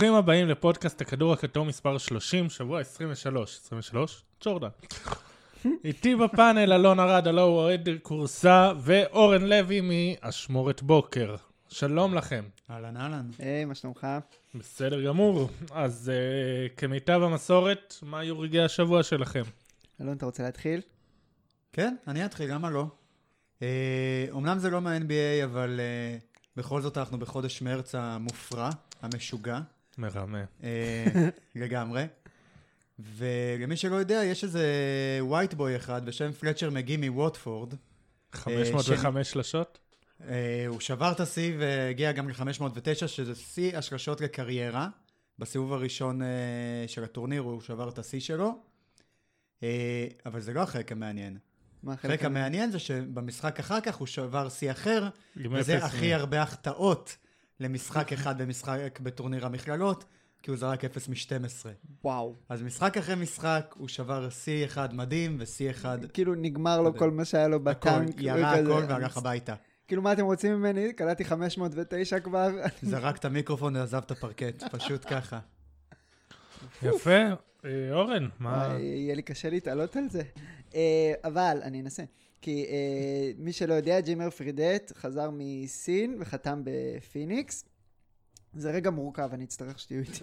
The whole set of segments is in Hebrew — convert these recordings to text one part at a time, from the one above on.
ברוכים הבאים לפודקאסט הכדור הכתום מספר 30, שבוע 23. 23? ג'ורדן. איתי בפאנל אלון ארד, הלו הוא אוהד קורסה, ואורן לוי מאשמורת בוקר. שלום לכם. אהלן, אהלן. היי, מה שלומך? בסדר גמור. אז כמיטב המסורת, מה היו רגעי השבוע שלכם? אלון, אתה רוצה להתחיל? כן, אני אתחיל, למה לא? אומנם זה לא מה-NBA, אבל בכל זאת אנחנו בחודש מרץ המופרע, המשוגע. מרמה. לגמרי. ולמי שלא יודע, יש איזה ווייט בוי אחד בשם פלצ'ר מגי מווטפורד. 505 שלשות? הוא שבר את השיא והגיע גם ל-509, שזה שיא השלשות לקריירה. בסיבוב הראשון של הטורניר הוא שבר את השיא שלו. אבל זה לא החלק המעניין. החלק המעניין זה שבמשחק אחר כך הוא שבר שיא אחר, וזה הכי הרבה החטאות למשחק אחד במשחק בטורניר המכללות, כי הוא זרק 0 מ-12. וואו. אז משחק אחרי משחק הוא שבר שיא אחד מדהים ושיא אחד... כאילו נגמר לו כל מה שהיה לו בטנק. הכל, ירה הכל והלך הביתה. כאילו מה אתם רוצים ממני? קלעתי 509 כבר. זרק את המיקרופון ועזב את הפרקט, פשוט ככה. יפה. אורן, מה... יהיה לי קשה להתעלות על זה. אבל אני אנסה. כי מי שלא יודע, ג'ימר פרידט חזר מסין וחתם בפיניקס. זה רגע מורכב, אני אצטרך שתהיו איתי.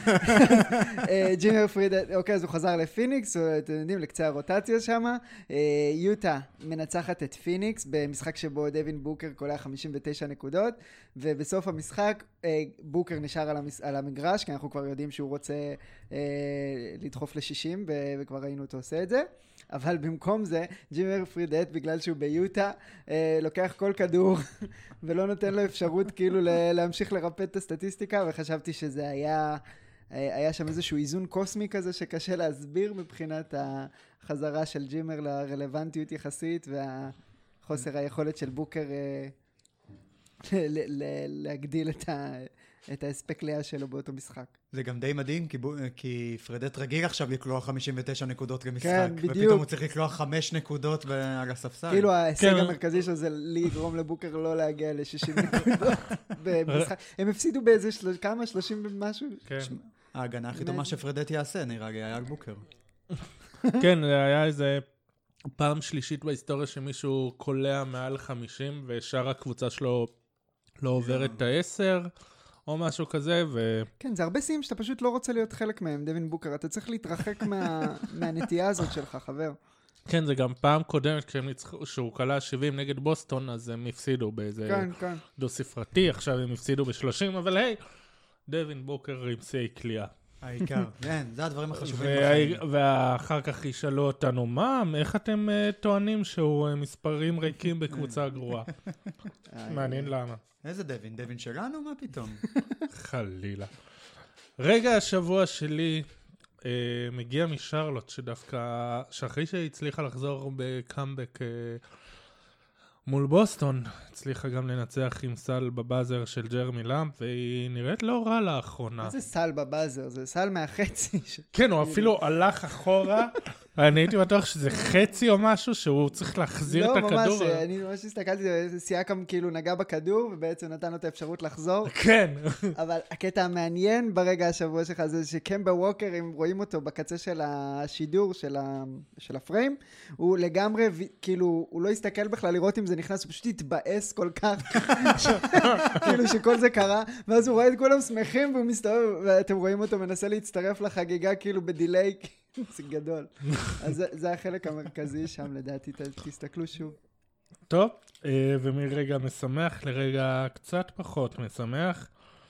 ג'ימר פרידט, אוקיי, אז הוא חזר לפיניקס, אתם יודעים, לקצה הרוטציה שם. יוטה מנצחת את פיניקס במשחק שבו דווין בוקר קולע 59 נקודות, ובסוף המשחק בוקר נשאר על המגרש, כי אנחנו כבר יודעים שהוא רוצה לדחוף ל-60, וכבר ראינו אותו עושה את זה. אבל במקום זה, ג'ימר פרידט, בגלל שהוא ביוטה, לוקח כל כדור ולא נותן לו אפשרות כאילו להמשיך לרפא את הסטטיסטיקה, וחשבתי שזה היה שם איזשהו איזון קוסמי כזה שקשה להסביר מבחינת החזרה של ג'ימר לרלוונטיות יחסית, והחוסר היכולת של בוקר להגדיל את האספקליה שלו באותו משחק. זה גם די מדהים, כי פרדט רגיל עכשיו לקלוע 59 נקודות למשחק. כן, בדיוק. ופתאום הוא צריך לקלוע 5 נקודות על הספסל. כאילו ההישג המרכזי שלו זה לגרום לבוקר לא להגיע ל-60 נקודות במשחק. הם הפסידו באיזה כמה? 30 ומשהו? כן. ההגנה הכי טובה שפרדט יעשה, נראה לי, היה על בוקר. כן, זה היה איזה פעם שלישית בהיסטוריה שמישהו קולע מעל 50, ושאר הקבוצה שלו לא עוברת את ה-10, או משהו כזה, כן, זה הרבה שיאים שאתה פשוט לא רוצה להיות חלק מהם, דווין בוקר. אתה צריך להתרחק מהנטייה הזאת שלך, חבר. כן, זה גם פעם קודמת, כשהוא קלע 70 נגד בוסטון, אז הם הפסידו באיזה דו ספרתי, עכשיו הם הפסידו ב-30, אבל היי, דווין בוקר עם שיאי קליעה. העיקר, כן, זה הדברים החשובים בחיים. ואחר כך ישאלו אותנו, מה, איך אתם טוענים שהוא מספרים ריקים בקבוצה גרועה? מעניין למה. איזה דווין? דווין שלנו? מה פתאום? חלילה. רגע השבוע שלי מגיע משרלוט, שדווקא, שאחרי שהיא הצליחה לחזור בקאמבק מול בוסטון, הצליחה גם לנצח עם סל בבאזר של ג'רמי למפ, והיא נראית לא רע לאחרונה. מה זה סל בבאזר? זה סל מהחצי. כן, הוא אפילו הלך אחורה, אני הייתי בטוח שזה חצי או משהו, שהוא צריך להחזיר את הכדור. לא, ממש, אני ממש הסתכלתי, סייקם כאילו נגע בכדור, ובעצם נתן לו את האפשרות לחזור. כן. אבל הקטע המעניין ברגע השבוע שלך, זה שקמבה ווקר, אם רואים אותו בקצה של השידור, של הפריים, הוא לגמרי, כאילו, הוא לא הסתכל בכלל לראות אם זה נכנס, הוא פשוט התבאס כל כך, כאילו שכל זה קרה, ואז הוא רואה את כולם שמחים, והוא מסתובב, ואתם רואים אותו מנסה להצטרף לחגיגה, כאילו בדיליי, זה גדול. אז זה החלק המרכזי שם, לדעתי, תסתכלו שוב. טוב, ומרגע משמח לרגע קצת פחות משמח.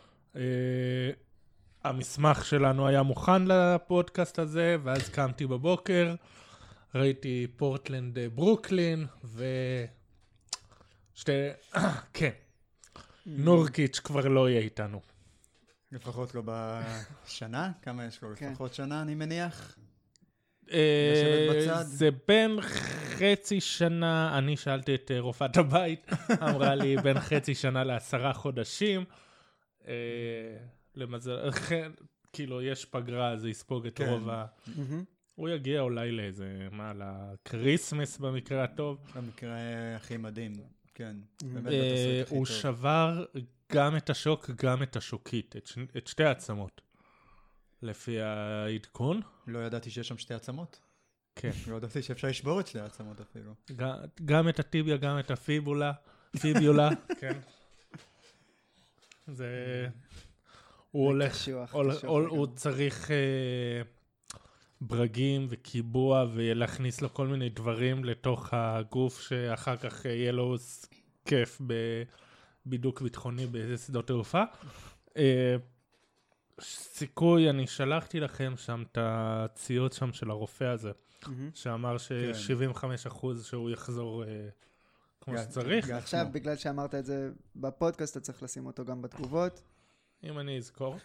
המסמך שלנו היה מוכן לפודקאסט הזה, ואז קמתי בבוקר, ראיתי פורטלנד ברוקלין, כן, נורקיץ' כבר לא יהיה איתנו. לפחות לא בשנה? כמה יש לו? לפחות שנה, אני מניח. זה בין חצי שנה, אני שאלתי את רופאת הבית, אמרה לי בין חצי שנה ל10 חודשים, למזל, כאילו יש פגרה, זה יספוג את רוב הוא יגיע אולי לאיזה, לקריסמס במקרה הטוב. במקרה הכי מדהים, כן. הוא שבר גם את השוק, גם את השוקית, את שתי העצמות. לפי העדכון. לא ידעתי שיש שם שתי עצמות. כן. לא ידעתי שאפשר לשבור את שתי העצמות אפילו. גם את הטיביה, גם את הפיביולה. כן. זה... הוא הולך, הוא צריך ברגים וקיבוע ולהכניס לו כל מיני דברים לתוך הגוף שאחר כך יהיה לו כיף בבידוק ביטחוני בשדות תעופה. סיכוי, אני שלחתי לכם שם את הציוד שם של הרופא הזה, שאמר ש75% שהוא יחזור כמו שצריך. עכשיו, בגלל שאמרת את זה בפודקאסט, אתה צריך לשים אותו גם בתגובות. אם אני אזכור.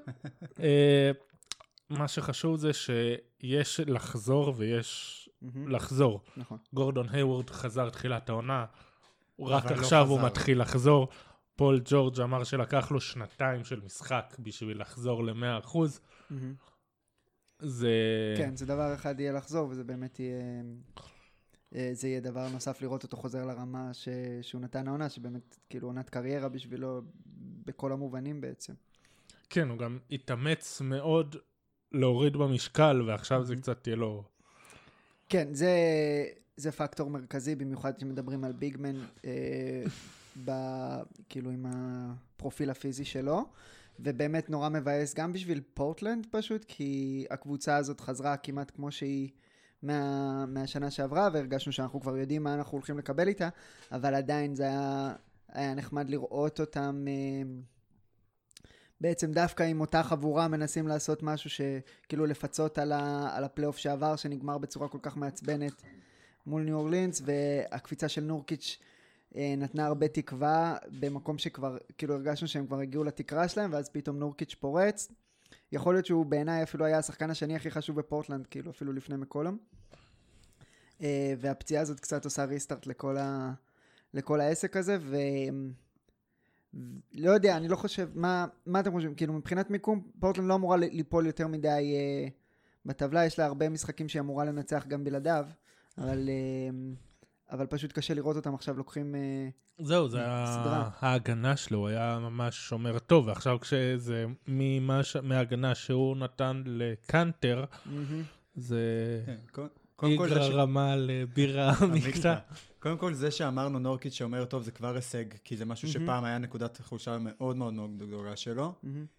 מה שחשוב זה שיש לחזור ויש לחזור. נכון. גורדון היוורד חזר תחילת העונה, רק עכשיו הוא מתחיל לחזור. פול ג'ורג' אמר שלקח לו 2 של משחק בשביל לחזור ל100%. זה... כן, זה דבר אחד יהיה לחזור, וזה באמת יהיה... זה יהיה דבר נוסף לראות אותו חוזר לרמה שהוא נתן העונה, שבאמת כאילו עונת קריירה בשבילו בכל המובנים בעצם. כן, הוא גם התאמץ מאוד להוריד במשקל, ועכשיו זה קצת תהיה לו... כן, זה פקטור מרכזי, במיוחד שמדברים על ביגמן, כאילו עם הפרופיל הפיזי שלו, ובאמת נורא מבאס גם בשביל פורטלנד פשוט, כי הקבוצה הזאת חזרה כמעט כמו שהיא מהשנה שעברה, והרגשנו שאנחנו כבר יודעים מה אנחנו הולכים לקבל איתה, אבל עדיין זה היה נחמד לראות אותם, בעצם דווקא עם אותה חבורה מנסים לעשות משהו שכאילו לפצות על הפלייאוף שעבר, שנגמר בצורה כל כך מעצבנת מול ניו אורלינס, והקפיצה של נורקיץ' נתנה הרבה תקווה במקום שכבר, כאילו הרגשנו שהם כבר הגיעו לתקרה שלהם, ואז פתאום נורקיץ' פורץ. יכול להיות שהוא בעיניי אפילו היה השחקן השני הכי חשוב בפורטלנד, כאילו אפילו לפני מקולום. והפציעה הזאת קצת עושה ריסטארט לכל העסק הזה, לא יודע, אני לא חושב, מה אתם חושבים? כאילו מבחינת מיקום, פורטלנד לא אמורה ליפול יותר מדי בטבלה, יש לה הרבה משחקים שהיא אמורה לנצח גם בלעדיו, אבל פשוט קשה לראות אותם עכשיו לוקחים זהו, זה ההגנה שלו, היה ממש שומר טוב, ועכשיו כשזה מההגנה שהוא נתן לקנטר, זה איגרה רמה לבירה מקטע. קודם כל זה שאמרנו נורקיץ' שומר טוב זה כבר הישג, כי זה משהו שפעם היה נקודת חולשה מאוד מאוד מאוד גדולה שלו.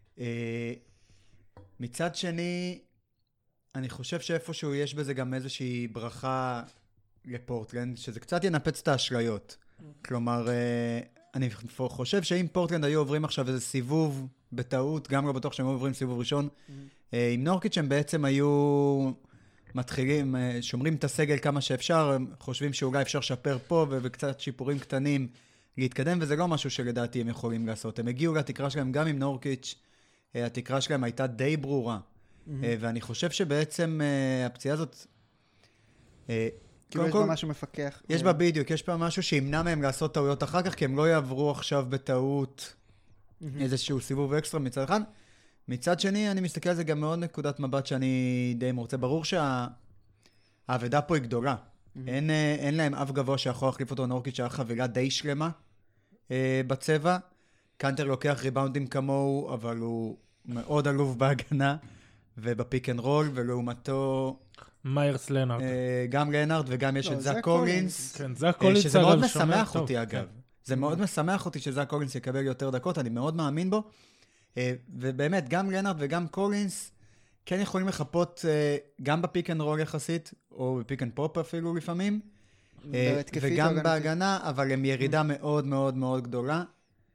מצד שני, אני חושב שאיפשהו יש בזה גם איזושהי ברכה לפורטלנד, שזה קצת ינפץ את האשליות. כלומר, אני חושב שאם פורטלנד היו עוברים עכשיו איזה סיבוב בטעות, גם לא בטוח שהם עוברים סיבוב ראשון, עם נורקיץ' הם בעצם היו מתחילים, שומרים את הסגל כמה שאפשר, הם חושבים שאולי אפשר לשפר פה וקצת שיפורים קטנים להתקדם, וזה לא משהו שלדעתי הם יכולים לעשות. הם הגיעו לתקרה שלהם גם עם נורקיץ', התקרה שלהם הייתה די ברורה, ואני חושב שבעצם הפציעה הזאת... כאילו יש בה משהו מפקח. יש בה בדיוק, יש בה משהו שימנע מהם לעשות טעויות אחר כך, כי הם לא יעברו עכשיו בטעות איזשהו סיבוב אקסטרה מצד אחד. מצד שני, אני מסתכל על זה גם מאוד נקודת מבט שאני די מורצה. ברור שהעבודה פה היא גדולה. אין להם אף גבוה שיכול להחליף אותו. נורקיץ' היה חבילה די שלמה בצבע. קנטר לוקח ריבאונדים כמוהו, אבל הוא מאוד עלוב בהגנה ובפיק אנד רול, ולעומתו... מיירס לנארד. גם לנארד וגם יש את זאק קולינס. כן, זאק קולינס שזה מאוד משמח אותי אגב. זה מאוד משמח אותי שזאק קולינס יקבל יותר דקות, אני מאוד מאמין בו. ובאמת, גם לנארד וגם קולינס כן יכולים לחפות גם בפיק אנד רול יחסית, או בפיק אנד פופ אפילו לפעמים, וגם בהגנה, אבל הם ירידה מאוד מאוד מאוד גדולה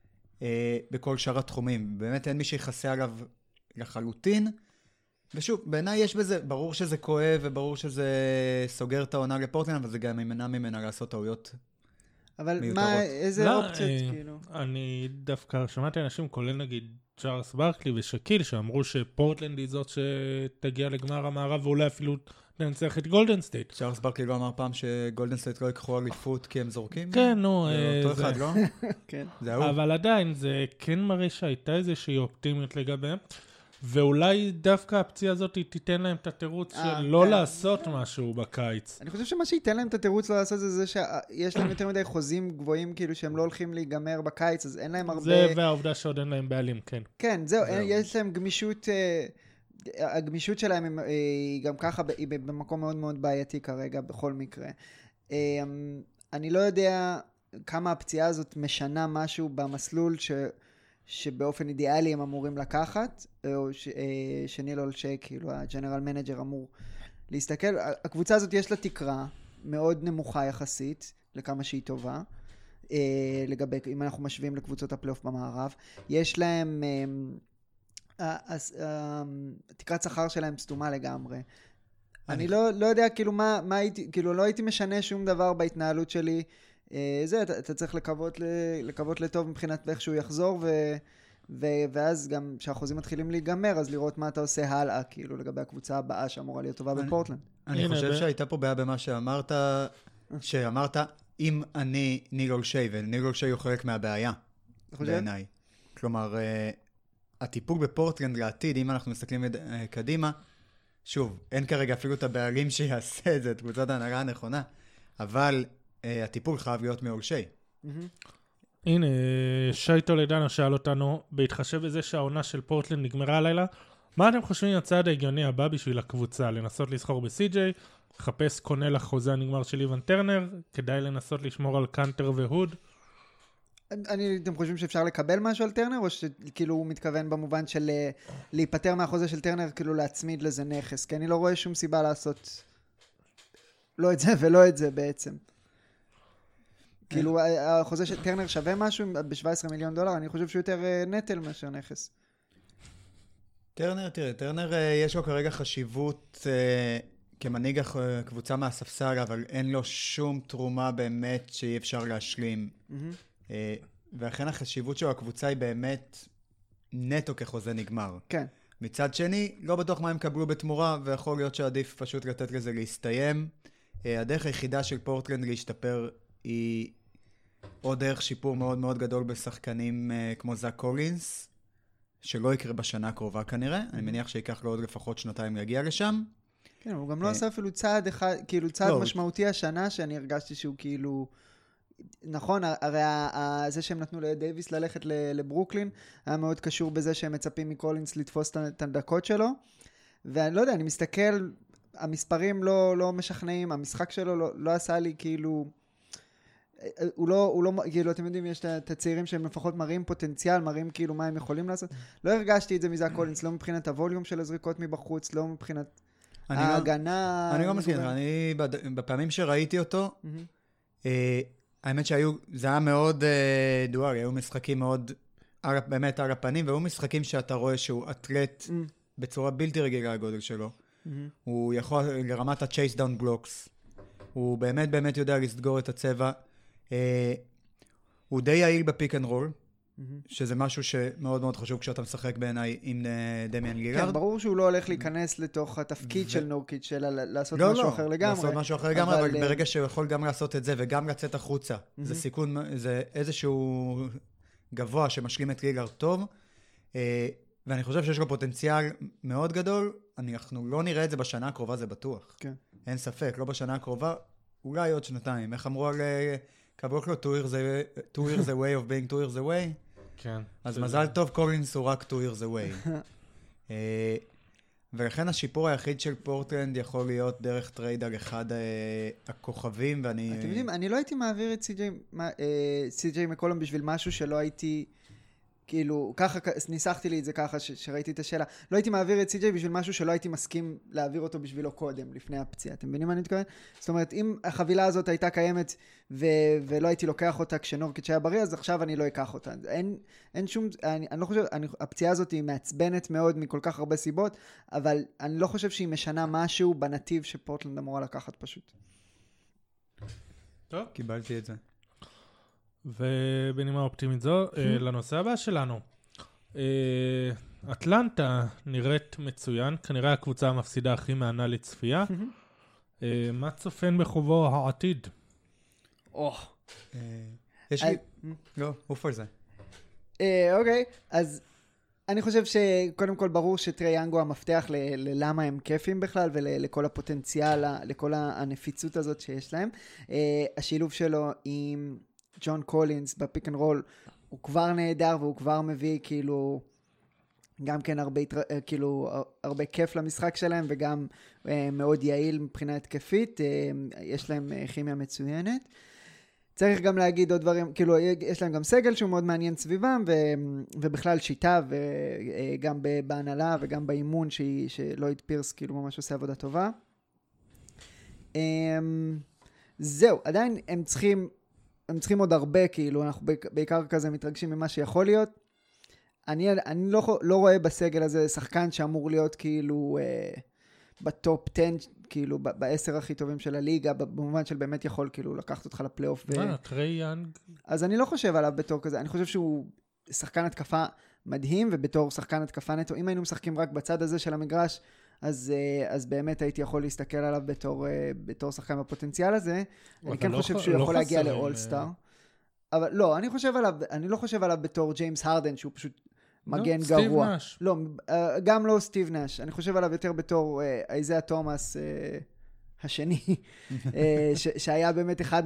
בכל שאר התחומים. באמת אין מי שיחסה עליו לחלוטין, ושוב, בעיניי יש בזה, ברור שזה כואב וברור שזה סוגר את העונה לפורטלנד, אבל זה גם ימנע ממנה לעשות טעויות מיותרות. אבל מה, איזה אופציות כאילו? אני דווקא שמעתי אנשים, כולל נגיד צ'ארלס ברקלי ושקיל, שאמרו שפורטלנד היא זאת שתגיע לגמר המערב, ואולי אפילו ננצח את גולדן סטייט. צ'ארלס ברקלי לא אמר פעם שגולדן סטייט לא יקחו אליפות כי הם זורקים? כן, נו. אותו אחד, לא? כן. זה הוא. אבל עדיין, זה כן מראה שהייתה איזושהי אופטימיות לגביהם. ואולי דווקא הפציעה הזאת תיתן להם את התירוץ של לא לעשות משהו בקיץ. אני חושב שמה שייתן להם את התירוץ לא לעשות זה שיש להם יותר מדי חוזים גבוהים, כאילו שהם לא הולכים להיגמר בקיץ, אז אין להם הרבה... זה והעובדה שעוד אין להם בעלים, כן. כן, זהו, יש להם גמישות, הגמישות שלהם היא גם ככה, היא במקום מאוד מאוד בעייתי כרגע, בכל מקרה. אני לא יודע כמה הפציעה הזאת משנה משהו במסלול שבאופן אידיאלי הם אמורים לקחת, או שניל אולשי, כאילו הג'נרל מנג'ר אמור להסתכל. הקבוצה הזאת יש לה תקרה מאוד נמוכה יחסית, לכמה שהיא טובה, לגבי, אם אנחנו משווים לקבוצות הפלייאוף במערב. יש להם, תקרת שכר שלהם סתומה לגמרי. אני לא יודע כאילו מה הייתי, כאילו לא הייתי משנה שום דבר בהתנהלות שלי. אתה צריך לקוות לטוב מבחינת איך שהוא יחזור, ואז גם כשהחוזים מתחילים להיגמר, אז לראות מה אתה עושה הלאה, כאילו לגבי הקבוצה הבאה שאמורה להיות טובה בפורטלנד. אני חושב שהייתה פה בעיה במה שאמרת, אם אני ניל אולשי, וניל אולשי הוא חלק מהבעיה, בעיניי. כלומר, הטיפול בפורטלנד לעתיד, אם אנחנו מסתכלים קדימה, שוב, אין כרגע אפילו את הבעלים שיעשה את זה, את קבוצת ההנהגה הנכונה, אבל הטיפול חייב להיות מאולשי. הנה, שי טולדנו שאל אותנו, בהתחשב בזה שהעונה של פורטלנד נגמרה הלילה, מה אתם חושבים הצעד ההגיוני הבא בשביל הקבוצה? לנסות לסחור ב-CJ, לחפש קונה לחוזה הנגמר של איוון טרנר, כדאי לנסות לשמור על קאנטר והוד? אתם חושבים שאפשר לקבל משהו על טרנר, או שכאילו הוא מתכוון במובן של להיפטר מהחוזה של טרנר, כאילו להצמיד לזה נכס? כי אני לא רואה שום סיבה לעשות לא את זה ולא את זה בעצם. כאילו החוזה של טרנר שווה משהו ב-17 מיליון דולר, אני חושב שהוא יותר נטל מאשר נכס. טרנר יש לו כרגע חשיבות כמנהיג הקבוצה מהספסל, אבל אין לו שום תרומה באמת שאי אפשר להשלים. ואכן החשיבות של הקבוצה היא באמת נטו כחוזה נגמר. כן. מצד שני, לא בטוח מה הם קבלו בתמורה, ויכול להיות שעדיף פשוט לתת לזה להסתיים. הדרך היחידה של פורטלנד להשתפר היא עוד דרך שיפור מאוד מאוד גדול בשחקנים כמו זאק קולינס, שלא יקרה בשנה הקרובה כנראה. אני מניח שיקח לו עוד לפחות שנתיים להגיע לשם. כן, הוא גם לא עשה אפילו צעד אחד, כאילו צעד משמעותי השנה, שאני הרגשתי שהוא כאילו... נכון, הרי זה שהם נתנו לדייביס ללכת לברוקלין, היה מאוד קשור בזה שהם מצפים מקולינס לתפוס את הדקות שלו, ואני לא יודע, אני מסתכל, המספרים לא משכנעים, המשחק שלו לא עשה לי כאילו, הוא לא, כאילו אתם יודעים, יש את הצעירים שהם לפחות מראים פוטנציאל, מראים כאילו מה הם יכולים לעשות, לא הרגשתי את זה מזה קולינס, לא מבחינת הווליום של הזריקות מבחוץ, לא מבחינת ההגנה. אני לא מסכים, אני בפעמים שראיתי אותו, האמת זה היה מאוד דוארי, היו משחקים מאוד, באמת על הפנים, והיו משחקים שאתה רואה שהוא אתלט בצורה בלתי רגילה הגודל שלו. הוא יכול לרמת ה-chase down blocks. הוא באמת באמת יודע לסגור את הצבע. הוא די יעיל בפיק אנד רול, שזה משהו שמאוד מאוד חשוב כשאתה משחק בעיניי עם דמיאן לילארד. כן, ברור שהוא לא הולך להיכנס לתוך התפקיד של נורקיץ' אלא לעשות משהו אחר לגמרי. לעשות משהו אחר לגמרי, אבל ברגע שהוא יכול גם לעשות את זה וגם לצאת החוצה, זה סיכון, זה איזשהו גבוה שמשלים את לילארד טוב, ואני חושב שיש לו פוטנציאל מאוד גדול, אנחנו לא נראה את זה בשנה הקרובה, זה בטוח. אין ספק, לא בשנה הקרובה, אולי עוד שנתיים. איך אמרו על קבוק לו, 2 years away of being 2 years away? כן. אז מזל טוב, קולינס הוא רק 2 years away. ולכן השיפור היחיד של פורטלנד יכול להיות דרך טרייד על אחד הכוכבים, ואני... אתם יודעים, אני לא הייתי מעביר את סי.ג'יי מקולום בשביל משהו שלא הייתי... כאילו, ככה, ניסחתי לי את זה ככה שראיתי את השאלה. לא הייתי מעביר את סי.ג'יי בשביל משהו שלא הייתי מסכים להעביר אותו בשבילו קודם, לפני הפציעה. אתם מבינים מה אני מתכוון? זאת אומרת, אם החבילה הזאת הייתה קיימת ולא הייתי לוקח אותה כשנורקיץ' היה בריא, אז עכשיו אני לא אקח אותה. אין שום, אני לא חושב, הפציעה הזאת היא מעצבנת מאוד מכל כך הרבה סיבות, אבל אני לא חושב שהיא משנה משהו בנתיב שפורטלנד אמורה לקחת פשוט. טוב, קיבלתי את זה. ובנימה אופטימית זו, לנושא הבא שלנו. אטלנטה נראית מצוין, כנראה הקבוצה המפסידה הכי מענה לצפייה. מה צופן בחובו העתיד? יש לי... לא, אוף על זה. אוקיי, אז אני חושב שקודם כל ברור שטרי יאנג הוא המפתח ללמה הם כיפים בכלל ולכל הפוטנציאל, לכל הנפיצות הזאת שיש להם. השילוב שלו עם ג'ון קולינס בפיק אנד רול הוא כבר נהדר והוא כבר מביא כאילו גם כן הרבה כיף למשחק שלהם וגם מאוד יעיל מבחינה התקפית. יש להם כימיה מצוינת. צריך גם להגיד עוד דברים, כאילו יש להם גם סגל שהוא מאוד מעניין סביבם, ובכלל שיטה, וגם בהנהלה וגם באימון שלויד פירס כאילו ממש עושה עבודה טובה. זהו, עדיין הם צריכים עוד הרבה, כאילו אנחנו בעיקר כזה מתרגשים ממה שיכול להיות. אני לא רואה בסגל הזה שחקן שאמור להיות כאילו בטופ 10, כאילו ב10 הכי טובים של הליגה, במובן של באמת יכול כאילו לקחת אותך לפלייאוף. טרי יאנג. אז אני לא חושב עליו בתור כזה, אני חושב שהוא שחקן התקפה מדהים, ובתור שחקן התקפה נטו, אם היינו משחקים רק בצד הזה של המגרש, אז באמת הייתי יכול להסתכל עליו בתור שחקן בפוטנציאל הזה. אני כן חושב שהוא יכול להגיע לאולסטאר. אבל לא, אני לא חושב עליו בתור ג'יימס הרדן, שהוא פשוט מגן גרוע. לא, גם לא סטיב נאש. אני חושב עליו יותר בתור איזיה תומאס השני, שהיה באמת אחד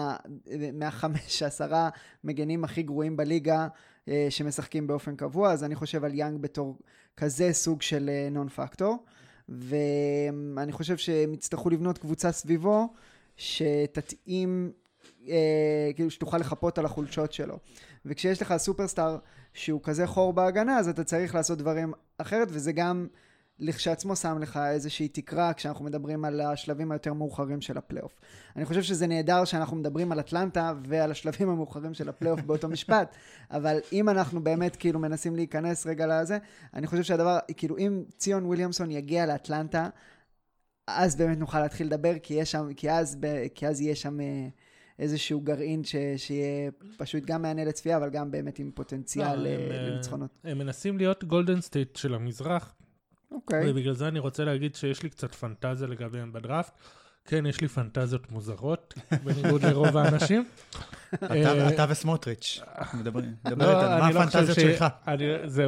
מה5-10 מגנים הכי גרועים בליגה, שמשחקים באופן קבוע, אז אני חושב על יאנג בתור כזה סוג של נון פקטור, ואני חושב שהם יצטרכו לבנות קבוצה סביבו, שתתאים, כאילו שתוכל לחפות על החולשות שלו. וכשיש לך סופרסטאר שהוא כזה חור בהגנה, אז אתה צריך לעשות דברים אחרת, וזה גם לכשעצמו שם לך איזושהי תקרה, כשאנחנו מדברים על השלבים היותר מאוחרים של הפלייאוף. אני חושב שזה נהדר שאנחנו מדברים על אטלנטה, ועל השלבים המאוחרים של הפלייאוף באותו משפט, אבל אם אנחנו באמת כאילו מנסים להיכנס רגע לזה, אני חושב שהדבר, כאילו אם ציון וויליאמסון יגיע לאטלנטה, אז באמת נוכל להתחיל לדבר, כי אז יהיה שם איזשהו גרעין שיהיה פשוט גם מענה לצפייה, אבל גם באמת עם פוטנציאל לניצחונות. הם מנסים להיות גולדן סטייט של המזרח, ובגלל זה אני רוצה להגיד שיש לי קצת פנטזיה לגביהם בדראפט. כן, יש לי פנטזיות מוזרות, בניגוד לרוב האנשים. אתה וסמוטריץ' מדברים איתנו, מה הפנטזיות שלך? זהו.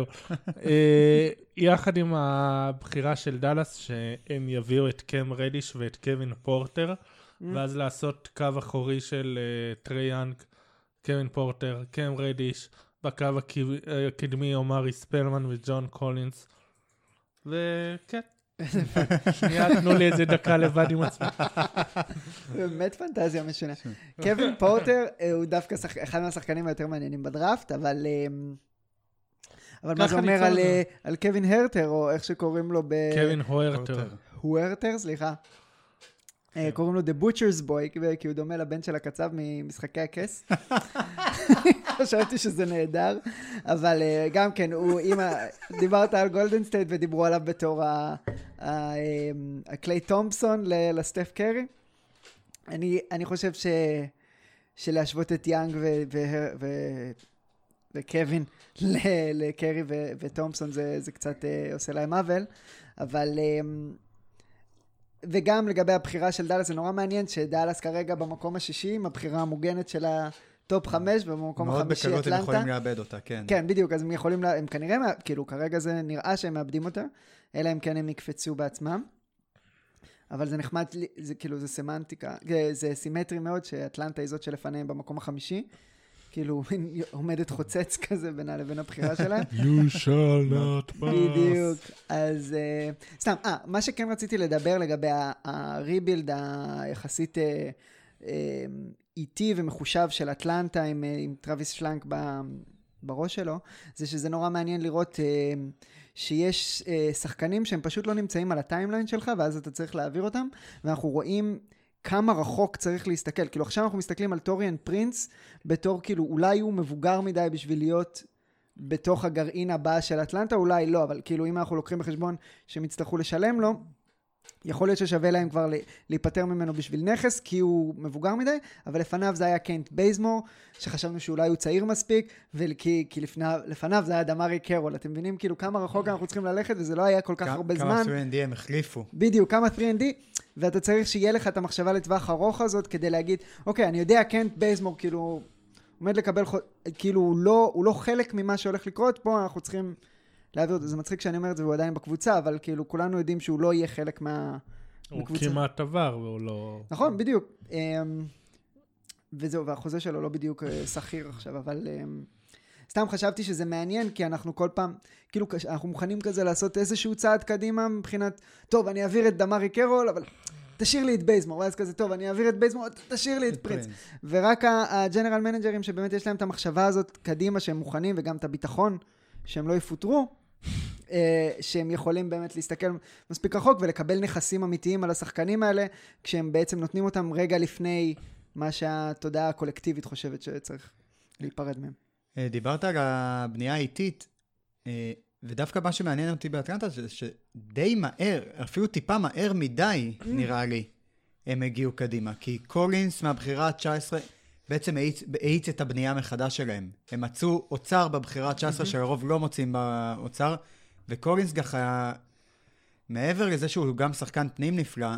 יחד עם הבחירה של דלס, שהם יביאו את קם רדיש ואת קווין פורטר, ואז לעשות קו אחורי של טרי יאנג, קווין פורטר, קם רדיש, בקו הקדמי אומרי ספלמן וג'ון קולינס, וכן. שנייה, תנו לי איזה דקה לבד עם עצמי. באמת פנטזיה משונה. קווין פורטר הוא דווקא אחד מהשחקנים היותר מעניינים בדראפט, אבל מה זה אומר על קווין הרטר, או איך שקוראים לו קווין הוארטר. הוארטר, סליחה. קוראים לו The Butcher's Boy, כי הוא דומה לבן של הקצב ממשחקי הכס. חשבתי שזה נהדר, אבל גם כן, דיברת על גולדן סטייט ודיברו עליו בתור הקליי תומפסון לסטף קרי. אני חושב שלהשוות את יאנג וקווין לקרי וטומפסון זה קצת עושה להם עוול, אבל וגם לגבי הבחירה של דלס, זה נורא מעניין שדלס כרגע במקום השישי, עם הבחירה המוגנת של הטופ 5, ובמקום החמישי מאוד אטלנטה. בקלות הם יכולים לאבד אותה, כן. כן, בדיוק, אז הם יכולים, הם כנראה, כאילו כרגע זה נראה שהם מאבדים אותה, אלא אם כן הם יקפצו בעצמם. אבל זה נחמד, זה כאילו, זה סמנטיקה, זה סימטרי מאוד, שאטלנטה היא זאת שלפניהם במקום החמישי, כאילו עומדת חוצץ כזה בינה לבין הבחירה שלהם. You shall not pass. בדיוק. אז סתם, מה שכן רציתי לדבר לגבי הריבילד היחסית איטי ומחושב של אטלנטה עם טרוויס שלנק בראש שלו, זה שזה נורא מעניין לראות שיש שחקנים שהם פשוט לא נמצאים על הטיימליין שלך, ואז אתה צריך להעביר אותם, ואנחנו רואים כמה רחוק צריך להסתכל. כאילו עכשיו אנחנו מסתכלים על טוריאן פרינס, בתור כאילו אולי הוא מבוגר מדי בשביל להיות בתוך הגרעין הבא של אטלנטה, אולי לא, אבל כאילו אם אנחנו לוקחים בחשבון שהם יצטרכו לשלם לו, יכול להיות ששווה להם כבר להיפטר ממנו בשביל נכס, כי הוא מבוגר מדי, אבל לפניו זה היה קיינט בייזמור, שחשבנו שאולי הוא צעיר מספיק, כי לפניו זה היה דמרי קרול. אתם מבינים כאילו כמה רחוק אנחנו צריכים ללכת, וזה לא היה כל כך הרבה זמן. כמה 3&D הם החליפו. בדיוק, כמה 3&D, ואתה צריך שיהיה לך את המחשבה לטווח ארוך הזאת, כדי להגיד, אוקיי, אני יודע, קיינט בייזמור כאילו עומד לקבל, כאילו הוא לא חלק ממה שהולך לקרות, פה אנחנו צריכים להעביר אותו. זה מצחיק שאני אומר את זה, והוא עדיין בקבוצה, אבל כאילו כולנו יודעים שהוא לא יהיה חלק הוא כמעט עבר, והוא לא... נכון, בדיוק. וזהו, והחוזה שלו לא בדיוק שכיר עכשיו, אבל סתם חשבתי שזה מעניין, כי אנחנו כל פעם, כאילו אנחנו מוכנים כזה לעשות איזשהו צעד קדימה מבחינת, טוב, אני אעביר את דמרי קרול, אבל תשאיר לי את בייזמור, ואז כזה, טוב, אני אעביר את בייזמור, תשאיר לי את פרינס. ורק הג'נרל מנג'רים שבאמת יש להם את המחשבה הזאת קדימה, שהם מוכנים, וגם את הביטחון, שהם לא יפוטרו, שהם יכולים באמת להסתכל מספיק רחוק, ולקבל נכסים אמיתיים על השחקנים האלה, כשהם בעצם נותנים אותם רגע לפני מה שהתודעה הקולקטיבית חושבת שצריך להיפרד מהם. דיברת על הבנייה האיטית, ודווקא מה שמעניין אותי באטלנטה, זה שדי מהר, אפילו טיפה מהר מדי, נראה לי, הם הגיעו קדימה. כי קולינס מהבחירה ה-19 בעצם האיץ את הבנייה מחדש שלהם. הם מצאו אוצר בבחירה ה-19, שלרוב לא מוצאים באוצר, וקולינס ככה, מעבר לזה שהוא גם שחקן פנים נפלא,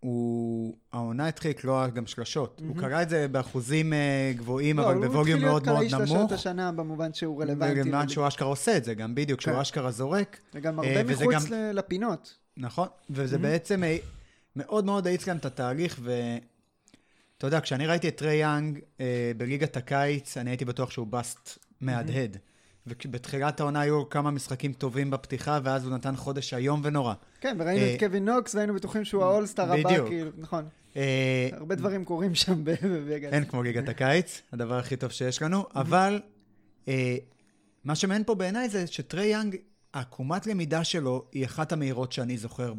העונה התחיל לקלוע גם שלשות. הוא קרא את זה באחוזים גבוהים, אבל בווליום מאוד מאוד נמוך. הוא התחיל להיות קראי שלשות השנה במובן שהוא רלוונטי. במובן שהוא אשכרה עושה את זה, גם בדיוק, שהוא אשכרה זורק. וגם הרבה מחוץ לפינות. נכון, וזה בעצם מאוד מאוד האיץ גם את התהליך, ואתה יודע, כשאני ראיתי את טרי יאנג בליגת הקיץ, אני הייתי בטוח שהוא בסט מהדהד. ובתחילת העונה היו כמה משחקים טובים בפתיחה, ואז הוא נתן חודש היום ונורא. כן, וראינו את קווין נוקס, והיינו בטוחים שהוא האולסטאר הבא, כאילו, נכון. הרבה דברים קורים שם בגלל. אין כמו ליגת הקיץ, הדבר הכי טוב שיש לנו, אבל מה שמעניין פה בעיניי זה שטרי יאנג, העקומת למידה שלו היא אחת המהירות שאני זוכר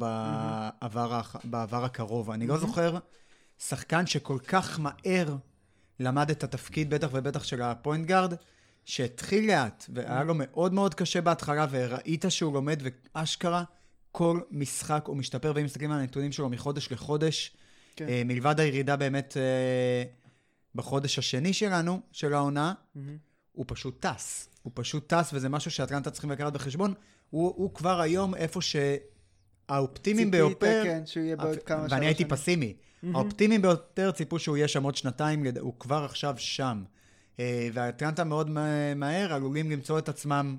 בעבר הקרוב. אני לא זוכר שחקן שכל כך מהר למד את התפקיד, בטח ובטח של הפוינט גארד, שהתחיל לאט, והיה לו מאוד מאוד קשה בהתחלה, וראית שהוא לומד, ואשכרה כל משחק הוא משתפר, ואם מסתכלים על הנתונים שלו מחודש לחודש, מלבד הירידה באמת בחודש השני שלנו, של העונה, הוא פשוט טס. הוא פשוט טס, וזה משהו שאטלנטה צריכים לקחת בחשבון. הוא כבר היום איפה שהאופטימיים ביותר, ואני הייתי פסימי, האופטימיים ביותר ציפו שהוא יהיה שם עוד שנתיים, הוא כבר עכשיו שם. והאטלנטה מאוד מהר עלולים למצוא את עצמם,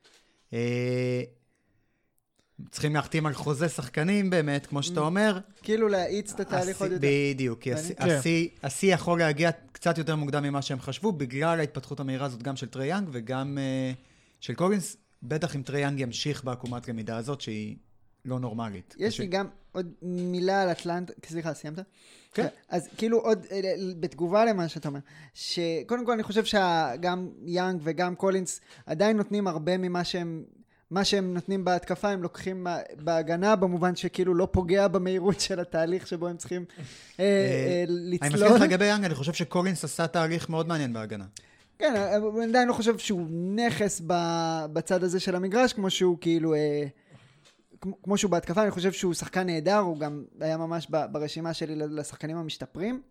צריכים להחתים על חוזה שחקנים באמת, כמו שאתה אומר. כאילו להאיץ את התהליך עוד יותר. בדיוק, כי השיא יכול להגיע קצת יותר מוקדם ממה שהם חשבו, בגלל ההתפתחות המהירה הזאת גם של טרי יאנג וגם של קולינס, בטח אם טרי יאנג ימשיך בעקומת למידה הזאת שהיא לא נורמלית. יש לי גם עוד מילה על אטלנטה, סליחה, סיימת? כן. אז כאילו עוד, בתגובה למה שאתה אומר, שקודם כל אני חושב שגם יאנג וגם קולינס עדיין נותנים הרבה ממה שהם נותנים בהתקפה, הם לוקחים בהגנה, במובן שכאילו לא פוגע במהירות של התהליך שבו הם צריכים לצלול. אני מסכים לך לגבי יאנג, אני חושב שקולינס עשה תהליך מאוד מעניין בהגנה. כן, אני עדיין לא חושב שהוא נכס בצד הזה של המגרש, כמו שהוא כאילו... כמו שהוא בהתקפה, אני חושב שהוא שחקן נהדר, הוא גם היה ממש ברשימה שלי לשחקנים המשתפרים.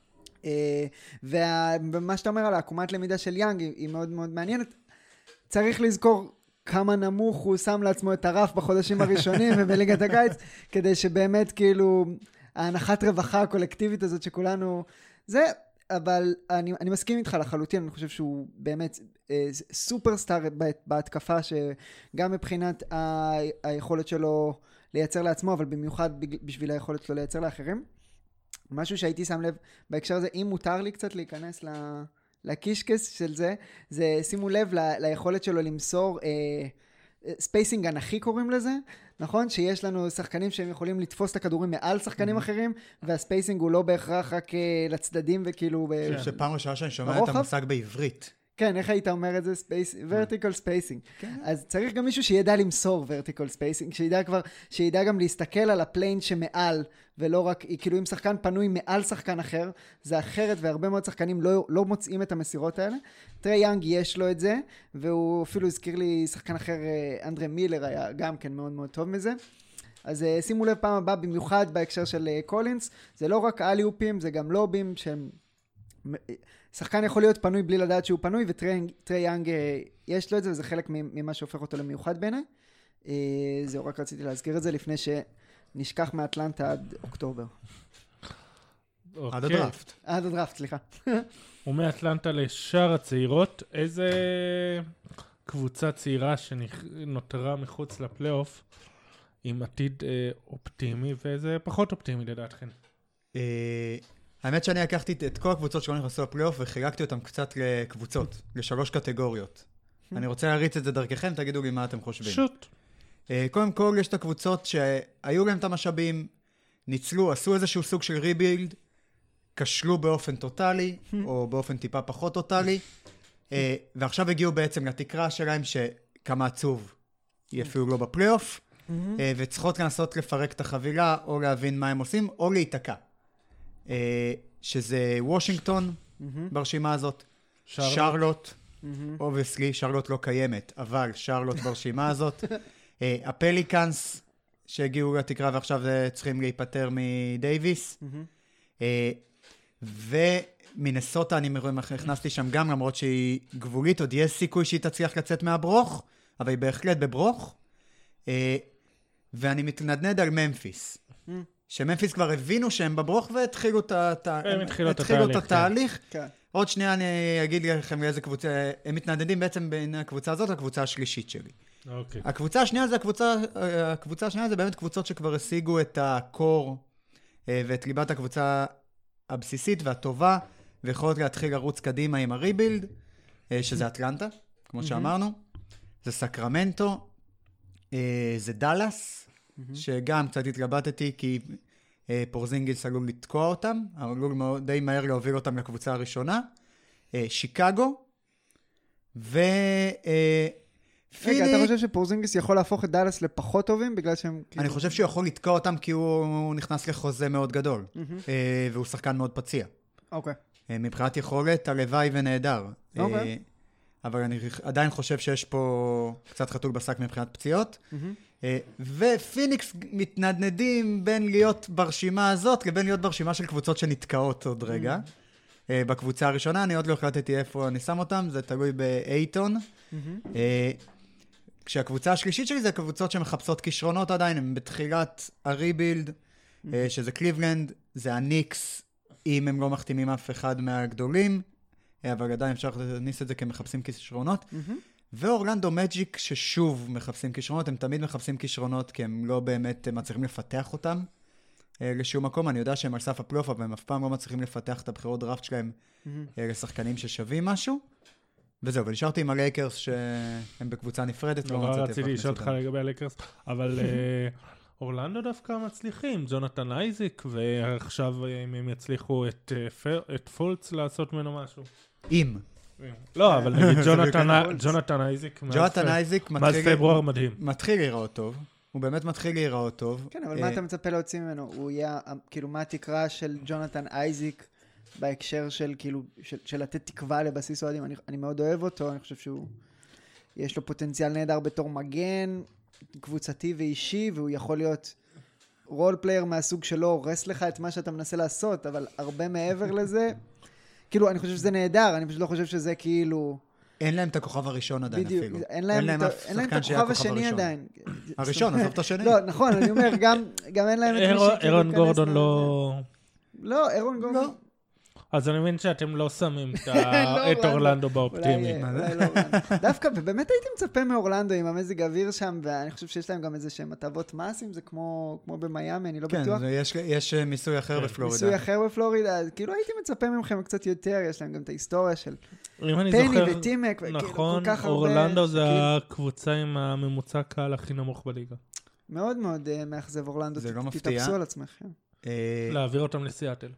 ומה שאתה אומר על העקומת למידה של יאנג היא מאוד מאוד מעניינת. צריך לזכור כמה נמוך הוא שם לעצמו את הרף בחודשים הראשונים ובליגת הקיץ, כדי שבאמת כאילו ההנחת רווחה הקולקטיבית הזאת שכולנו... זה... אבל אני מסכים איתך לחלוטין, אני חושב שהוא באמת סופרסטאר בהתקפה, שגם מבחינת היכולת שלו לייצר לעצמו, אבל במיוחד בשביל היכולת שלו לייצר לאחרים. משהו שהייתי שם לב בהקשר הזה, אם מותר לי קצת להיכנס לקישקס של זה שימו לב ליכולת שלו למסור ספייסינג אנכי קוראים לזה, נכון? שיש לנו שחקנים שהם יכולים לתפוס את הכדורים מעל שחקנים אחרים, והספייסינג הוא לא בהכרח רק לצדדים וכאילו... שפעם ראשונה שאני שומע את המושג בעברית. כן, איך היית אומר את זה? vertical spacing. אז צריך גם מישהו שידע למסור vertical spacing, שידע גם להסתכל על הפליין שמעל, ולא רק, כאילו אם שחקן פנוי מעל שחקן אחר, זה אחרת, והרבה מאוד שחקנים לא מוצאים את המסירות האלה. טרי יאנג יש לו את זה, והוא אפילו הזכיר לי שחקן אחר, אנדרי מילר היה גם כן מאוד מאוד טוב מזה. אז שימו לב פעם הבאה, במיוחד בהקשר של קולינס, זה לא רק אליופים, זה גם לובים שהם... שחקן יכול להיות פנוי בלי לדעת שהוא פנוי, וטרי יאנג יש לו את זה, וזה חלק ממה שהופך אותו למיוחד בעיניי. זהו, רק רציתי להזכיר את זה לפני שנשכח מאטלנטה עד אוקטובר. עד הדראפט. עד הדראפט, סליחה. ומאטלנטה לשאר הצעירות, איזה קבוצה צעירה שנותרה מחוץ לפלייאוף, עם עתיד אופטימי, וזה פחות אופטימי לדעתכם. האמת שאני לקחתי את כל הקבוצות שלא נכנסו לפלייאוף, וחילקתי אותם קצת לקבוצות, ל3 קטגוריות. אני רוצה להריץ את זה דרככם, תגידו לי מה אתם חושבים. שוט. קודם כל, יש את הקבוצות שהיו להם את המשאבים, ניצלו, עשו איזשהו סוג של ריבילד, כשלו באופן טוטלי, או באופן טיפה פחות טוטלי, ועכשיו הגיעו בעצם לתקרה שלהם, שכמה עצוב היא אפילו לא בפלייאוף, וצריכות לנסות לפרק את החבילה, או להבין מה הם עושים, או להיתקע. שזה וושינגטון ברשימה הזאת, שרלוט, אובייסלי, שרלוט לא קיימת, אבל שרלוט ברשימה הזאת, הפליקאנס שהגיעו לתקרה ועכשיו צריכים להיפטר מדייביס, ומינסוטה אני הכנסתי שם גם, למרות שהיא גבולית, עוד יש סיכוי שהיא תצליח לצאת מהברוך, אבל היא בהחלט בברוך, ואני מתנדנד על ממפיס. שממפיס כבר הבינו שהם בברוך והתחילו את התהליך. עוד שנייה אני אגיד לכם לאיזה קבוצה, הם מתנדנדים בעצם בין הקבוצה הזאת לקבוצה השלישית שלי. הקבוצה השנייה זה באמת קבוצות שכבר השיגו את הקור ואת ליבת הקבוצה הבסיסית והטובה, ויכולות להתחיל לרוץ קדימה עם הריבילד, שזה אטלנטה, כמו שאמרנו. זה סקרמנטו, זה דלס, שגם קצת התלבטתי כי פורזינגיס עלול לתקוע אותם, עלול די מהר להוביל אותם לקבוצה הראשונה, שיקגו, רגע, אתה חושב שפורזינגיס יכול להפוך את דלס לפחות טובים בגלל שהם... אני חושב שהוא יכול לתקוע אותם כי הוא נכנס לחוזה מאוד גדול, והוא שחקן מאוד פציע. אוקיי. מבחינת יכולת, הלוואי ונהדר. אוקיי. אבל אני עדיין חושב שיש פה קצת חתול בשק מבחינת פציעות. ופיניקס מתנדנדים בין להיות ברשימה הזאת לבין להיות ברשימה של קבוצות שנתקעות עוד רגע. בקבוצה הראשונה, אני עוד לא החלטתי איפה אני שם אותם, זה תלוי באייטון. כשהקבוצה השלישית שלי זה קבוצות שמחפשות כישרונות עדיין, הם בתחילת הריבילד, שזה קליבלנד, זה הניקס, אם הם לא מחתימים אף אחד מהגדולים, אבל עדיין אפשר להכניס את זה כמחפשים כישרונות. ואורלנדו מג'יק ששוב מחפשים כישרונות, הם תמיד מחפשים כישרונות כי הם לא באמת מצליחים לפתח אותם לשום מקום. אני יודע שהם על סף הפלייאוף, אבל הם אף פעם לא מצליחים לפתח את הבחירות דראפט שלהם לשחקנים ששווים משהו. וזהו, ונשארתי עם הלייקרס שהם בקבוצה נפרדת. לא רציתי לשאול אותך לגבי הלייקרס, אבל אורלנדו דווקא מצליחים, ג'ונתן אייזיק, ועכשיו אם הם יצליחו את פולץ לעשות ממנו משהו. לא, אבל נגיד ג'ונתן אייזיק מאז פברואר מדהים. מתחיל להיראות טוב. הוא באמת מתחיל להיראות טוב. כן, אבל מה אתה מצפה להוציא ממנו? הוא יהיה, כאילו, מה התקרה של ג'ונתן אייזיק בהקשר של, כאילו, של לתת תקווה לבסיס אוהדים? אני מאוד אוהב אותו, אני חושב שהוא, יש לו פוטנציאל נהדר בתור מגן, קבוצתי ואישי, והוא יכול להיות רול פלייר מהסוג שלו, הורס לך את מה שאתה מנסה לעשות, אבל הרבה מעבר לזה, כאילו, אני חושב שזה נהדר, אני פשוט לא חושב שזה כאילו... אין להם את הכוכב הראשון עדיין אפילו. אין להם את הכוכב השני עדיין. הראשון, עזוב את השני. לא, נכון, אני אומר, גם אין להם את מי שכאילו... אירון גורדון לא... לא, אירון גורדון... אז אני מבין שאתם לא שמים את אורלנדו באופטימי. אולי לא. דווקא, ובאמת הייתי מצפה מאורלנדו עם המזג האוויר שם, ואני חושב שיש להם גם איזה שהם הטבות מסים, זה כמו במיימי, אני לא בטוח. כן, יש מיסוי אחר בפלורידה. מיסוי אחר בפלורידה, אז כאילו הייתי מצפה ממכם קצת יותר, יש להם גם את ההיסטוריה של פני וטימק, נכון, אורלנדו זה הקבוצה עם הממוצע קהל הכי נמוך בליגה. מאוד מאוד מאכזב אורלנדו, תתאפסו על עצמכם. להעביר אותם לסיאטל.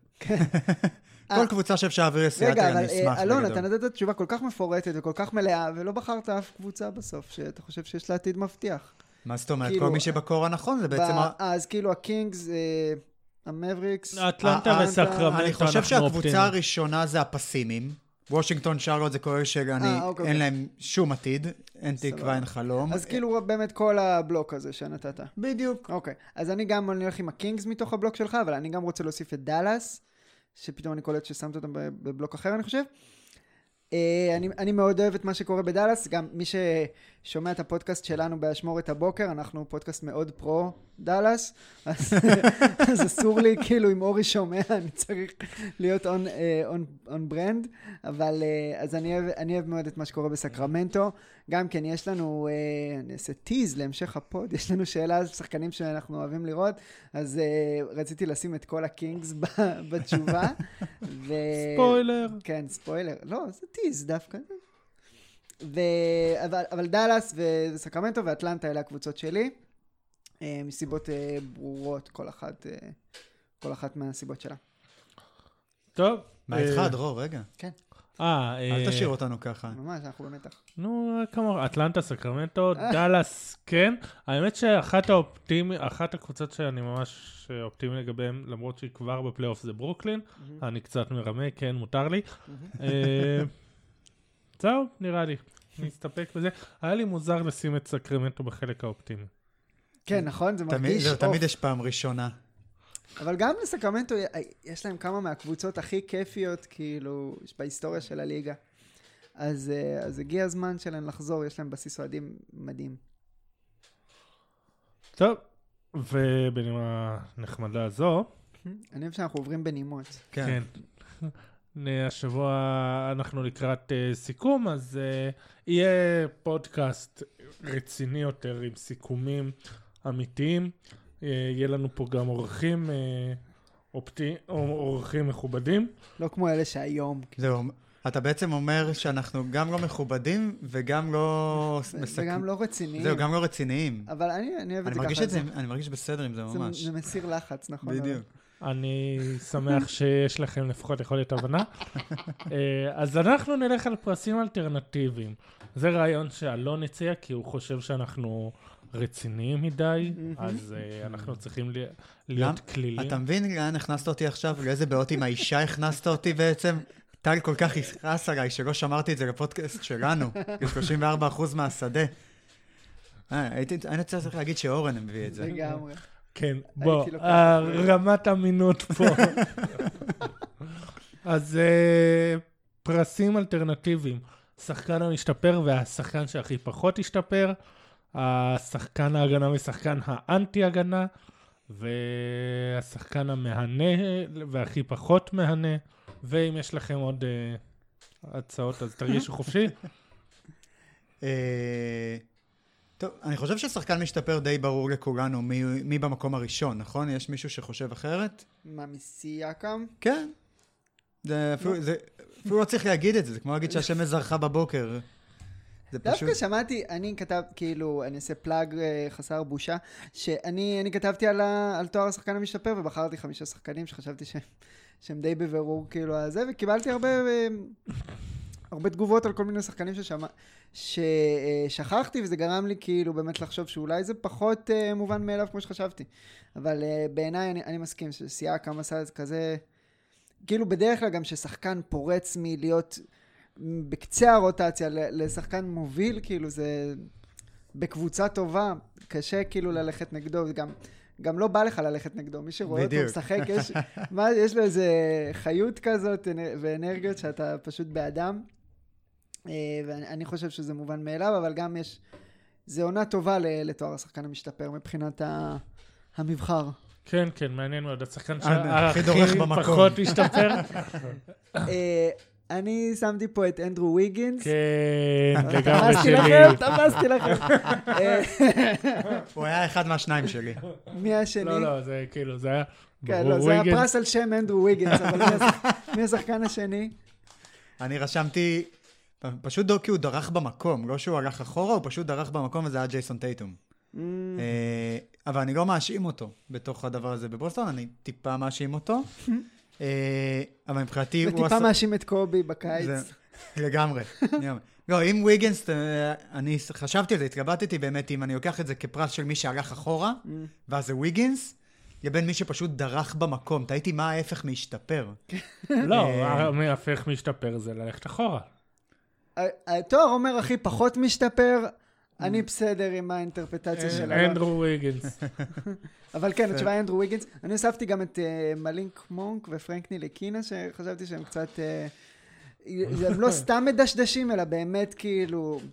כל קבוצה שאפשר להעביר לסיאטל, אני אשמח. רגע, אבל אלון, אתה נתת תשובה כל כך מפורטת וכל כך מלאה, ולא בחרת אף קבוצה בסוף, שאתה חושב שיש לה עתיד מבטיח. מה זאת אומרת? כל מי שבקור הנכון, זה בעצם... אז כאילו הקינגס, המבריקס... אטלנטה וסקרמנטו, אני חושב שהקבוצה הראשונה זה הפסימים. וושינגטון, שרלוט זה כולל שאין להם שום עתיד, אין תקווה, אין חלום. אז כאילו באמת כל הבלוק הזה שנתת. בדיוק. אוקיי, אז אני גם הולך עם הקינגס מתוך הבלוק שלך, אבל אני גם רוצה להוסיף את דלס, שפתאום אני קולט ששמת אותם בבלוק אחר, אני חושב. אני מאוד אוהב את מה שקורה בדלס, גם מי שומע את הפודקאסט שלנו באשמורת הבוקר, אנחנו פודקאסט מאוד פרו דלס, אז אסור לי, כאילו, אם אורי שומע, אני צריך להיות on brand, אבל אז אני אוהב מאוד את מה שקורה בסקרמנטו. גם כן, יש לנו, אני אעשה טיז להמשך הפוד, יש לנו שאלה על שחקנים שאנחנו אוהבים לראות, אז רציתי לשים את כל הקינגס בתשובה. ספוילר. כן, ספוילר. לא, זה טיז דווקא. אבל דלס וסקרמנטו ואטלנטה אלה הקבוצות שלי, מסיבות ברורות, כל אחת מהסיבות שלה. טוב. מה איתך, דרור? רגע. כן. אל תשאיר אותנו ככה. ממש, אנחנו במתח. נו, כמו אטלנטה, סקרמנטו, דלס, כן. האמת שאחת הקבוצות שאני ממש אופטימי לגביהם, למרות שהיא כבר בפלייאוף, זה ברוקלין. אני קצת מרמה, כן, מותר לי. זהו, נראה לי. נסתפק בזה. היה לי מוזר לשים את סקרמנטו בחלק האופטימי. כן, נכון, זה מרגיש אוף. תמיד יש פעם ראשונה. אבל גם לסקרמנטו, יש להם כמה מהקבוצות הכי כיפיות, כאילו, בהיסטוריה של הליגה. אז הגיע הזמן שלהם לחזור, יש להם בסיס אוהדים מדהים. טוב, ובנימה נחמדה הזו. אני חושב שאנחנו עוברים בנימות. כן. השבוע אנחנו לקראת סיכום, אז יהיה פודקאסט רציני יותר עם סיכומים אמיתיים. יהיה לנו פה גם אורחים מכובדים. לא כמו אלה שהיום. זהו, אתה בעצם אומר שאנחנו גם לא מכובדים וגם לא... וגם לא רציניים. זהו, גם לא רציניים. אבל אני אוהב את זה ככה. אני מרגיש בסדר עם זה ממש. זה מסיר לחץ, נכון? בדיוק. אני שמח שיש לכם לפחות יכולת הבנה. אז אנחנו נלך על פרסים אלטרנטיביים. זה רעיון שאלון הציע, כי הוא חושב שאנחנו רציניים מדי, אז אנחנו צריכים להיות כלילים. אתה מבין לאן הכנסת אותי עכשיו? לאיזה בעיות עם האישה הכנסת אותי בעצם? טל כל כך יכעס עליי שלא שמרתי את זה לפודקאסט שלנו, 34% מהשדה. הייתי צריך להגיד שאורן מביא את זה. לגמרי. כן, בוא, רמת אמינות פה. אז פרסים אלטרנטיביים, שחקן המשתפר והשחקן שהכי פחות השתפר, השחקן ההגנה ושחקן האנטי והשחקן המהנה והכי פחות מהנה, ואם יש לכם עוד הצעות אז תרגישו חופשי. טוב, אני חושב ששחקן משתפר די ברור לכולנו מי במקום הראשון, נכון? יש מישהו שחושב אחרת? מה, מסייקם? כן. אפילו לא צריך להגיד את זה, זה כמו להגיד שהשמש זרחה בבוקר. דווקא שמעתי, אני כתב, כאילו, אני אעשה פלאג חסר בושה, שאני כתבתי על תואר השחקן המשתפר, ובחרתי 5 שחקנים שחשבתי שהם די בבירור, כאילו, הזה, וקיבלתי הרבה תגובות על כל מיני שחקנים ששכחתי, וזה גרם לי כאילו באמת לחשוב שאולי זה פחות מובן מאליו כמו שחשבתי. אבל בעיניי אני מסכים שסייקם עשה כזה, כאילו בדרך כלל גם ששחקן פורץ מלהיות בקצה הרוטציה לשחקן מוביל, כאילו זה בקבוצה טובה, קשה כאילו ללכת נגדו, גם לא בא לך ללכת נגדו, מי שרואה אותו משחק, יש לו איזה חיות כזאת ואנרגיות שאתה פשוט באדם, ואני חושב שזה מובן מאליו, אבל גם זה עונה טובה לתואר השחקן המשתפר מבחינת המבחר. כן, כן, מעניין מאוד, השחקן שהכי פחות השתפר. אני שמתי פה את אנדרו ויגינס. כן, לגמרי שלי. תפסתי לכם. הוא היה אחד מהשניים שלי. מי השני? לא, זה כאילו, זה היה כן, לא, זה היה פרס על שם אנדרו ויגינס, אבל מי השחקן השני? אני רשמתי, פשוט כי הוא דרך במקום, לא שהוא הלך אחורה, הוא פשוט דרך במקום, וזה היה ג'ייסון טייטום. אבל אני לא מאשים אותו בתוך הדבר הזה בבוסטון, אני טיפה מאשים אותו. אבל מבחינתי הוא וטיפה מאשים את קובי בקיץ. לגמרי. לא, אם ויגינס, אני חשבתי על זה, התלבטתי באמת אם אני לוקח את זה כפרס של מי שהלך אחורה, ואז זה ויגינס, לבין מי שפשוט דרך במקום. תהיתי מה ההפך משתפר. לא, ההפך משתפר זה ללכת אחורה. התואר אומר הכי פחות משתפר, אני בסדר עם האינטרפטציה שלו. אנדרו ויגינס. אבל כן, התשובה אנדרו ויגינס. אני הוספתי גם את מלינק מונק ופרנק נילקינה, שחשבתי שהם קצת, הם לא סתם מדשדשים, אלא באמת כאילו,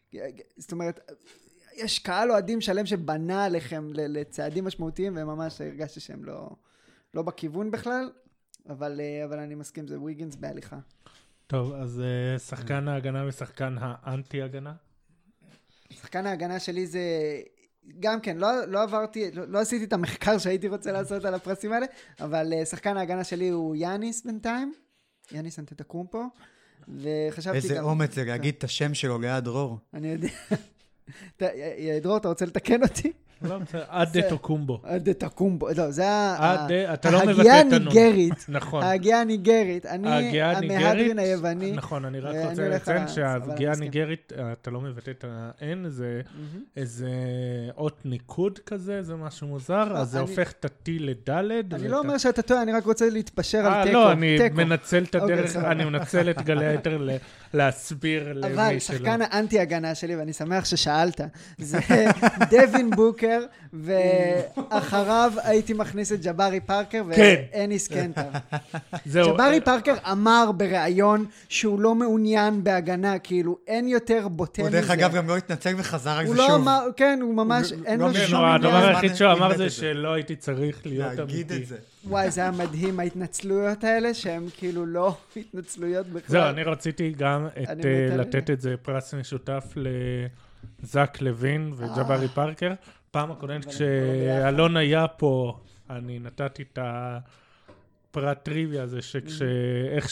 זאת אומרת, יש קהל אוהדים שלם שבנה עליכם לצעדים משמעותיים, וממש הרגשתי שהם לא בכיוון בכלל, אבל אני מסכים, זה ויגינס בהליכה. טוב, אז שחקן ההגנה ושחקן האנטי הגנה? שחקן ההגנה שלי זה, גם כן, לא עברתי, לא עשיתי את המחקר שהייתי רוצה לעשות על הפרסים האלה, אבל שחקן ההגנה שלי הוא יאניס בינתיים, יאניס אנטטוקומפו, וחשבתי איזה גם... אומץ זה להגיד את השם שלו ליד דרור. אני יודע. דרור, אתה רוצה לתקן אותי? לא, בסדר, אדטוקומבו. אדטוקומבו, לא, זה אתה לא מבטא ההגייה את הנון. הניגרית. נכון. ההגייה הניגרית. אני ההגייה הניגרית, המהדרין היווני. נכון, אני רק ואני רוצה הולך לציין על שההגייה המסכים. הניגרית, אתה לא מבטא את ה-N, זה איזה אות ניקוד כזה, זה משהו מוזר, אז זה אני- הופך את ה-T לדלת. אני לא אומר שאתה טועה, אני רק רוצה להתפשר על תיקו. לא, אני תיקו. מנצל את אוקיי, הדרך, סבבה. אני מנצל את גלי היתר להסביר למי שלא. אבל שחקן האנטי הגנה שלי, ואני שמח ששאלת, זה דווין בוקר, ואחריו הייתי מכניס את ג'בארי פארקר כן. ואניס קנטר. זהו, ג'בארי פארקר אמר בריאיון שהוא לא מעוניין בהגנה, כאילו אין יותר בוטה הוא מזה. דרך אגב גם לא התנצל וחזר על הוא זה לא שוב. אמר, כן, הוא ממש, אין לו לא כן, שום הדבר עניין. היחיד שהוא אמר איבד זה את זה. שלא הייתי צריך להיות להגיד אמיתי. את זה. וואי, זה היה מדהים, ההתנצלויות האלה, שהן כאילו לא התנצלויות בכלל. זהו, אני רציתי גם אני מת על לתת זה. את זה פרס משותף לזק לוין וג'בארי פארקר. פעם הקודמת אבל כשאלון היה פה, אני נתתי את הפרט טריוויה הזה, איך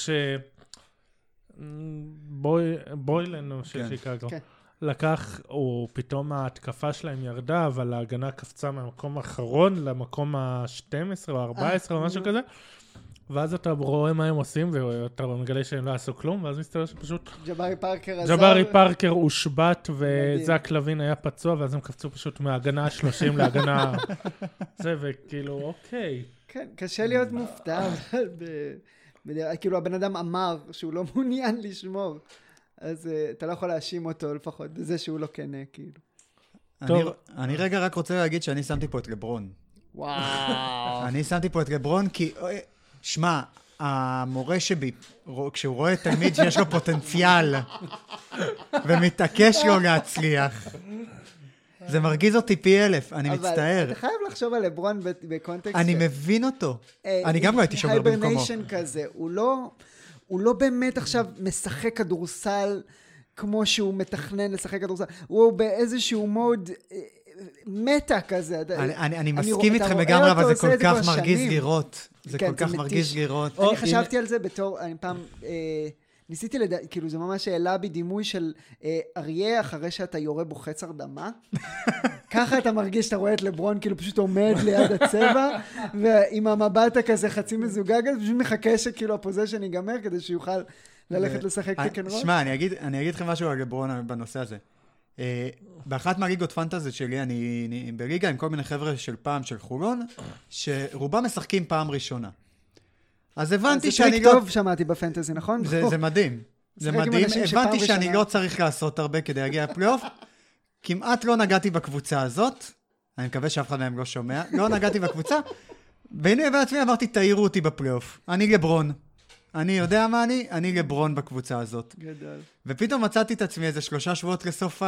בוילן או של כן. שיקגו. כן. לקח, או פתאום ההתקפה שלהם ירדה, אבל ההגנה קפצה מהמקום האחרון למקום ה-12 או ה-14 או משהו כזה. ואז אתה רואה מה הם עושים, ואתה מגלה שהם לא עשו כלום, ואז מסתבר שפשוט ג'בארי פארקר עזר. ג'בארי פארקר הושבת, מדהים. וזק לוין היה פצוע, ואז הם קפצו פשוט מההגנה ה-30 להגנה זה, וכאילו, אוקיי. כן, קשה להיות מופתע, אבל כאילו הבן אדם אמר שהוא לא מעוניין לשמור, אז אתה לא יכול להאשים אותו לפחות בזה שהוא לא כנה, כאילו. טוב. אני רגע רק רוצה להגיד שאני שמתי פה את לברון. וואו. אני שמתי פה את לברון כי, שמע, המורה שבי, כשהוא רואה תלמיד שיש לו פוטנציאל ומתעקש לו להצליח, זה מרגיז אותי פי אלף, אני מצטער. אבל אתה חייב לחשוב על לברון בקונטקסט. אני מבין אותו. אני גם לא הייתי שומר במקומו. הייברניישן כזה, הוא לא באמת עכשיו משחק כדורסל כמו שהוא מתכנן לשחק כדורסל, הוא באיזשהו מוד מטה כזה. אני מסכים איתכם לגמרי, אבל זה כל כך מרגיז לראות. זה כל כך מרגיז לראות. אני חשבתי על זה בתור, אני פעם ניסיתי כאילו זה ממש העלה בי דימוי של אריה אחרי שאתה יורה בו חץ הרדמה. ככה אתה מרגיש שאתה רואה את לברון כאילו פשוט עומד ליד הצבע, ועם המבט הכזה חצי מזוגג, פשוט מחכה שכאילו הפוזיישן ייגמר כדי שיוכל ללכת לשחק פיקן רול. שמע, אני אגיד לכם משהו על לברון בנושא הזה. באחת מהליגות פנטזית שלי, אני בליגה עם כל מיני חבר'ה של פעם, של חולון, שרובם משחקים פעם ראשונה. אז הבנתי שאני זה לא... טריק טוב שמעתי בפנטזי, נכון? זה מדהים. זה מדהים. הבנתי שאני לא צריך לעשות הרבה כדי להגיע לפלייאוף. כמעט לא נגעתי בקבוצה הזאת. אני מקווה שאף אחד מהם לא שומע. לא נגעתי בקבוצה. והנה בעצמי אמרתי, תאירו אותי בפלייאוף. אני לברון. אני יודע מה אני לברון בקבוצה הזאת. גדול. ופתאום מצאתי את עצמי איזה 3 שבועות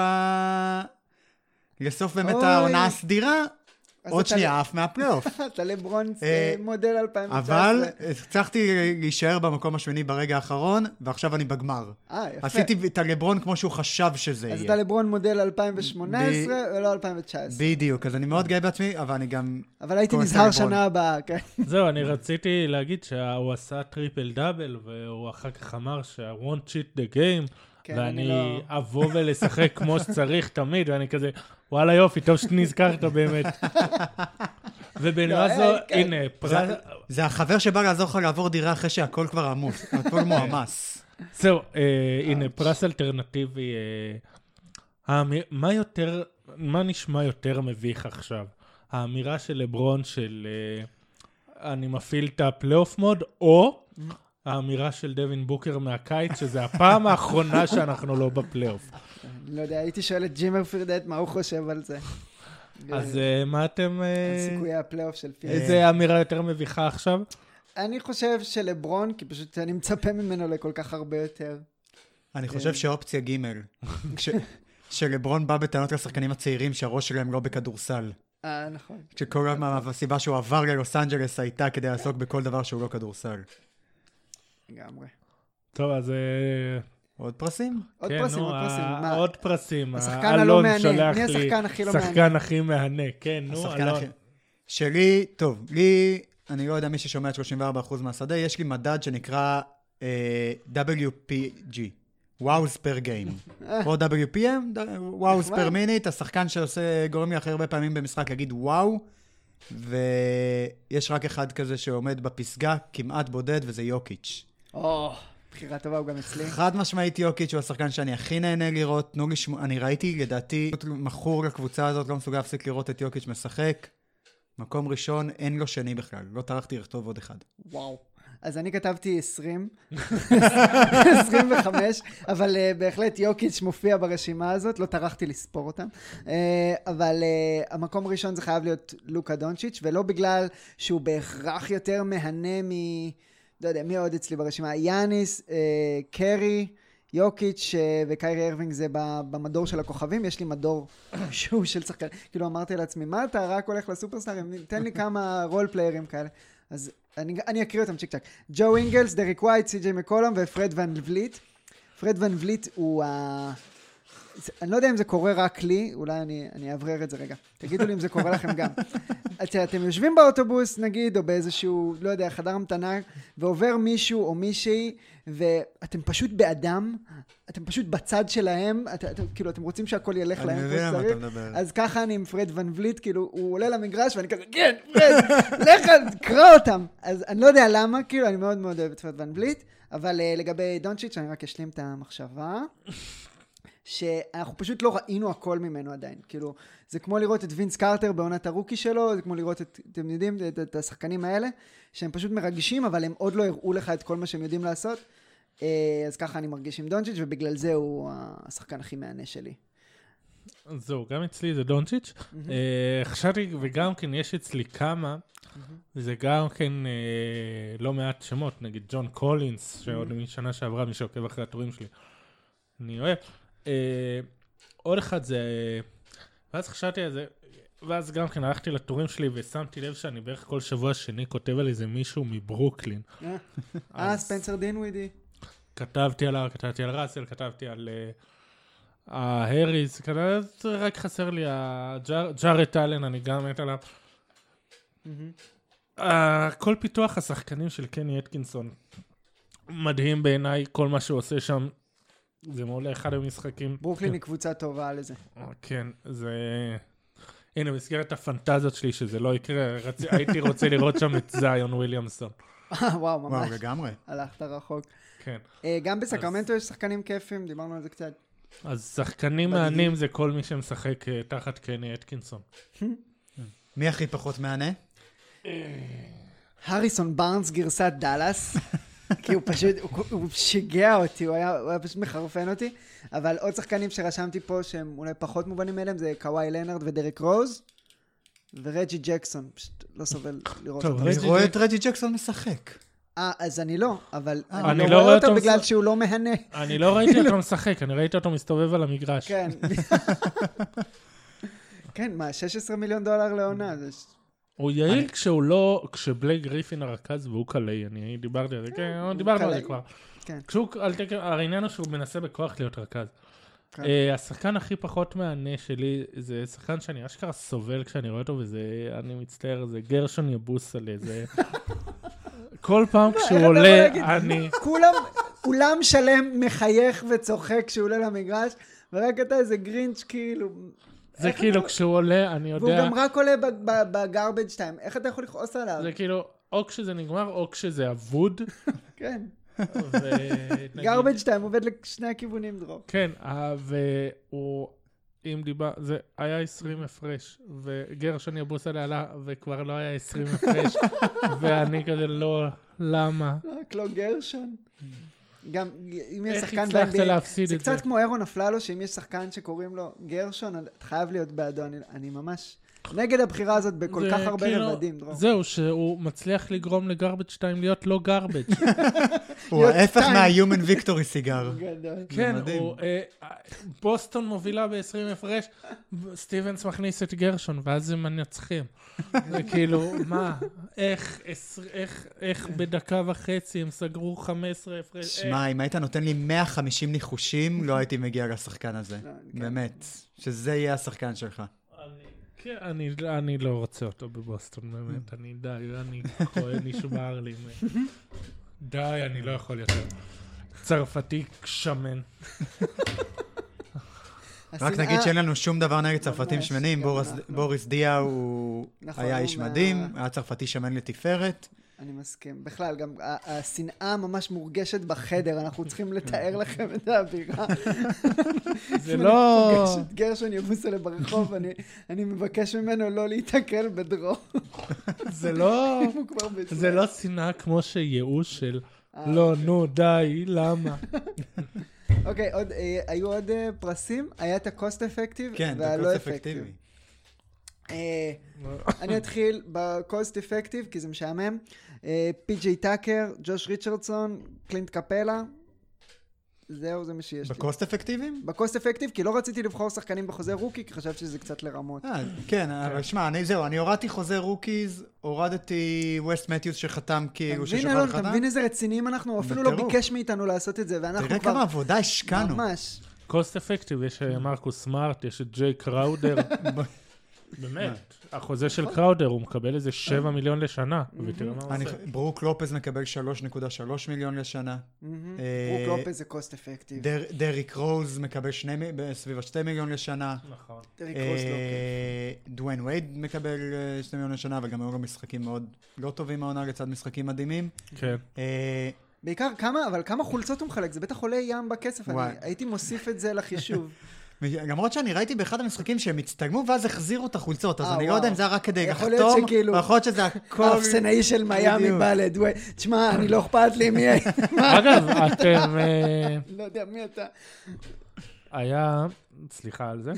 לסוף באמת העונה הסדירה. עוד שנייה אף מהפלייאוף. אתה לברון מודל 2019. אבל הצלחתי להישאר במקום השני ברגע האחרון, ועכשיו אני בגמר. יפה. עשיתי את הלברון כמו שהוא חשב שזה יהיה. אז אתה לברון מודל 2018 ולא 2019. בדיוק, אז אני מאוד גאה בעצמי, אבל אני גם... אבל הייתי נזהר שנה הבאה, כן. זהו, אני רציתי להגיד שהוא עשה טריפל דאבל, והוא אחר כך אמר שה- won't cheat the game, ואני אבוא ולשחק כמו שצריך תמיד, ואני כזה, וואלה יופי, טוב שנזכרת באמת. ובנימה זו, הנה, זה החבר שבא לעזור לך לעבור דירה אחרי שהכל כבר עמוס, הכל מועמס. זהו, הנה, פרס אלטרנטיבי. מה נשמע יותר מביך עכשיו? האמירה של לברון של אני מפעיל את הפלייאוף מוד, או האמירה של דווין בוקר מהקיץ, שזה הפעם האחרונה שאנחנו לא בפלייאוף. אני לא יודע, הייתי שואל את ג'ימר פירדט מה הוא חושב על זה. אז מה אתם... על סיכויי הפלייאוף של פילס. איזה אמירה יותר מביכה עכשיו? אני חושב שלברון, כי פשוט אני מצפה ממנו לכל כך הרבה יותר. אני חושב שאופציה ג' שלברון בא בטענות לשחקנים הצעירים שהראש שלהם לא בכדורסל. נכון. שכל הסיבה שהוא עבר ללוס אנג'לס הייתה כדי לעסוק בכל דבר שהוא לא כדורסל. לגמרי. טוב, אז... עוד פרסים? עוד פרסים, עוד פרסים. עוד פרסים. השחקן הלא מהנה. מי השחקן הכי לא מהנה? השחקן הכי מהנה, כן, נו, אלון. שלי, טוב, לי, אני לא יודע מי ששומע את 34% מהשדה, יש לי מדד שנקרא WPG, Wows per Game. או WPM, Wows per Minute, השחקן גורם לי הכי הרבה פעמים במשחק להגיד וואו, ויש רק אחד כזה שעומד בפסגה, כמעט בודד, וזה יוקיץ'. בחירה טובה, הוא גם אצלי. חד משמעית יוקיץ' הוא השחקן שאני הכי נהנה לראות, תנו לי אני ראיתי, לדעתי, מכור לקבוצה הזאת, לא מסוגל להפסיק לראות את יוקיץ' משחק. מקום ראשון, אין לו שני בכלל. לא טרחתי לכתוב עוד אחד. וואו. אז אני כתבתי 20, 25, אבל בהחלט יוקיץ' מופיע ברשימה הזאת, לא טרחתי לספור אותם. אבל המקום הראשון זה חייב להיות לוקה דונצ'יץ', ולא בגלל שהוא בהכרח יותר מהנה לא יודע, מי עוד אצלי ברשימה? יאניס, קרי, יוקיץ' וקיירי ארווינג זה במדור של הכוכבים, יש לי מדור שהוא של שחקן. כאילו אמרתי לעצמי, מה אתה רק הולך לסופרסטארים? תן לי כמה רול פליירים כאלה. אז אני אקריא אותם צ'יק צ'ק. ג'ו אינגלס, דריק ווייט, סי.ג'יי מקולום ופרד ון וליט. פרד ון וליט הוא אני לא יודע אם זה קורה רק לי, אולי אני אעברר את זה רגע. תגידו לי אם זה קורה לכם גם. אתם יושבים באוטובוס, נגיד, או באיזשהו, לא יודע, חדר המתנה, ועובר מישהו או מישהי, ואתם פשוט באדם, אתם פשוט בצד שלהם, כאילו, אתם רוצים שהכל ילך להם כמו שצריך. אז ככה אני עם פרד ון וליט, כאילו, הוא עולה למגרש, ואני כזה, כן, פרד, לך, קרא אותם. אז אני לא יודע למה, כאילו, אני מאוד מאוד אוהב את פרד ון וליט, אבל לגבי דונצ'יץ', אני רק אשלים את המחשבה. שאנחנו פשוט לא ראינו הכל ממנו עדיין. כאילו, זה כמו לראות את וינס קארטר בעונת הרוקי שלו, זה כמו לראות אתם יודעים, את השחקנים האלה, שהם פשוט מרגישים, אבל הם עוד לא הראו לך את כל מה שהם יודעים לעשות. אז ככה אני מרגיש עם דונצ'יץ', ובגלל זה הוא השחקן הכי מהנה שלי. זהו, גם אצלי זה דונצ'יץ'. חשבתי, וגם כן יש אצלי כמה, וזה גם כן לא מעט שמות, נגיד ג'ון קולינס, שעוד משנה שעברה מי שעוקב אחרי הטורים שלי. אני אוהב. עוד אחד זה, ואז חשבתי על זה, ואז גם כן הלכתי לטורים שלי ושמתי לב שאני בערך כל שבוע שני כותב על איזה מישהו מברוקלין. ספנסר דינווידי. כתבתי עליו, כתבתי על ראסל, כתבתי על ההריס, רק חסר לי ג'ארט אלן, אני גם מת עליו. כל פיתוח השחקנים של קני אטקינסון מדהים בעיניי, כל מה שהוא עושה שם. זה מעולה אחד המשחקים. ברוקלין היא קבוצה טובה לזה. כן, זה... הנה, במסגרת הפנטזיות שלי שזה לא יקרה, הייתי רוצה לראות שם את זיון וויליאמסון. וואו, ממש. וואו, לגמרי. הלכת רחוק. כן. גם בסקרמנטו יש שחקנים כיפים, דיברנו על זה קצת. אז שחקנים מענים זה כל מי שמשחק תחת קני אטקינסון. מי הכי פחות מענה? הריסון בארנס גרסת דלס. כי הוא פשוט, הוא שיגע אותי, הוא היה פשוט מחרפן אותי, אבל עוד שחקנים שרשמתי פה שהם אולי פחות מובנים מאליהם, זה קוואי לנארד ודריק רוז, ורג'י ג'קסון, פשוט לא סובל לראות אותו. אני רואה את רג'י ג'קסון משחק. אז אני לא, אבל אני לא רואה אותו בגלל שהוא לא מהנה. אני לא ראיתי אותו משחק, אני ראיתי אותו מסתובב על המגרש. כן. כן, מה, $16 מיליון לעונה, זה... הוא יעיל כשהוא לא, כשבלייק גריפין הרכז והוא קלעי, אני דיברתי על זה, כן, דיברנו על זה כבר. העניין הוא שהוא מנסה בכוח להיות רכז. השחקן הכי פחות מענה שלי, זה שחקן שאני אשכרה סובל כשאני רואה אותו, וזה, אני מצטער, זה גרשון יבוסלה, זה... כל פעם כשהוא עולה, אני... כולם שלם מחייך וצוחק כשהוא עולה למגרש, ורק אתה איזה גרינץ' כאילו... זה כאילו כשהוא עולה, אני יודע... והוא גם רק עולה בגארבג' טיים. איך אתה יכול לכעוס עליו? זה כאילו, או כשזה נגמר, או כשזה אבוד. כן. גארבג' טיים עובד לשני הכיוונים, דרור. כן, והוא, אם דיבר, זה היה 20 הפרש, וגרשון יבוסה עלה, וכבר לא היה 20 הפרש, ואני כזה לא, למה? רק לא גרשון. גם אם יש שחקן... איך הצלחת להפסיד את זה? זה קצת כמו אירון אפללו, שאם יש שחקן שקוראים לו גרשון, אתה חייב להיות בעדו. אני ממש... נגד הבחירה הזאת בכל זה כך הרבה כאילו- רבדים, דרור. זהו, שהוא מצליח לגרום לגרבג' 2 להיות לא גרבג'. הוא ההפך מה-Human Victory סיגר. גדול. כן, מדהים. בוסטון מובילה ב-20 הפרש, סטיבנס מכניס את גרשון, ואז הם מנצחים. זה כאילו, מה? איך בדקה וחצי הם סגרו 15 הפרש? שמע, אם היית נותן לי 150 ניחושים, לא הייתי מגיע לשחקן הזה. באמת. שזה יהיה השחקן שלך. כן, אני לא רוצה אותו בבוסטון, באמת. אני נשבר לי. די, אני לא יכול יותר. צרפתי שמן. רק נגיד שאין לנו שום דבר נגד צרפתים שמנים, בוריס דיה הוא היה איש מדהים, היה צרפתי שמן לתפארת. אני מסכים. בכלל, גם השנאה ממש מורגשת בחדר, אנחנו צריכים לתאר לכם את האווירה. זה לא... אני פוגש את גרשון יבוסלה ברחוב, אני מבקש ממנו לא להתקל בדרור. זה לא... הוא כבר בסדר. זה לא שנאה כמו שייאוש של לא, נו, די, למה? אוקיי, היו עוד פרסים? היה את הקוסט אפקטיב כן, את והלא הקוסט אפקטיב. אפקטיבי. אני אתחיל בקוסט אפקטיב, כי זה משעמם. פי.ג'יי טאקר, ג'וש ריצ'רדסון, קלינט קפלה. זהו, זה מה שיש לי. בקוסט אפקטיביים? בקוסט אפקטיב, כי לא רציתי לבחור שחקנים בחוזה רוקי, כי חשבתי שזה קצת לרמות. כן, אבל שמע, אני הורדתי חוזה רוקיז, הורדתי ווסט מתיוס שחתם כאילו ששוחרר חתם. אתה מבין איזה רציניים אנחנו? הוא אפילו לא ביקש מאיתנו לעשות את זה, ואנחנו כבר... תראה כמה עבודה השקענו. ממש. קוסט אפקטיב, יש מרקוס סמארט, יש את ג'יי קראודר. באמת, החוזה של קראודר, הוא מקבל איזה 7 מיליון לשנה. ותראה מה הוא עושה. ברוק לופז מקבל 3.3 מיליון לשנה. ברוק לופז זה קוסט אפקטיב. דריק רוז מקבל סביב 2 מיליון לשנה. נכון. דריק רוז לא. דוויין וייד מקבל 2 מיליון לשנה, אבל גם היו לו משחקים מאוד לא טובים מהעונה לצד משחקים מדהימים. כן. בעיקר כמה חולצות הוא מחלק, זה בטח עולה ים בכסף, אני הייתי מוסיף את זה לחישוב. למרות שאני ראיתי באחד המשחקים שהם הצטגמו ואז החזירו את החולצות, אז אני לא יודע אם זה היה רק כדי לחתום, ויכול להיות שזה הכל... האפסנאי של מיאמי בא לדווי, תשמע, אני לא אכפת לי מי... אגב, אתם... לא יודע מי אתה. היה, סליחה על זה,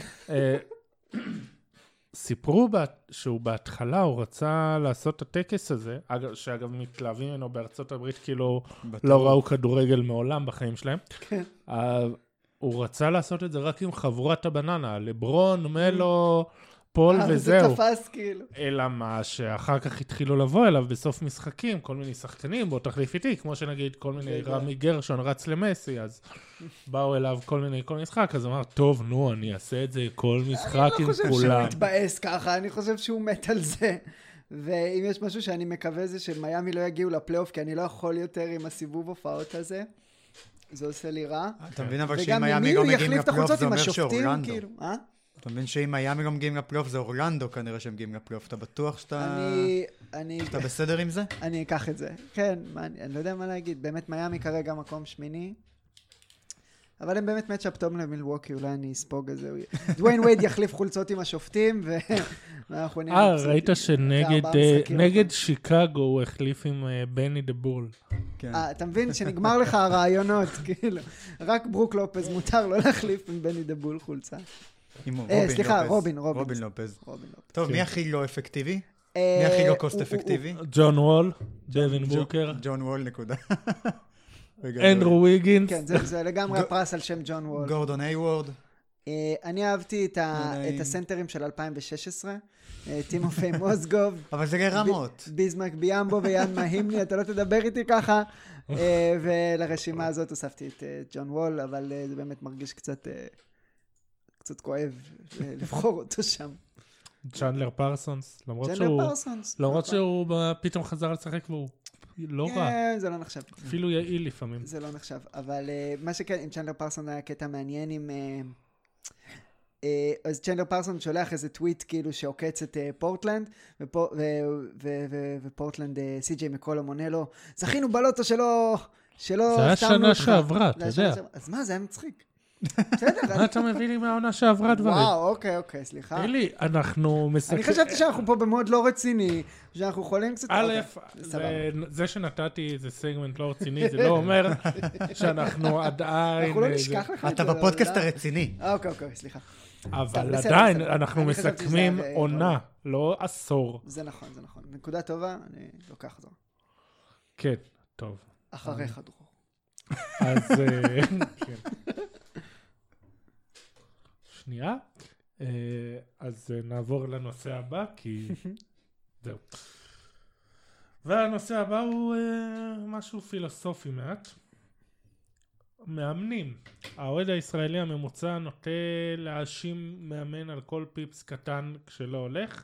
סיפרו שהוא בהתחלה, הוא רצה לעשות את הטקס הזה, שאגב מתלהבים ממנו בארצות הברית, כאילו לא ראו כדורגל מעולם בחיים שלהם. כן. הוא רצה לעשות את זה רק עם חבורת הבננה, לברון, מלו, פול וזהו. זה תפס כאילו. אלא מה שאחר כך התחילו לבוא אליו בסוף משחקים, כל מיני שחקנים, בוא תחליף איתי, כמו שנגיד כל מיני רמי גרשון רץ למסי, אז באו אליו כל משחק, אז הוא אמר, טוב, נו, אני אעשה את זה כל משחק עם כולם. אני לא חושב שהוא מתבאס ככה, אני חושב שהוא מת על זה. ואם יש משהו שאני מקווה זה שמיימי לא יגיעו לפלייאוף, כי אני לא יכול יותר עם הסיבוב הופעות הזה. זה עושה לי רע. אתה מבין אבל שאם מיאמי לא מגיעים לפלייאוף זה אומר שאורלנדו. כאילו, אתה מבין שאם מיאמי לא מגיעים לפלייאוף זה אורלנדו כנראה שהם מגיעים לפלייאוף. אתה בטוח שאתה בסדר עם זה? אני אקח את זה. כן, אני לא יודע מה להגיד. באמת מיאמי כרגע מקום שמיני. אבל הם באמת מצ'אפ טוב למילווקי, אולי אני אספוג את זה. דוויין וייד יחליף חולצות עם השופטים, ואנחנו נהיה... ראית שנגד שיקגו הוא החליף עם בני דה בול. אתה מבין שנגמר לך הרעיונות, כאילו. רק ברוק לופז מותר לא להחליף עם בני דה בול חולצה. סליחה, רובין לופז. טוב, מי הכי לא אפקטיבי? מי הכי לא קוסט אפקטיבי? ג'ון וול, דווין בוקר. ג'ון וול, נקודה. אנדרו ויגינס. כן, זה לגמרי הפרס על שם ג'ון וול. גורדון איוורד. אני אהבתי את הסנטרים של 2016, טימופי מוזגוב. אבל זה רמות. ביזמק ביאמבו ויאן מהימני, אתה לא תדבר איתי ככה. ולרשימה הזאת הוספתי את ג'ון וול, אבל זה באמת מרגיש קצת כואב לבחור אותו שם. צ'נדלר פרסונס, למרות שהוא פתאום חזר לשחק והוא לא רע. כן, זה לא נחשב. אפילו יעיל לפעמים. זה לא נחשב, אבל מה שכן, עם צ'נדלר פרסון היה קטע מעניין עם... אז צ'נדלר פרסון שולח איזה טוויט כאילו שעוקץ את פורטלנד, ופורטלנד, סי.ג'יי מקולום עונה לו, זכינו בלוטו שלו... זה היה שנה שעברה, אתה יודע. אז מה, זה היה מצחיק. בסדר. מה אתה מביא לי מהעונה שעברה דברים? וואו, אוקיי, סליחה. תהילי, אנחנו אני חשבתי שאנחנו פה במוד לא רציני, שאנחנו יכולים קצת... א', סבבה. זה שנתתי איזה סגמנט לא רציני, זה לא אומר שאנחנו עדיין... אנחנו לא נשכח לך את אתה זה. בפודקאסט לא? הרציני. אוקיי, סליחה. אבל בסדר, עדיין, בסדר. אנחנו אני חשבתי שזה מסכמים היה- עונה, לא עשור. זה נכון. נקודה טובה, אני לוקח זאת. כן, טוב. אחריך, דרור. אז... כן. שנייה. אז נעבור לנושא הבא, כי... זהו. והנושא הבא הוא משהו פילוסופי מעט. מאמנים. האוהד הישראלי הממוצע נוטה להאשים מאמן על כל פיפס קטן כשלא הולך.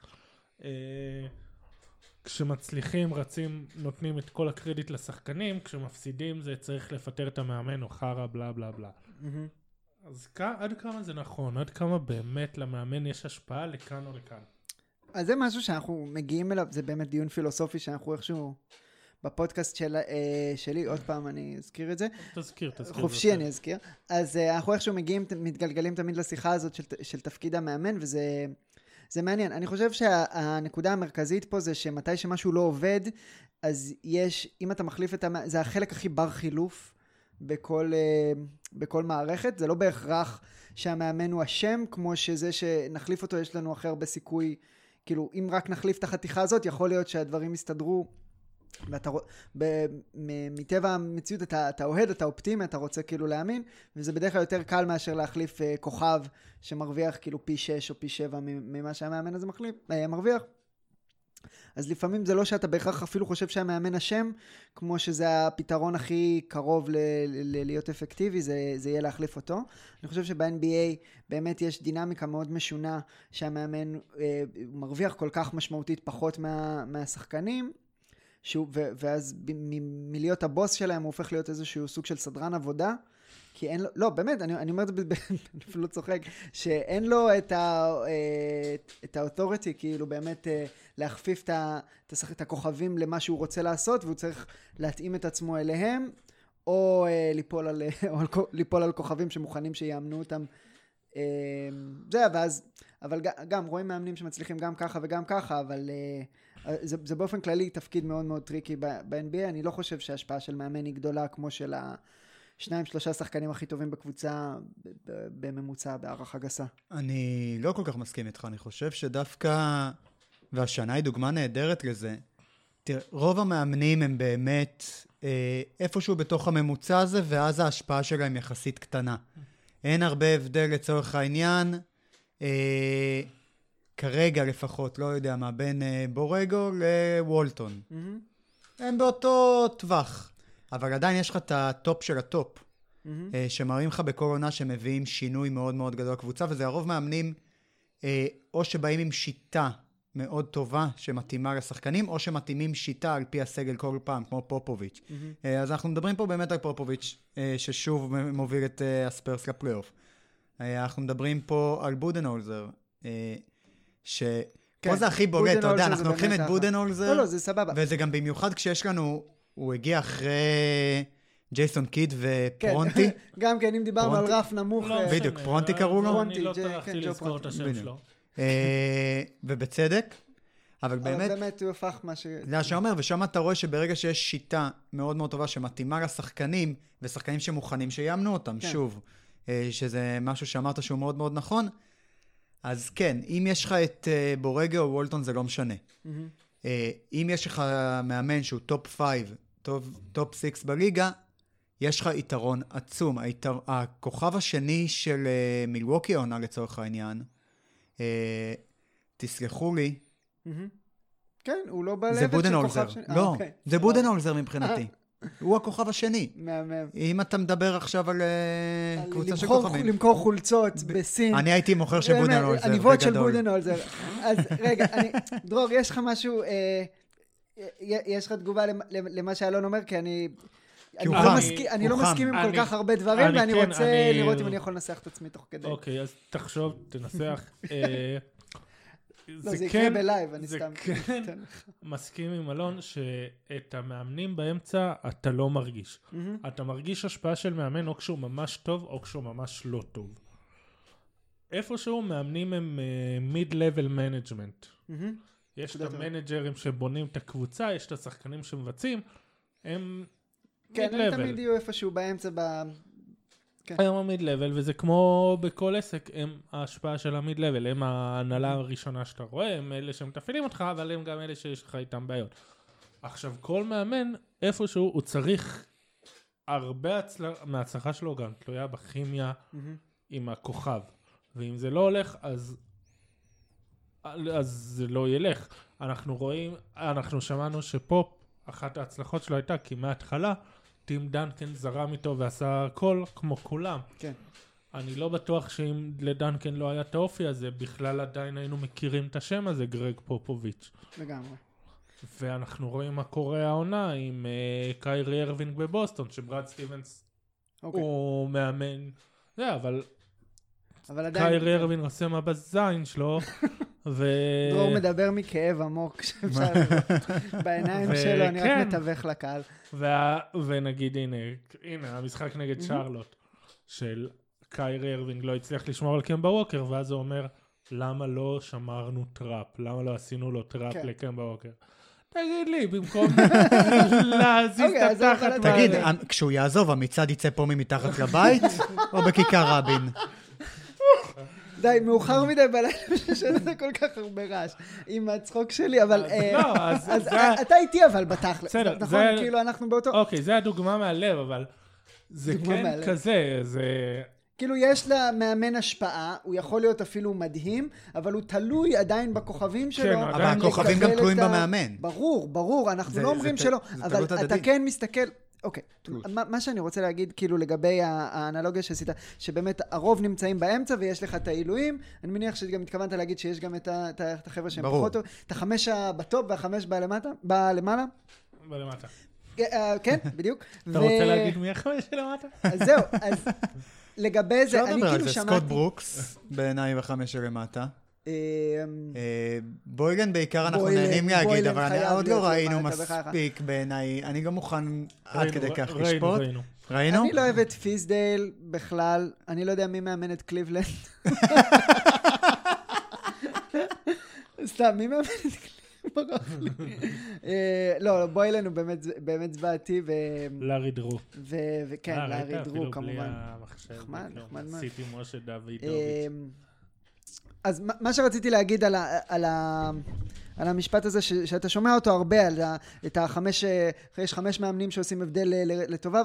כשמצליחים רצים נותנים את כל הקרדיט לשחקנים, כשמפסידים זה צריך לפטר את המאמן או חרה בלה בלה בלה. אז עד כמה זה נכון? עד כמה באמת למאמן יש השפעה לכאן או לכאן? אז זה משהו שאנחנו מגיעים אליו, זה באמת דיון פילוסופי שאנחנו איכשהו בפודקאסט שלי, עוד פעם אני אזכיר את זה. תזכיר. חופשי אני אזכיר. אז אנחנו איכשהו מתגלגלים תמיד לשיחה הזאת של תפקיד המאמן, וזה מעניין. אני חושב שהנקודה המרכזית פה זה שמתי שמשהו לא עובד, אז אם אתה מחליף זה החלק הכי בר חילוף בכל מערכת. זה לא בהכרח שהמאמן הוא אשם, כמו שזה שנחליף אותו יש לנו הכי הרבה סיכוי, כאילו אם רק נחליף את החתיכה הזאת, יכול להיות שהדברים יסתדרו, מטבע המציאות אתה אוהד, אתה אופטימי, אתה רוצה כאילו להאמין, וזה בדרך כלל יותר קל מאשר להחליף כוכב שמרוויח כאילו פי 6 או פי 7 ממה שהמאמן הזה מרוויח. אז לפעמים זה לא שאתה בהכרח אפילו חושב שהמאמן אשם, כמו שזה הפתרון הכי קרוב להיות אפקטיבי, זה יהיה להחליף אותו. אני חושב שב-NBA באמת יש דינמיקה מאוד משונה, שהמאמן מרוויח כל כך משמעותית פחות מהשחקנים, ואז מלהיות הבוס שלהם הוא הופך להיות איזשהו סוג של סדרן עבודה, כי אין לו, לא, באמת, אני אומר את זה, אני אפילו לא צוחק, שאין לו את האוטוריטי, כאילו באמת להכפיף את הכוכבים למה שהוא רוצה לעשות, והוא צריך להתאים את עצמו אליהם, או ליפול על כוכבים שמוכנים שיאמנו אותם. זה, אבל גם רואים מאמנים שמצליחים גם ככה וגם ככה, אבל זה באופן כללי תפקיד מאוד מאוד טריקי ב-NBA. אני לא חושב שההשפעה של מאמן היא גדולה כמו של 2-3 שחקנים הכי טובים בקבוצה בממוצע, בהערכה גסה. אני לא כל כך מסכים איתך, אני חושב שדווקא, והשנה היא דוגמה נהדרת לזה, תראה, רוב המאמנים הם באמת איפשהו בתוך הממוצע הזה, ואז ההשפעה שלהם יחסית קטנה. אין הרבה הבדל לצורך העניין, כרגע לפחות, לא יודע מה, בין בורגו לוולטון. הם באותו טווח. אבל עדיין יש לך את הטופ של הטופ, שמראים לך בכל עונה שמביאים שינוי מאוד מאוד גדול לקבוצה, וזה הרוב מאמנים, או שבאים עם שיטה מאוד טובה שמתאימה לשחקנים, או שמתאימים שיטה על פי הסגל כל פעם, כמו פופוביץ'. אז אנחנו מדברים פה באמת על פופוביץ', ששוב מוביל את הספרס לפלייאוף. אנחנו מדברים פה על בודנהולזר, פה זה הכי בולט, אתה יודע, אנחנו לוקחים את בודנהולזר, לא, זה סבבה. וזה גם במיוחד כשיש לנו, הוא הגיע אחרי ג'ייסון קיד ופרונטי. גם כן, אם דיברנו על רף נמוך. בדיוק, פרונטי קראו לו. אני לא טרחתי לזכור את השם שלו. ובצדק, אבל באמת... אבל באמת הוא הפך מה ש... זה שאומר, ושם אתה רואה שברגע שיש שיטה מאוד מאוד טובה שמתאימה לשחקנים, ושחקנים שמוכנים שיאמנו אותם, שוב, שזה משהו שאמרת שהוא מאוד מאוד נכון, אז כן, אם יש לך את בורגה או וולטון זה לא משנה. אם יש לך מאמן שהוא טופ 5, טופ 6 בליגה, יש לך יתרון עצום. הכוכב השני של מילווקי עונה לצורך העניין, תסלחו לי, כן, הוא לא בלבת זה בודנהולזר. לא, זה בודנהולזר מבחינתי. הוא הכוכב השני. מהמם. אם אתה מדבר עכשיו על קבוצה של כוכבים. למכור חולצות בסין. אני הייתי מוכר של בודנהולזר. הניבות של בודנהולזר. אז רגע, דרור, יש לך משהו, יש לך תגובה למה שאלון אומר, כי אני לא מסכים עם כל כך הרבה דברים, ואני רוצה לראות אם אני יכול לנסח את עצמי תוך כדי. אוקיי, אז תחשוב, תנסח. זה יקרה בלייב, אני זה סתם... כן מסכים עם אלון שאת המאמנים באמצע אתה לא מרגיש. אתה מרגיש השפעה של מאמן או כשהוא ממש טוב או כשהוא ממש לא טוב. איפשהו מאמנים הם mid-level management. יש את המנג'רים שבונים את הקבוצה, יש את השחקנים שמבצעים, הם כן, mid-level. הם תמיד יהיו איפשהו באמצע הם המיד-לבל, וזה כמו בכל עסק, הם ההשפעה של המיד-לבל, הם ההנהלה הראשונה שאתה רואה, הם אלה שמתפעלים אותך, אבל הם גם אלה שיש לך איתם בעיות. עכשיו, כל מאמן, איפשהו, הוא צריך הרבה מההצלחה שלו גם תלויה בכימיה עם הכוכב. ואם זה לא הולך, אז זה לא ילך. אנחנו שמענו שפופ, אחת ההצלחות שלו הייתה, כי מההתחלה, טים דנקן זרם איתו ועשה הכל כמו כולם. כן. אני לא בטוח שאם לדנקן לא היה את האופי הזה, בכלל עדיין היינו מכירים את השם הזה, גרג פופוביץ'. לגמרי. ואנחנו רואים מה קורה העונה עם קיירי ארווינג בבוסטון, שברד סטיבנס הוא מאמן. זה, אבל קיירי ארווינג עושה מה בזין שלו. דרור מדבר מכאב עמוק שאפשר בעיניים שלו, אני רק מתווך לקהל. ונגיד, הנה, המשחק נגד שרלוט, של קיירי ארווינג לא הצליח לשמור על קמבה ווקר, ואז הוא אומר, למה לא שמרנו טראפ? למה לא עשינו לו טראפ לקמבה ווקר? תגיד לי, במקום להזיז את התחת. תגיד, כשהוא יעזוב, המצעד יצא פה מתחת לבית, או בכיכר רבין? די, מאוחר מדי בלילה שזה כל כך הרבה רעש עם הצחוק שלי, אבל... אז אתה איתי אבל בתכל'ס, נכון? כאילו אנחנו באותו... אוקיי, זה הדוגמה מהלב, אבל זה כן כזה, זה... כאילו יש למאמן השפעה, הוא יכול להיות אפילו מדהים, אבל הוא תלוי עדיין בכוכבים שלו. אבל הכוכבים גם תלויים במאמן. ברור, אנחנו לא אומרים שלא, אבל אתה כן מסתכל... אוקיי, מה שאני רוצה להגיד כאילו לגבי האנלוגיה שעשית, שבאמת הרוב נמצאים באמצע ויש לך את העילויים, אני מניח שגם התכוונת להגיד שיש גם את החבר'ה שהם פחות טוב, את החמש בטופ והחמש בלמעלה? בלמטה. כן, בדיוק. אתה רוצה להגיד מי החמש שלמטה? אז זהו, אז לגבי זה, אני כאילו שמעתי... סקוט ברוקס, בעיניי בחמש שלמטה. בויגן בעיקר אנחנו נהנים להגיד, אבל עוד לא ראינו מספיק בעיניי, אני גם מוכן עד כדי כך לשפוט. ראינו? אני לא אוהב את פיסדייל בכלל, אני לא יודע מי מאמן את קליבלנד. סתם, מי מאמן את קליבלנד? לא, בוילן הוא באמת זוועתי. לארי דרו. וכן, לארי דרו כמובן. נחמד מאוד. סיטי משה דוידוביץ'. אז מה שרציתי להגיד על המשפט הזה, שאתה שומע אותו הרבה, את יש 5 מאמנים שעושים הבדל לטובה,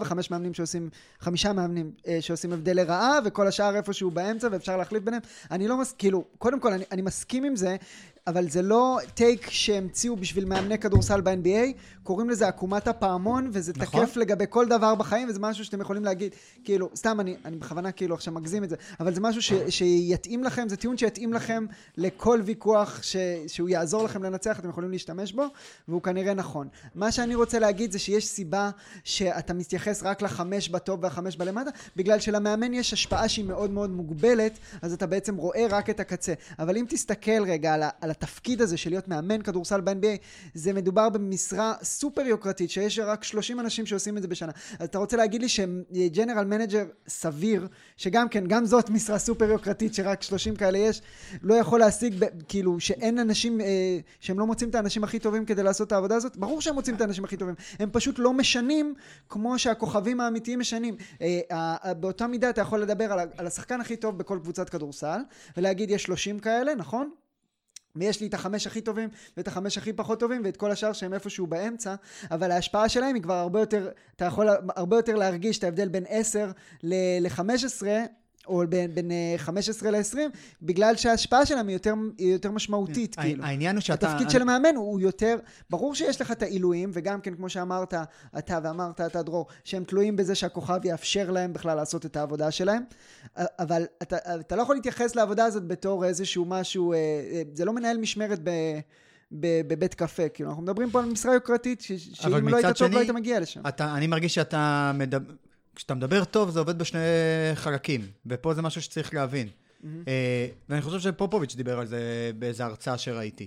ו5 מאמנים שעושים הבדל לרעה, וכל השאר איפשהו באמצע, ואפשר להחליף ביניהם. אני לא כאילו, קודם כל, אני מסכים עם זה, אבל זה לא טייק שהמציאו בשביל מאמני כדורסל ב-NBA, קוראים לזה עקומת הפעמון, וזה תקף לגבי כל דבר בחיים, וזה משהו שאתם יכולים להגיד, כאילו, סתם אני בכוונה כאילו עכשיו מגזים את זה, אבל זה משהו שיתאים לכם, זה טיעון שיתאים לכם לכל ויכוח שהוא יעזור לכם לנצח, אתם יכולים להשתמש בו, והוא כנראה נכון. מה שאני רוצה להגיד זה שיש סיבה שאתה מתייחס רק ל5 בטופ וה5 בלמטה, בגלל שלמאמן יש השפעה שהיא מאוד מאוד מוגבלת, אז אתה בעצם רואה רק את הקצה. אבל אם תסתכל רגע על התפקיד הזה של להיות מאמן כדורסל ב-NBA, זה מדובר במשרה סופר יוקרתית, שיש רק 30 אנשים שעושים את זה בשנה. אז אתה רוצה להגיד לי שג'נרל מנג'ר סביר, שגם כן, גם זאת משרה סופר יוקרתית, שרק 30 כאלה יש, לא יכול להשיג, כאילו, שאין אנשים, שהם לא מוצאים את האנשים הכי טובים כדי לעשות את העבודה הזאת? ברור שהם מוצאים את האנשים הכי טובים. הם פשוט לא משנים כמו שהכוכבים האמיתיים משנים. באותה מידה אתה יכול לדבר על השחקן הכי טוב בכל קבוצת כדורסל, ולהגיד יש 30 כאלה, נכון? ויש לי את 5 הכי טובים ואת 5 הכי פחות טובים ואת כל השאר שהם איפשהו באמצע, אבל ההשפעה שלהם היא כבר הרבה יותר, אתה יכול הרבה יותר להרגיש את ההבדל בין 10 ל-15 או בין 15 ל-20, בגלל שההשפעה שלהם היא יותר משמעותית, כאילו. העניין הוא שאתה... התפקיד של המאמן הוא יותר... ברור שיש לך את העילויים, וגם כן, כמו שאמרת, אתה דרור, שהם תלויים בזה שהכוכב יאפשר להם בכלל לעשות את העבודה שלהם, אבל אתה לא יכול להתייחס לעבודה הזאת בתור איזשהו משהו... זה לא מנהל משמרת בבית קפה, כאילו. אנחנו מדברים פה על משרה יוקרתית, שאם לא היית טוב, לא היית מגיע לשם. אני מרגיש שאתה כשאתה מדבר טוב, זה עובד בשני חלקים, ופה זה משהו שצריך להבין. ואני חושב שפופוביץ' דיבר על זה באיזו הרצאה שראיתי.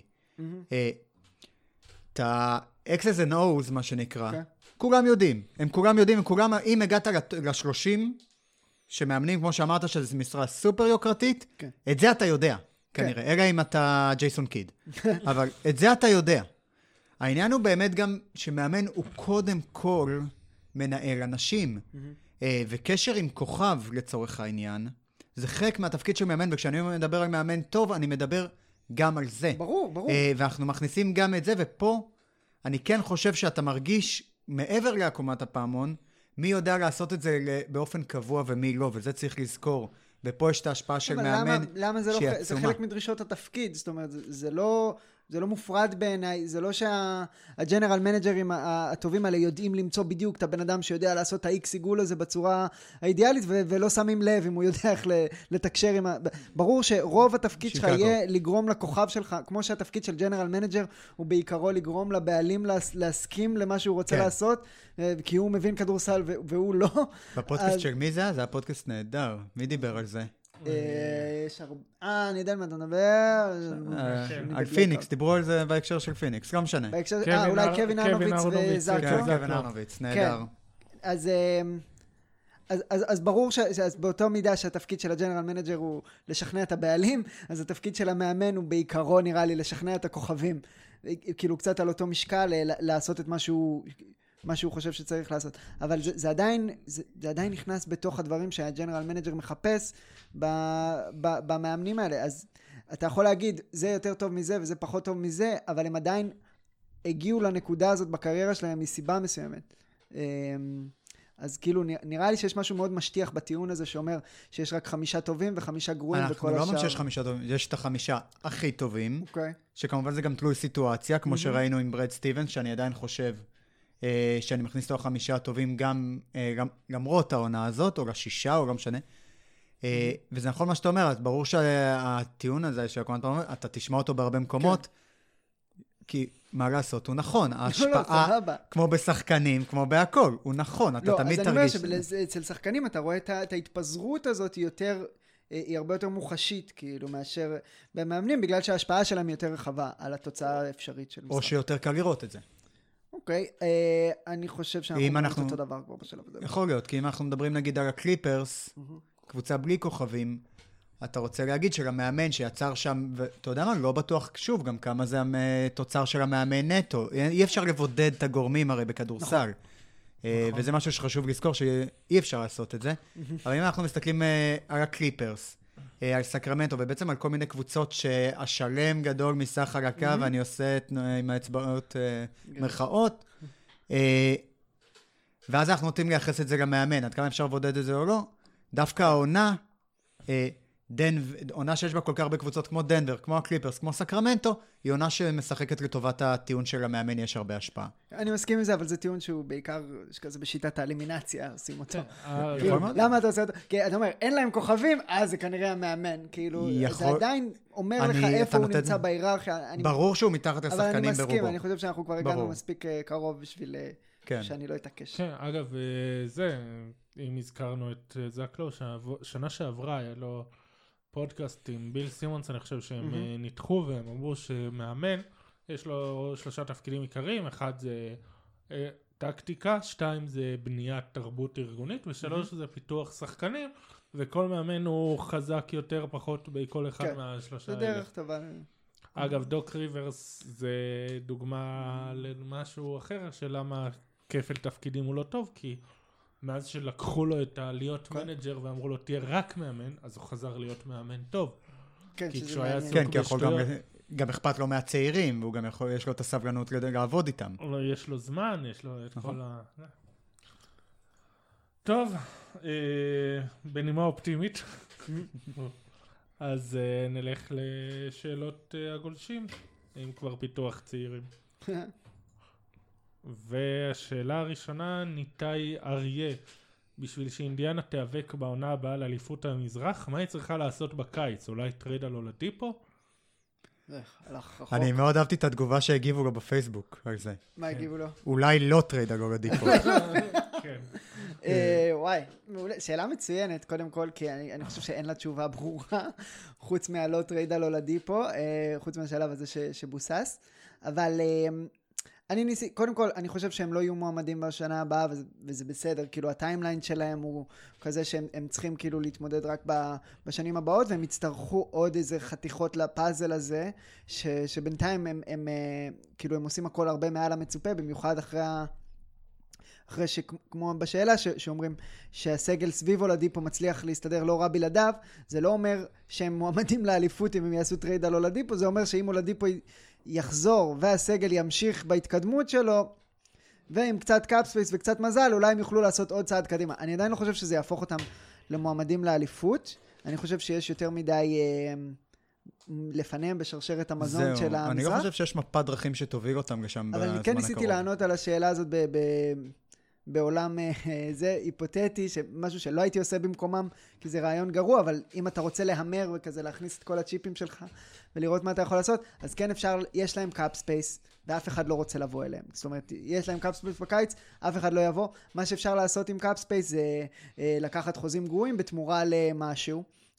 את ה-X's and O's, מה שנקרא, כולם יודעים. הם כולם יודעים, אם הגעת ל-30, שמאמנים, כמו שאמרת, שזו משרה סופר יוקרתית, את זה אתה יודע, כנראה. אלא אם אתה ג'ייסון קיד. אבל את זה אתה יודע. העניין הוא באמת גם שמאמן הוא קודם כל מנהל אנשים, וקשר עם כוכב לצורך העניין, זה חלק מהתפקיד של מאמן, וכשאני מדבר על מאמן טוב, אני מדבר גם על זה. ברור. ואנחנו מכניסים גם את זה, ופה אני כן חושב שאתה מרגיש מעבר לעקומת הפעמון, מי יודע לעשות את זה באופן קבוע ומי לא, וזה צריך לזכור. ופה יש את ההשפעה של מאמן למה זה שהיא לא, זה חלק מדרישות התפקיד, זאת אומרת, זה לא מופרד בעיניי, זה לא שהג'נרל מנג'רים הטובים האלה יודעים למצוא בדיוק את הבן אדם שיודע לעשות את ה-X עיגול הזה בצורה האידיאלית, ולא שמים לב אם הוא יודע איך לתקשר עם ברור שרוב התפקיד שלך יהיה לגרום לכוכב שלך, כמו שהתפקיד של ג'נרל מנג'ר הוא בעיקרו לגרום לבעלים להסכים למה שהוא רוצה לעשות, כי הוא מבין כדורסל והוא לא. בפודקאסט של מי זה? זה הפודקאסט נהדר. מי דיבר על זה? אני יודע מה אתה מדבר. על פיניקס, דיברו על זה בהקשר של פיניקס, לא משנה. אולי קווין ארנוביץ וזרקו. קווין ארנוביץ, נהדר. אז ברור שבאותו מידה שהתפקיד של הג'נרל מנג'ר הוא לשכנע את הבעלים, אז התפקיד של המאמן הוא בעיקרו נראה לי לשכנע את הכוכבים. כאילו קצת על אותו משקל לעשות את מה שהוא חושב שצריך לעשות. אבל זה עדיין נכנס בתוך הדברים שהג'נרל מנג'ר מחפש במאמנים האלה. אז אתה יכול להגיד, זה יותר טוב מזה וזה פחות טוב מזה, אבל הם עדיין הגיעו לנקודה הזאת בקריירה שלהם מסיבה מסוימת. אז כאילו נראה לי שיש משהו מאוד משטיח בטיעון הזה שאומר שיש רק 5 טובים ו5 גרועים בכל השאר. אנחנו לא אומרים שיש 5 טובים, יש את 5 הכי טובים, שכמובן זה גם תלוי סיטואציה, כמו שראינו עם ברד סטיבנס, שאני עדיין חושב שאני מכניס לו 5 הטובים גם למרות העונה הזאת, או ל6, או לא משנה. וזה נכון מה שאתה אומר, אז ברור שהטיעון הזה, אתה תשמע אותו בהרבה מקומות, כי מה לעשות, הוא נכון. ההשפעה, כמו בשחקנים, כמו בהכל, הוא נכון, אתה תמיד תרגיש. אז אני אומר שאצל שחקנים אתה רואה את ההתפזרות הזאת היא הרבה יותר מוחשית, כאילו, מאשר במאמנים, בגלל שההשפעה שלהם יותר רחבה על התוצאה האפשרית של משחק. או שיותר קל לראות את זה. אוקיי, אני חושב שאנחנו רואים את אותו דבר כבר בשלב הזה. יכול להיות, כי אם אנחנו מדברים נגיד על הקליפרס, קבוצה בלי כוכבים, אתה רוצה להגיד שלמאמן שיצר שם, ואתה יודע מה, לא בטוח שוב גם כמה זה התוצר של המאמן נטו. אי אפשר לבודד את הגורמים הרי בכדורסל. וזה משהו שחשוב לזכור שאי אפשר לעשות את זה. אבל אם אנחנו מסתכלים על הקליפרס, על סקרמנטו, ובעצם על כל מיני קבוצות שהשלם גדול מסך הרקה, ואני עושה עם האצבעות מרכאות, ואז אנחנו נוטים לייחס את זה למאמן. עד כמה אפשר לבודד את זה או לא? דווקא העונה, עונה שיש בה כל כך הרבה קבוצות כמו דנבר, כמו הקליפרס, כמו סקרמנטו, היא עונה שמשחקת לטובת הטיעון של המאמן, יש הרבה השפעה. אני מסכים עם זה, אבל זה טיעון שהוא בעיקר, כזה בשיטת האלימינציה, עושים אותו. למה אתה עושה אותו? כי אתה אומר, אין להם כוכבים, אז זה כנראה המאמן. כאילו, זה עדיין אומר לך איפה הוא נמצא בהיררכיה. ברור שהוא מתחת לשחקנים ברובו. אבל אני מסכים, אני חושב שאנחנו כבר הגענו מספיק קרוב בשביל שאני לא אתעקש. כן, אגב, זה, אם הזכרנו את זקלו, שנה שעברה היה לו פודקאסט עם ביל סימונס, אני חושב שהם ניתחו והם אמרו שמאמן, יש לו 3 תפקידים עיקריים, 1 זה טקטיקה, 2 זה בניית תרבות ארגונית, ו3 זה פיתוח שחקנים, וכל מאמן הוא חזק יותר פחות בכל אחד מה3 זה דרך טובה. אגב, דוק ריברס זה דוגמה למשהו אחר, של למה כפל תפקידים הוא לא טוב, כי מאז שלקחו לו את להיות מנג'ר ואמרו לו תהיה רק מאמן, אז הוא חזר להיות מאמן טוב. כן, כי כשהוא היה כן, כי יכול גם אכפת לו מהצעירים, והוא גם יכול, יש לו את הסבלנות לעבוד איתם. יש לו זמן, יש לו את כל ה... טוב, בנימה אופטימית, אז נלך לשאלות הגולשים, אם כבר פיתוח צעירים. והשאלה הראשונה, ניתאי אריה, בשביל שאינדיאנה תיאבק בעונה הבאה לאליפות המזרח, מה היא צריכה לעשות בקיץ? אולי טרייד על אולדיפו? אני מאוד אהבתי את התגובה שהגיבו לו בפייסבוק על זה. מה הגיבו לו? אולי לא טרייד על אולדיפו. כן. וואי, מעולה. שאלה מצוינת, קודם כל, כי אני חושב שאין לה תשובה ברורה, חוץ מהלא טרייד על אולדיפו, חוץ מהשלב הזה שבוסס, אבל קודם כל, אני חושב שהם לא יהיו מועמדים בשנה הבאה, וזה בסדר, כאילו הטיימליין שלהם הוא כזה שהם צריכים כאילו להתמודד רק בשנים הבאות, והם יצטרכו עוד איזה חתיכות לפאזל הזה, שבינתיים הם כאילו הם עושים הכל הרבה מעל המצופה, במיוחד אחרי שכמו בשאלה שאומרים שהסגל סביב אולדיפו מצליח להסתדר לא רע בלעדיו, זה לא אומר שהם מועמדים לאליפות אם הם יעשו טרייד על אולדיפו, זה אומר שאם אולדיפו יחזור והסגל ימשיך בהתקדמות שלו, ועם קצת קאפספייס וקצת מזל, אולי הם יוכלו לעשות עוד צעד קדימה. אני עדיין לא חושב שזה יהפוך אותם למועמדים לאליפות, אני חושב שיש יותר מדי לפניהם בשרשרת המזון של המזרח. אני לא חושב שיש מפת דרכים שתוביל אותם לשם בזמן הקרוב. אבל אני כן ניסיתי לענות על השאלה הזאת בעולם זה היפותטי, משהו שלא הייתי עושה במקומם, כי זה רעיון גרוע, אבל אם אתה רוצה להמר וכזה להכניס את כל הצ'יפים שלך, ולראות מה אתה יכול לעשות, אז כן אפשר, יש להם קאפ ספייס, ואף אחד לא רוצה לבוא אליהם. זאת אומרת, יש להם קאפ ספייס בקיץ, אף אחד לא יבוא. מה שאפשר לעשות עם קאפ ספייס זה לקחת חוזים גרועים בתמורה למשהו.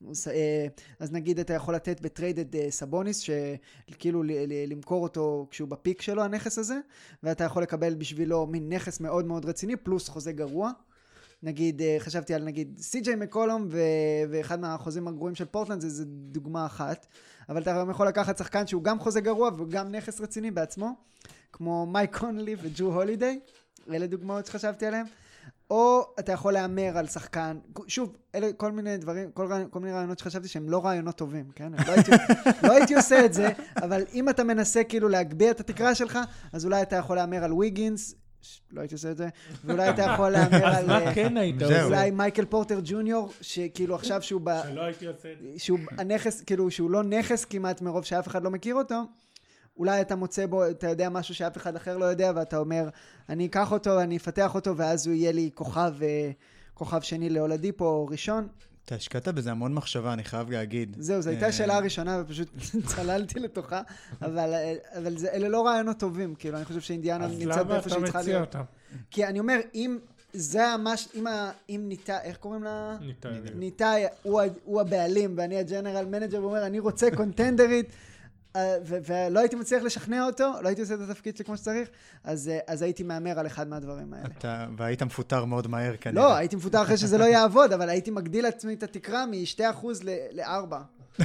אז נגיד אתה יכול לתת בטריידד סבוניס, שכאילו למכור אותו כשהוא בפיק שלו הנכס הזה, ואתה יכול לקבל בשבילו מין נכס מאוד מאוד רציני, פלוס חוזה גרוע. נגיד, חשבתי על נגיד סי.ג'יי מקולום, ואחד מהחוזים הגרועים של פורטלנד, זה דוגמה אחת, אבל אתה יכול לקחת שחקן שהוא גם חוזה גרוע, וגם נכס רציני בעצמו, כמו מייק קונלי וג'ו הולידיי, אלה דוגמאות שחשבתי עליהם, או אתה יכול להמר על שחקן, שוב, אלה כל מיני דברים, כל מיני רעיונות שחשבתי שהם לא רעיונות טובים, כן? לא הייתי עושה את זה, אבל אם אתה מנסה כאילו להגביה את התקרה שלך, אז אולי אתה יכול להמר על ויגינס, לא הייתי עושה את זה, ואולי אתה יכול להמר על... אז מה כן היית עושה? אולי מייקל פורטר ג'וניור, שכאילו עכשיו שהוא... שלא הייתי עושה את זה. שהוא הנכס, כאילו שהוא לא נכס כמעט מרוב שאף אחד לא מכיר אותו, אולי אתה מוצא בו, אתה יודע משהו שאף אחד אחר לא יודע, ואתה אומר, אני אקח אותו, אני אפתח אותו, ואז הוא יהיה לי כוכב שני לאולדיפו ראשון. אתה השקעת בזה המון מחשבה, אני חייב להגיד. זהו, זו הייתה שאלה הראשונה, ופשוט צללתי לתוכה, אבל אלה לא רעיונות טובים, כאילו, אני חושב שאינדיאנה נמצאת באיפה שהיא צריכה להיות. אז למה אתה מציע אותם? כי אני אומר, אם זה ממש, אם ניטה, איך קוראים לה? ניטה, הוא הבעלים, ואני הג'נרל מנג'ר, ואומר, אני רוצה קונטנדרית, ולא הייתי מצליח לשכנע אותו, לא הייתי עושה את התפקיד שלי כמו שצריך, אז הייתי מאמר על אחד מהדברים האלה. והיית מפוטר מאוד מהר כנראה. לא, הייתי מפוטר אחרי שזה לא יעבוד, אבל הייתי מגדיל עצמי את התקרה מ-2% ל-4.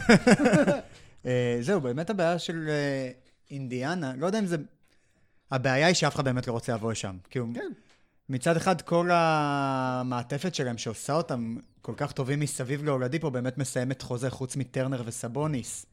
זהו, באמת הבעיה של אינדיאנה, לא יודע אם זה... הבעיה היא שאף אחד באמת לא רוצה לבוא שם. כן. מצד אחד, כל המעטפת שלהם שעושה אותם כל כך טובים מסביב לאולדיפו, באמת מסיימת חוזה חוץ מטרנר וסבוניס.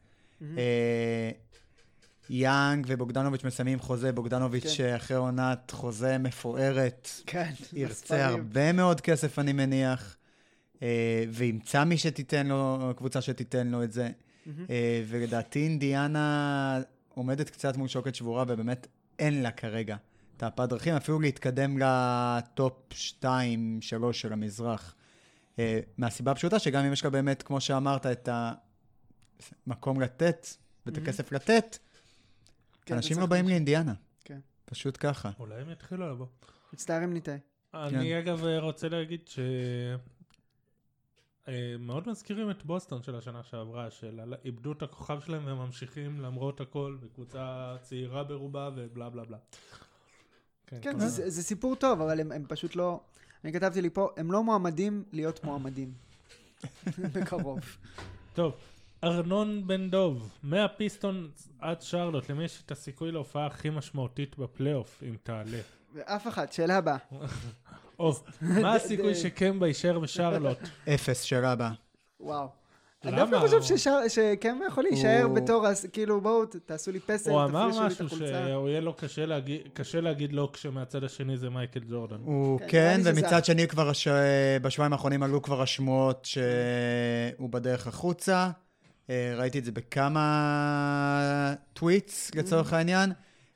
יאנג ובוגדנוביץ' מסיימים חוזה, בוגדנוביץ' אחרי עונת חוזה מפוארת, ירצה הרבה מאוד כסף אני מניח, וימצא מי שתיתן לו, קבוצה שתיתן לו את זה, ולדעתי אינדיאנה עומדת קצת מול שוקת שבורה, ובאמת אין לה כרגע תעפת דרכים, אפילו להתקדם לטופ 2-3 של המזרח, מהסיבה הפשוטה שגם אם יש לה באמת, כמו שאמרת, את מקום לתת, ואת הכסף לתת, אנשים לא באים לאינדיאנה. פשוט ככה. אולי הם יתחילו לבוא. מצטערים ניתאי. אני אגב רוצה להגיד מאוד מזכירים את בוסטון של השנה שעברה, של איבדו את הכוכב שלהם והם ממשיכים למרות הכל, בקבוצה צעירה ברובה ובלה בלה בלה. כן, זה סיפור טוב, אבל הם פשוט לא... אני כתבתי לי פה, הם לא מועמדים להיות מועמדים. בקרוב. טוב. ארנון בן דוב, מהפיסטון עד שרלוט, למי יש את הסיכוי להופעה הכי משמעותית בפלייאוף, אם תעלה? ואף אחד, שאלה הבאה. מה הסיכוי שקמבה יישאר בשרלוט? 0, שאלה הבאה. וואו. אני דווקא חושב שקמבה יכול להישאר בתור, כאילו בואו תעשו לי פסל, הוא אמר משהו שהוא יהיה לו קשה להגיד לא, כשמהצד השני זה מייקל ג'ורדן. הוא כן, ומצד שני כבר בשבועיים האחרונים עלו כבר השמועות שהוא בדרך החוצה. ראיתי את זה בכמה טוויטס לצורך העניין.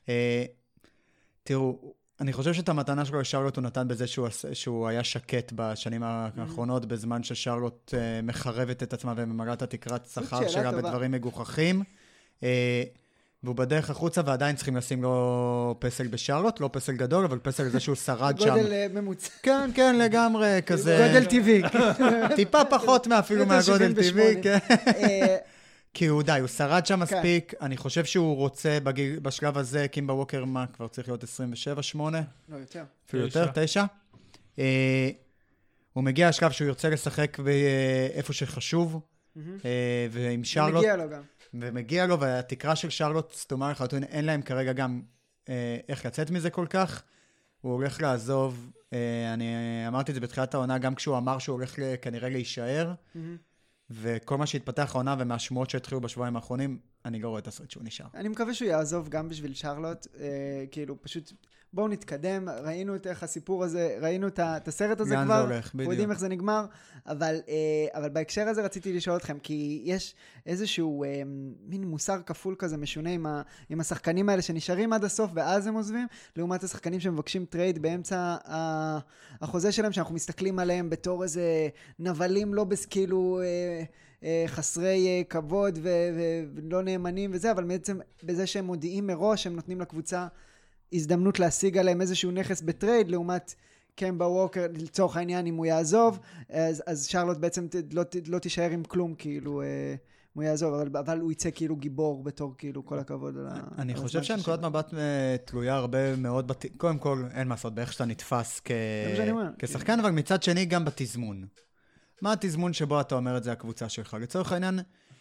תראו, אני חושב שאת המתנה שלו לשרלוט הוא נתן בזה שהוא היה שקט בשנים האחרונות, בזמן ששרלוט מחרבת את עצמה וממלאת את התקרת שכר שלה בדברים מגוחכים. והוא בדרך החוצה, ועדיין צריכים לשים לו פסל בשרלוט, לא פסל גדול, אבל פסל לזה שהוא שרד שם. גודל ממוצע. כן, כן, לגמרי, כזה... גודל טבעי. טיפה פחות אפילו מהגודל טבעי, כן. כי הוא די, הוא שרד שם מספיק, אני חושב שהוא רוצה בשלב הזה, קימבה ווקר, מה, כבר צריך להיות 27-8? לא, יותר. אפילו יותר, 9. הוא מגיע לשלב שהוא ירצה לשחק באיפה שחשוב, ועם שרלוט. מגיע לו גם. ומגיע לו, והתקרה של שרלוט, זאת אומרת, אין להם כרגע גם איך לצאת מזה כל כך. הוא הולך לעזוב, אני אמרתי את זה בתחילת העונה, גם כשהוא אמר שהוא הולך כנראה להישאר, וכל מה שהתפתח העונה ומהשמועות שהתחילו בשבועיים האחרונים, אני לא רואה את הסרט שהוא נשאר. אני מקווה שהוא יעזוב גם בשביל שרלוט, כאילו פשוט בואו נתקדם, ראינו את איך הסיפור הזה, ראינו את הסרט הזה כבר, אנחנו יודעים איך זה נגמר, אבל בהקשר הזה רציתי לשאול אתכם, כי יש איזשהו מין מוסר כפול כזה משונה עם השחקנים האלה שנשארים עד הסוף ואז הם עוזבים, לעומת השחקנים שמבקשים טרייד באמצע החוזה שלהם, שאנחנו מסתכלים עליהם בתור איזה נבלים לא כאילו חסרי כבוד ולא נאמנים וזה, אבל בעצם בזה שהם מודיעים מראש, הם נותנים לקבוצה הזדמנות להשיג עליהם איזשהו נכס בטרייד, לעומת קמבה ווקר, לצורך העניין, אם הוא יעזוב, אז שרלוט בעצם לא תישאר עם כלום, כאילו, הוא יעזוב, אבל הוא יצא כאילו גיבור בתור, כאילו, כל הכבוד. אני חושב שהנקודת מבט תלויה הרבה מאוד, קודם כל, אין מה לעשות, באיך שאתה נתפס כשחקן, אבל מצד שני גם בתזמון. מה התזמון שבו אתה אומר את זה הקבוצה שלך? לצורך העניין,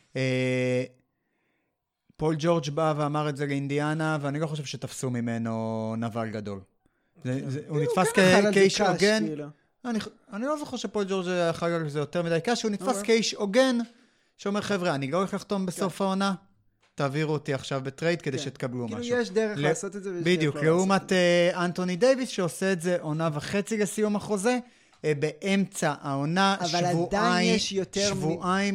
פול ג'ורג' בא ואמר את זה לאינדיאנה, ואני לא חושב שתפסו ממנו נבל גדול. הוא נתפס כאיש עוגן. אני לא זוכר שפול ג'ורג' יכול להיות לזה יותר מדי קש, הוא נתפס כאיש עוגן, שאומר, חבר'ה, אני לא הולך לחתום בסוף העונה, תעבירו אותי עכשיו בטרייד כדי שתקבלו משהו. כאילו יש דרך לעשות את זה. בדיוק, לעומת אנטוני דייביס, שעושה את זה עונה וחצי לסיום החוזה, באמצע העונה, שבועיים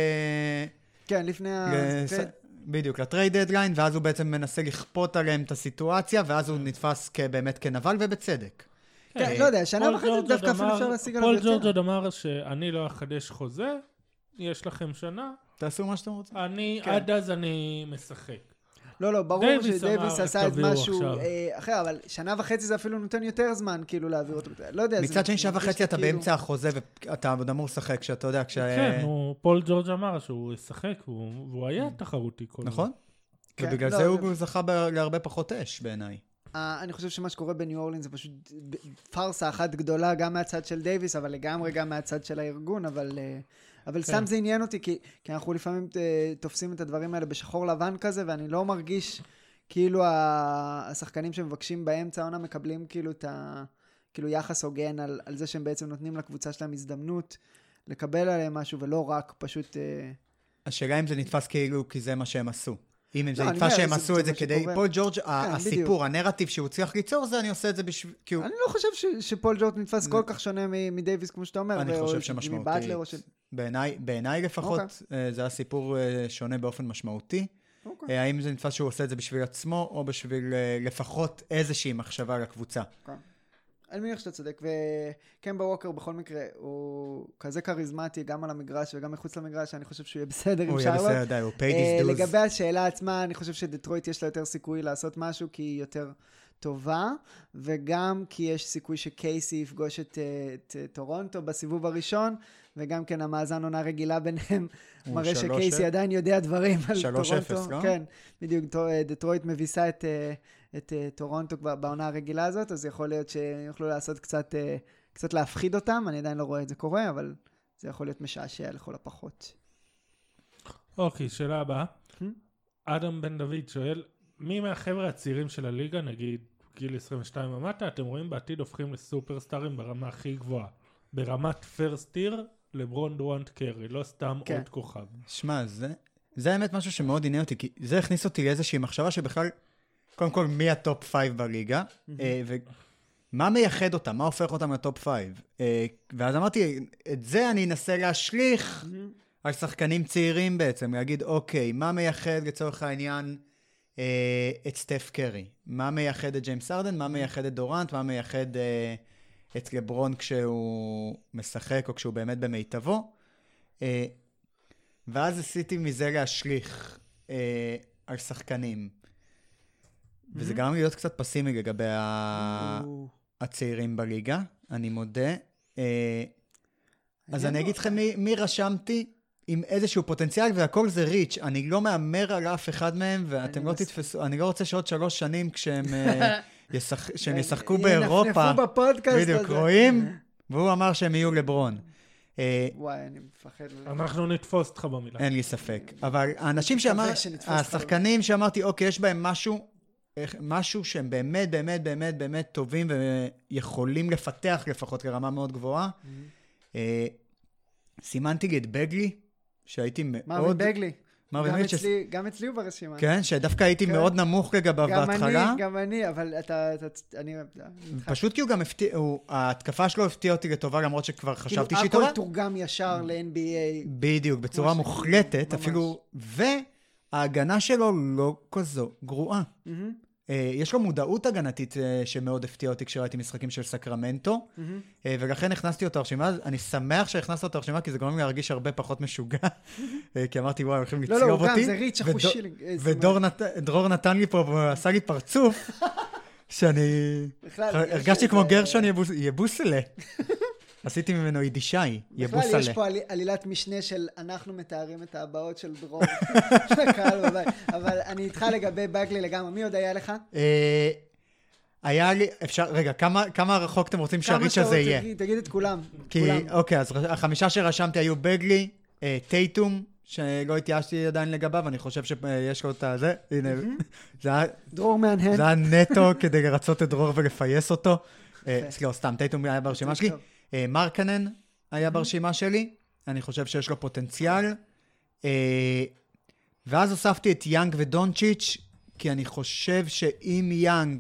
כן, לפני בדיוק, לטרייד דדליין, ואז הוא בעצם מנסה לכפות עליהם את הסיטואציה, ואז הוא נתפס באמת כנבל ובצדק. כן, לא יודע, שנה וחצי דווקא אפילו אפשר להשיג עליו יותר. פול ג'ורג' אמר שאני לא אחדש חוזה, יש לכם שנה. תעשו מה שאתם רוצים. עד אז אני משחק. לא, ברור שדייביס עשה את משהו אחר, אבל שנה וחצי זה אפילו נותן יותר זמן, כאילו, להעביר אותו. לא יודע. מצד שני, שנה וחצי אתה באמצע החוזה, ואתה עוד אמור לשחק, שאתה יודע, כן, פול ג'ורג' אמר שהוא ישחק, והוא היה תחרותי. נכון? ובגלל זה הוא זכה להרבה פחות אש, בעיניי. אני חושב שמה שקורה בניו אורלינס זה פשוט פרסה אחת גדולה, גם מהצד של דייביס, אבל לגמרי גם מהצד של הארגון, אבל סתם זה עניין אותי, כי אנחנו לפעמים תופסים את הדברים האלה בשחור לבן כזה, ואני לא מרגיש כאילו השחקנים שמבקשים באמצע העונה מקבלים כאילו יחס הוגן על זה שהם בעצם נותנים לקבוצה שלהם הזדמנות לקבל עליהם משהו, ולא רק פשוט... השאלה אם זה נתפס כאילו כי זה מה שהם עשו. אם זה נתפס שהם עשו את זה כדי... פול ג'ורג', הסיפור, הנרטיב שהוא צריך ליצור זה, אני עושה את זה בשביל... אני לא חושב שפול ג'ורג' נתפס כל כך שונה מדייביס, כמו שאתה אומר. אני חושב שמשמעותי. בעיניי לפחות, זה הסיפור שונה באופן משמעותי. האם זה נתפס שהוא עושה את זה בשביל עצמו, או בשביל לפחות איזושהי מחשבה לקבוצה. אני מניח שאתה צודק, וקמבה ווקר בכל מקרה הוא כזה קריזמטי גם על המגרש וגם מחוץ למגרש, אני חושב שהוא יהיה בסדר עם שרלוט. הוא יהיה בסדר, הוא paid his dues. לגבי השאלה עצמה, אני חושב שדטרויט יש לה יותר סיכוי לעשות משהו, כי היא יותר טובה, וגם כי יש סיכוי שקייסי יפגוש את טורונטו בסיבוב הראשון, וגם כן המאזן עונה רגילה ביניהם, מראה שקייסי עדיין יודע דברים על טורונטו. 3-0, לא? כן, בדיוק, דטרויט מביסה את טורונטו בעונה הרגילה הזאת, אז יכול להיות שיוכלו לעשות קצת להפחיד אותם, אני עדיין לא רואה את זה קורה, אבל זה יכול להיות משעשע לכל הפחות. אוקיי, שאלה הבאה. אדם בן דוד שואל, מי מהחבר'ה הצעירים של הליגה, נגיד גיל 22 ומטה, אתם רואים בעתיד הופכים לסופרסטארים ברמה הכי גבוהה? ברמת פרסט טיר, לברון דורנט קרי, לא סתם עוד כוכב. שמע, זה האמת משהו שמאוד עניין אותי, כי זה הכניס אותי לאיזושהי מחשבה שבכלל, קודם כל, מי הטופ 5 בליגה, ומה מייחד אותם, מה הופך אותם לטופ 5. ואז אמרתי, את זה אני אנסה להשליך על שחקנים צעירים בעצם, להגיד, אוקיי, מה מייחד לצורך העניין את סטף קרי? מה מייחד את ג'יימס ארדן? מה מייחד את דורנט? מה מייחד את לברון כשהוא משחק או כשהוא באמת במיטבו? ואז עשיתי מזה להשליך על שחקנים. וזה גרם לי להיות קצת פסימי לגבי הצעירים בליגה, אני מודה. אז אני אגיד לכם מי רשמתי עם איזשהו פוטנציאל, והכל זה ריץ'. אני לא מאמר על אף אחד מהם, ואתם לא תתפסו, אני לא רוצה שעוד 3 שנים כשהם ישחקו באירופה, ינפנפו בפודקאסט הזה. בדיוק, רואים, והוא אמר שהם יהיו לברון. וואי, אני מפחד. אנחנו נתפוס אותך במילה. אין לי ספק. אבל האנשים השחקנים שאמרתי, אוקיי, יש בהם משהו שהם באמת, באמת, באמת, באמת טובים, ויכולים לפתח לפחות לרמה מאוד גבוהה. סימנתי לי את בגלי, שהייתי מאוד... מרווין בגלי. גם אצלי הוא ברשימה. כן, שדווקא הייתי מאוד נמוך לגביו בהתחלה. גם אני, אבל אני... פשוט כי הוא גם הפתיע, ההתקפה שלו הפתיע אותי לטובה, למרות שכבר חשבתי שהיא טובה. הכל תורגם ישר ל-NBA. בדיוק, בצורה מוחלטת, אפילו, וההגנה שלו לא כזו גרועה. יש לו מודעות הגנתית שמאוד הפתיע אותי כשראיתי משחקים של סקרמנטו, ולכן הכנסתי אותו הרשימה. אני שמח שהכנסתי אותו הרשימה, כי זה גורם לי להרגיש הרבה פחות משוגע, כי אמרתי, וואי, הולכים לצלוב אותי. לא, גם, זה ריץ' אחוז שילינג. ודרור נתן לי פה, עשה לי פרצוף, שאני הרגשתי כמו גרשון יבוסלה. עשיתי ממנו יידישאי, יבוסלה. בכלל יש פה עלילת משנה של אנחנו מתארים את הבאות של דרור. לקהל בבית. אבל אני איתך לגבי בגלי לגמרי. מי עוד היה לך? היה לי, אפשר, רגע, כמה רחוק אתם רוצים שהריץ' הזה יהיה? תגיד את כולם. אוקיי, אז 5 שרשמתי היו בגלי, טייטום, שלא התייאשתי עדיין לגביו, אני חושב שיש לו את זה. הנה, דרור מהנהן. זה היה נטו כדי לרצות את דרור ולפייס אותו. סליחה, סתם, טייטום היה ברשימה שלי. מרקנן היה ברשימה שלי, אני חושב שיש לו פוטנציאל, ואז הוספתי את יאנג ודונצ'יץ', כי אני חושב שאם יאנג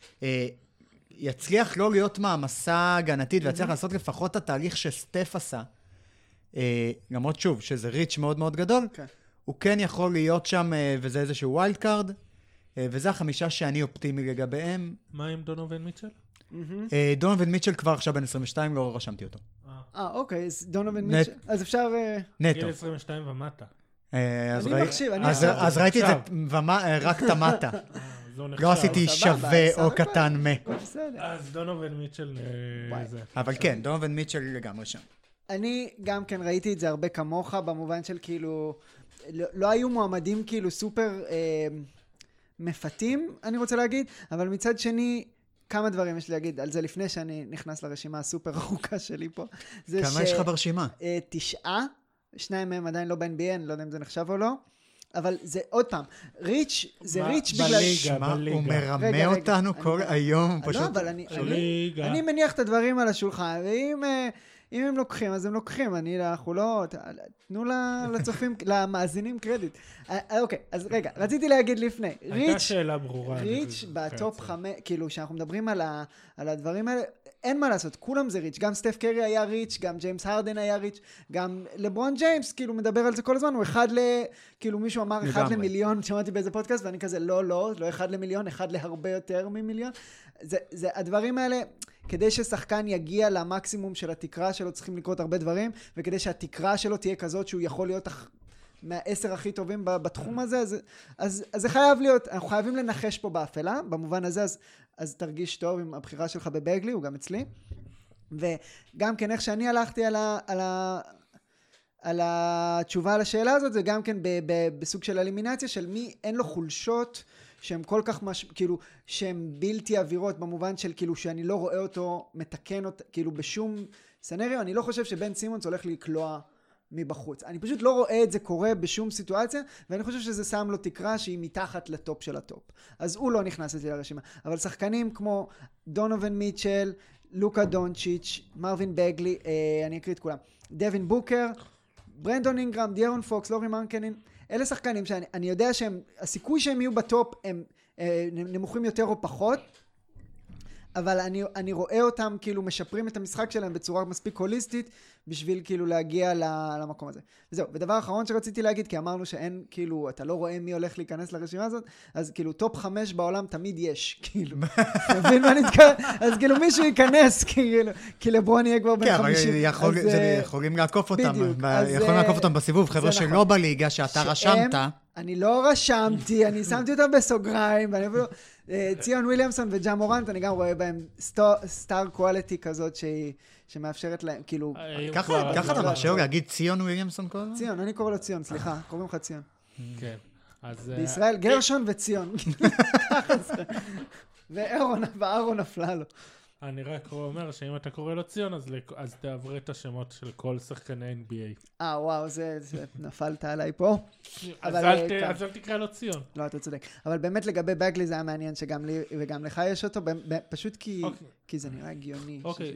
יצליח לא להיות מעמסה הגנתית, ויצליח לעשות לפחות את התהליך שסטף עשה, למרות שוב, שזה ריץ' מאוד מאוד גדול, הוא כן יכול להיות שם, וזה איזשהו ווילד קארד, וזה 5 שאני אופטימי לגביהם. מה עם דונובין מיטשל? דונובין מיטשל כבר עכשיו בן 22, לא רשמתי אותו. אוקיי, אז דונובין מיטשל, אז אפשר... נטו. גיל 22 ומטה. אני מחשיב, אז ראיתי את זה, רק את המטה. לא עשיתי שווה או קטן מה. אז דונובין מיטשל זה. אבל כן, דונובין מיטשל לגמרי שם. אני גם כן ראיתי את זה הרבה כמוך, במובן של כאילו, לא היו מועמדים כאילו סופר מפתים, אני רוצה להגיד, אבל מצד שני, כמה דברים יש לי להגיד על זה לפני שאני נכנס לרשימה הסופר ארוכה שלי פה. כמה יש לך ברשימה? 9, 2 מהם עדיין לא ב-NBA, אני לא יודע אם זה נחשב או לא, אבל זה עוד פעם, ריץ' זה ריץ' בליגה. הוא מרמה אותנו כל היום, פשוט. לא, אבל אני מניח את הדברים על השולחן, ואם הם לוקחים, אז הם לוקחים, אנחנו לא, תנו לצופים, למאזינים קרדיט. אוקיי, אז רגע, רציתי להגיד לפני, הייתה שאלה ברורה. ריץ' בטופ 5, כאילו, שאנחנו מדברים על הדברים האלה, אין מה לעשות, כולם זה ריץ', גם סטף קרי היה ריץ', גם ג'יימס הרדן היה ריץ', גם לברון ג'יימס, כאילו, מדבר על זה כל הזמן, הוא כאילו, מישהו אמר 1 למיליון, שמעתי באיזה פודקאסט, ואני כזה, לא 1 למיליון, 1 להרבה יותר ממיליון. זה הדברים האלה, כדי ששחקן יגיע למקסימום של התקרה שלו, צריכים לקרות הרבה דברים, וכדי שהתקרה שלו תהיה כזאת שהוא יכול להיות מה10 הכי טובים בתחום הזה, אז זה חייב להיות, אנחנו חייבים לנחש פה באפלה, במובן הזה, אז תרגיש טוב עם הבחירה שלך בבגלי, הוא גם אצלי. וגם כן, איך שאני הלכתי על התשובה על השאלה הזאת, זה גם כן בסוג של אלימינציה, של מי אין לו חולשות, שהן כל כך כאילו, שהן בלתי עבירות, במובן של כאילו, שאני לא רואה אותו, מתקן אותו, כאילו בשום סנריו, אני לא חושב שבן סימונס הולך לקלוע מבחוץ. אני פשוט לא רואה את זה קורה בשום סיטואציה, ואני חושב שזה שם לו תקרה שהיא מתחת לטופ של הטופ. אז הוא לא נכנס לזה לרשימה. אבל שחקנים כמו דונובין מיטשל, לוקה דונצ'יץ', מרווין בגלי, אני אקריא את כולם, דווין בוקר, ברנדון אינגרם, דיארון פוקס, לורי מרקנין, אלה שחקנים שאני יודע שהסיכוי שהם יהיו בטופ הם נמוכים יותר או פחות, אבל אני רואה אותם כאילו משפרים את המשחק שלהם בצורה מספיק הוליסטית, בשביל כאילו להגיע למקום הזה. וזהו, ודבר אחרון שרציתי להגיד, כי אמרנו שאין, כאילו, אתה לא רואה מי הולך להיכנס לרשימה הזאת, אז כאילו טופ 5 בעולם תמיד יש, כאילו. מבין מה נתקרא? אז כאילו מישהו ייכנס, כאילו, כי לברון יהיה כבר בן 50. כן, יכולים לעקוף אותם, יכולים לעקוף אותם בסיבוב, חבר'ה שלא בליגה שאתה רשמת. אני לא רשמתי, אני שמתי אותם בסוגריים, ואני אפילו, ציון וויליאמסון וג'ה מורנט, אני גם רואה בהם סטאר קואליטי כזאת שמאפשרת להם, כאילו... ככה אתה מרשה להגיד ציון וויליאמסון כל הזמן? ציון, אני קורא לו ציון, סליחה, קוראים לך ציון. כן. אז... בישראל גרשון וציון. ואהרון נפלה לו. אני רק אומר שאם אתה קורא לו ציון, אז תעברי את השמות של כל שחקני NBA. וואו, זה נפלת עליי פה. אז אל תקרא לו ציון. לא, אתה צודק. אבל באמת לגבי בגלי זה היה מעניין שגם לי וגם לך יש אותו, פשוט כי זה נראה הגיוני. אוקיי,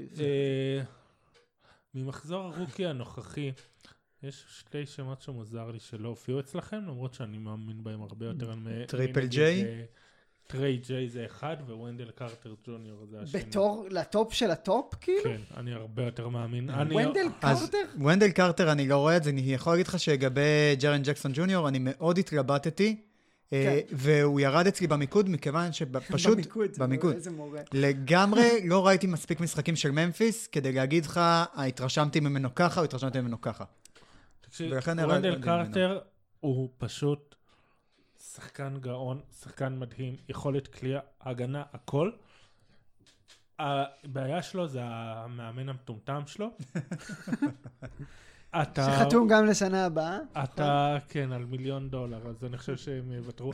ממחזור הרוקי הנוכחי, יש שתי שמות שמוזר לי שלא הופיעו אצלכם, למרות שאני מאמין בהם הרבה יותר. טריפל ג'יי? טריי ג'יי זה אחד, וונדל קרטר ג'וניור זה השני. בתור לטופ של הטופ, כאילו? כן, אני הרבה יותר מאמין. וונדל קרטר? וונדל קרטר, אני לא רואה את זה, אני יכול להגיד לך שלגבי ג'רן ג'קסון ג'וניור, אני מאוד התלבטתי, והוא ירד אצלי במיקוד, מכיוון שפשוט... במיקוד. איזה מורה. לגמרי לא ראיתי מספיק משחקים של ממפיס, כדי להגיד לך, התרשמתי ממנו ככה, או התרשמתי ממנו ככה. תקשיב, וונדל קרטר הוא פשוט... שחקן גאון, שחקן מדהים, יכולת קליעה, הגנה, הכל. הבעיה שלו זה המאמן המטומטם שלו. שחתום גם לשנה הבאה. אתה, כן, על $1,000,000, אז אני חושב שהם יוותרו.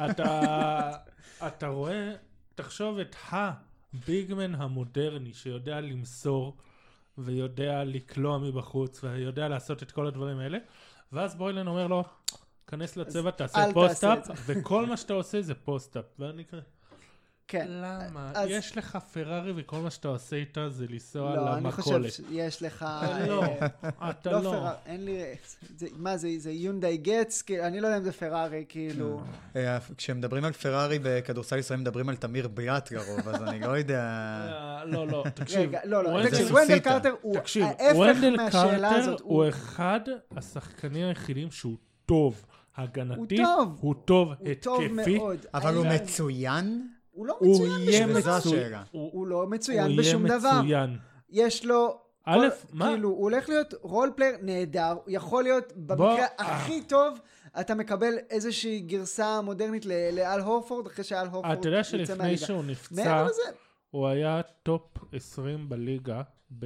אתה רואה, תחשוב את הביגמן המודרני שיודע למסור, ויודע לקלוע מבחוץ, ויודע לעשות את כל הדברים האלה, ואז בוילן אומר לו, כנס לצבע, תעשה פוסט-אפ, וכל מה שאתה עושה זה פוסט-אפ. ואני כזה, כן. למה? יש לך פרארי וכל מה שאתה עושה איתה זה לנסוע למכולת. לא, אני חושב שיש לך... לא, אתה לא. אין לי... מה זה, זה יונדאי גטס? אני לא יודע אם זה פרארי, כאילו... כשמדברים על פרארי בכדורסל ישראל מדברים על תמיר בלאט לרוב, אז אני לא יודע... לא, תקשיב. וונדל קרטר הוא ההפך מהשאלה הזאת. הוא אחד השחקנים היחידים שהוא טוב. הגנתית, הוא טוב התקפי, אבל הוא מצוין? הוא לא מצוין בשום דבר. הוא לא מצוין בשום דבר. יש לו, כאילו, הוא הולך להיות רול פלייר נהדר, הוא יכול להיות במקרה הכי טוב, אתה מקבל איזושהי גרסה מודרנית לאל הורפורד, אחרי שאל הורפורד אתה יודע שלפני שהוא נפצע, הוא היה טופ 20 בליגה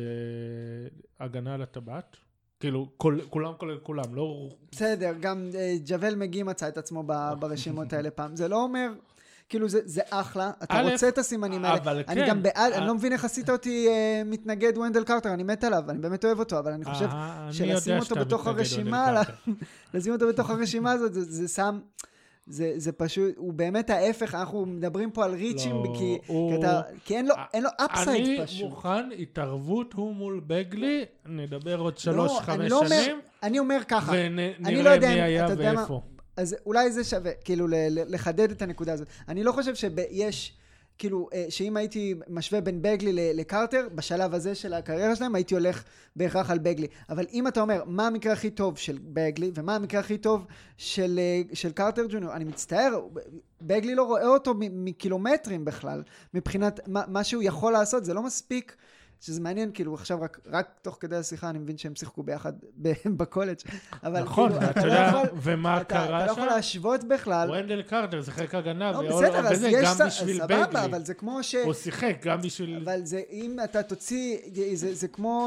בהגנה על הטבעת. כאילו, כולם, לא... בסדר, גם ג'וול מגי מצא את עצמו ברשימות האלה פעם. זה לא אומר, כאילו, זה אחלה, אתה רוצה את הסימנים האלה. אני גם בעד, אני לא מבין איך עשית אותי מתנגד וונדל קרטר, אני מת עליו, אני באמת אוהב אותו, אבל אני חושב שלשים אותו בתוך הרשימה, לשים אותו בתוך הרשימה הזאת, זה שם... זה פשוט, הוא באמת ההפך, אנחנו מדברים פה על ריצ'ים, כי אין לו אפסייד פשוט. אני מוכן, התערבות הוא מול בגלי, נדבר עוד 3-5 שנים, אני אומר ככה, ונראה מי היה ואיפה. אז אולי זה שווה, כאילו, לחדד את הנקודה הזאת. אני לא חושב שיש... כאילו, שאם הייתי משווה בין בגלי לקרטר, בשלב הזה של הקריירה שלהם, הייתי הולך בהכרח על בגלי. אבל אם אתה אומר, מה המקרה הכי טוב של בגלי, ומה המקרה הכי טוב של קרטר ג'וניור, אני מצטער, בגלי לא רואה אותו מקילומטרים בכלל, מבחינת מה שהוא יכול לעשות, זה לא מספיק, שזה מעניין, כאילו, עכשיו רק תוך כדי השיחה, אני מבין שהם שיחקו ביחד בקולג'. נכון, אתה יודע, ומה קרה שם? אתה לא יכול להשוות בכלל. וונדל קרטר, זה חלק הגנה, וזה גם בשביל בגלי. סבבה, אבל זה כמו ש... הוא שיחק גם בשביל... אבל זה, אם אתה תוציא, זה כמו...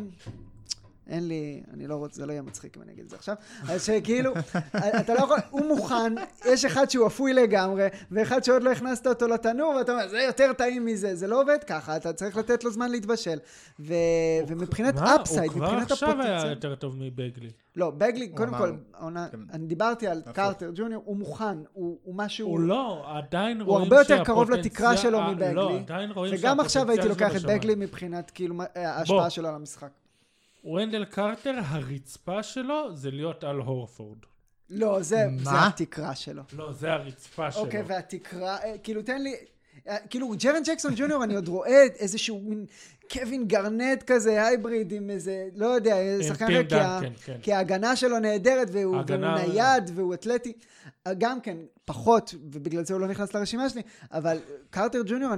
אין לי, אני לא רוצה, זה לא יהיה מצחיק אם אני אגיד את זה עכשיו, אז שכאילו, אתה לא יכול, הוא מוכן, יש אחד שהוא אפוי לגמרי, ואחד שעוד לא הכנסת אותו לתנור, ואתה אומר, זה יותר טעים מזה, זה לא עובד ככה, אתה צריך לתת לו זמן להתבשל, ומבחינת אפסייד, מבחינת הפוטנציאל. הוא כבר עכשיו היה יותר טוב מבגלי. לא, בגלי, קודם כל, אני דיברתי על קרטר ג'וניור, הוא מוכן, הוא משהו... הוא לא, עדיין רואים הוא הרבה יותר קרוב לתקרה שלו מבגלי, וגם עכשיו הייתי לוקח את בגלי מבחינת, כאילו, ההשפעה שלו על המשחק. וונדל קרטר, הרצפה שלו זה להיות על הורפורד. לא, זה התקרה שלו. לא, זה הרצפה שלו. אוקיי, והתקרה, כאילו, תן לי, כאילו, ג'רן ג'קסון ג'וניור, אני עוד רואה איזשהו מין קווין גרנט כזה, הייבריד עם איזה, לא יודע, שחקן כי ההגנה שלו נהדרת, והוא נייד, והוא אתלטי. גם כן, פחות, ובגלל זה הוא לא נכנס לרשימה שלי, אבל קרטר ג'וניור,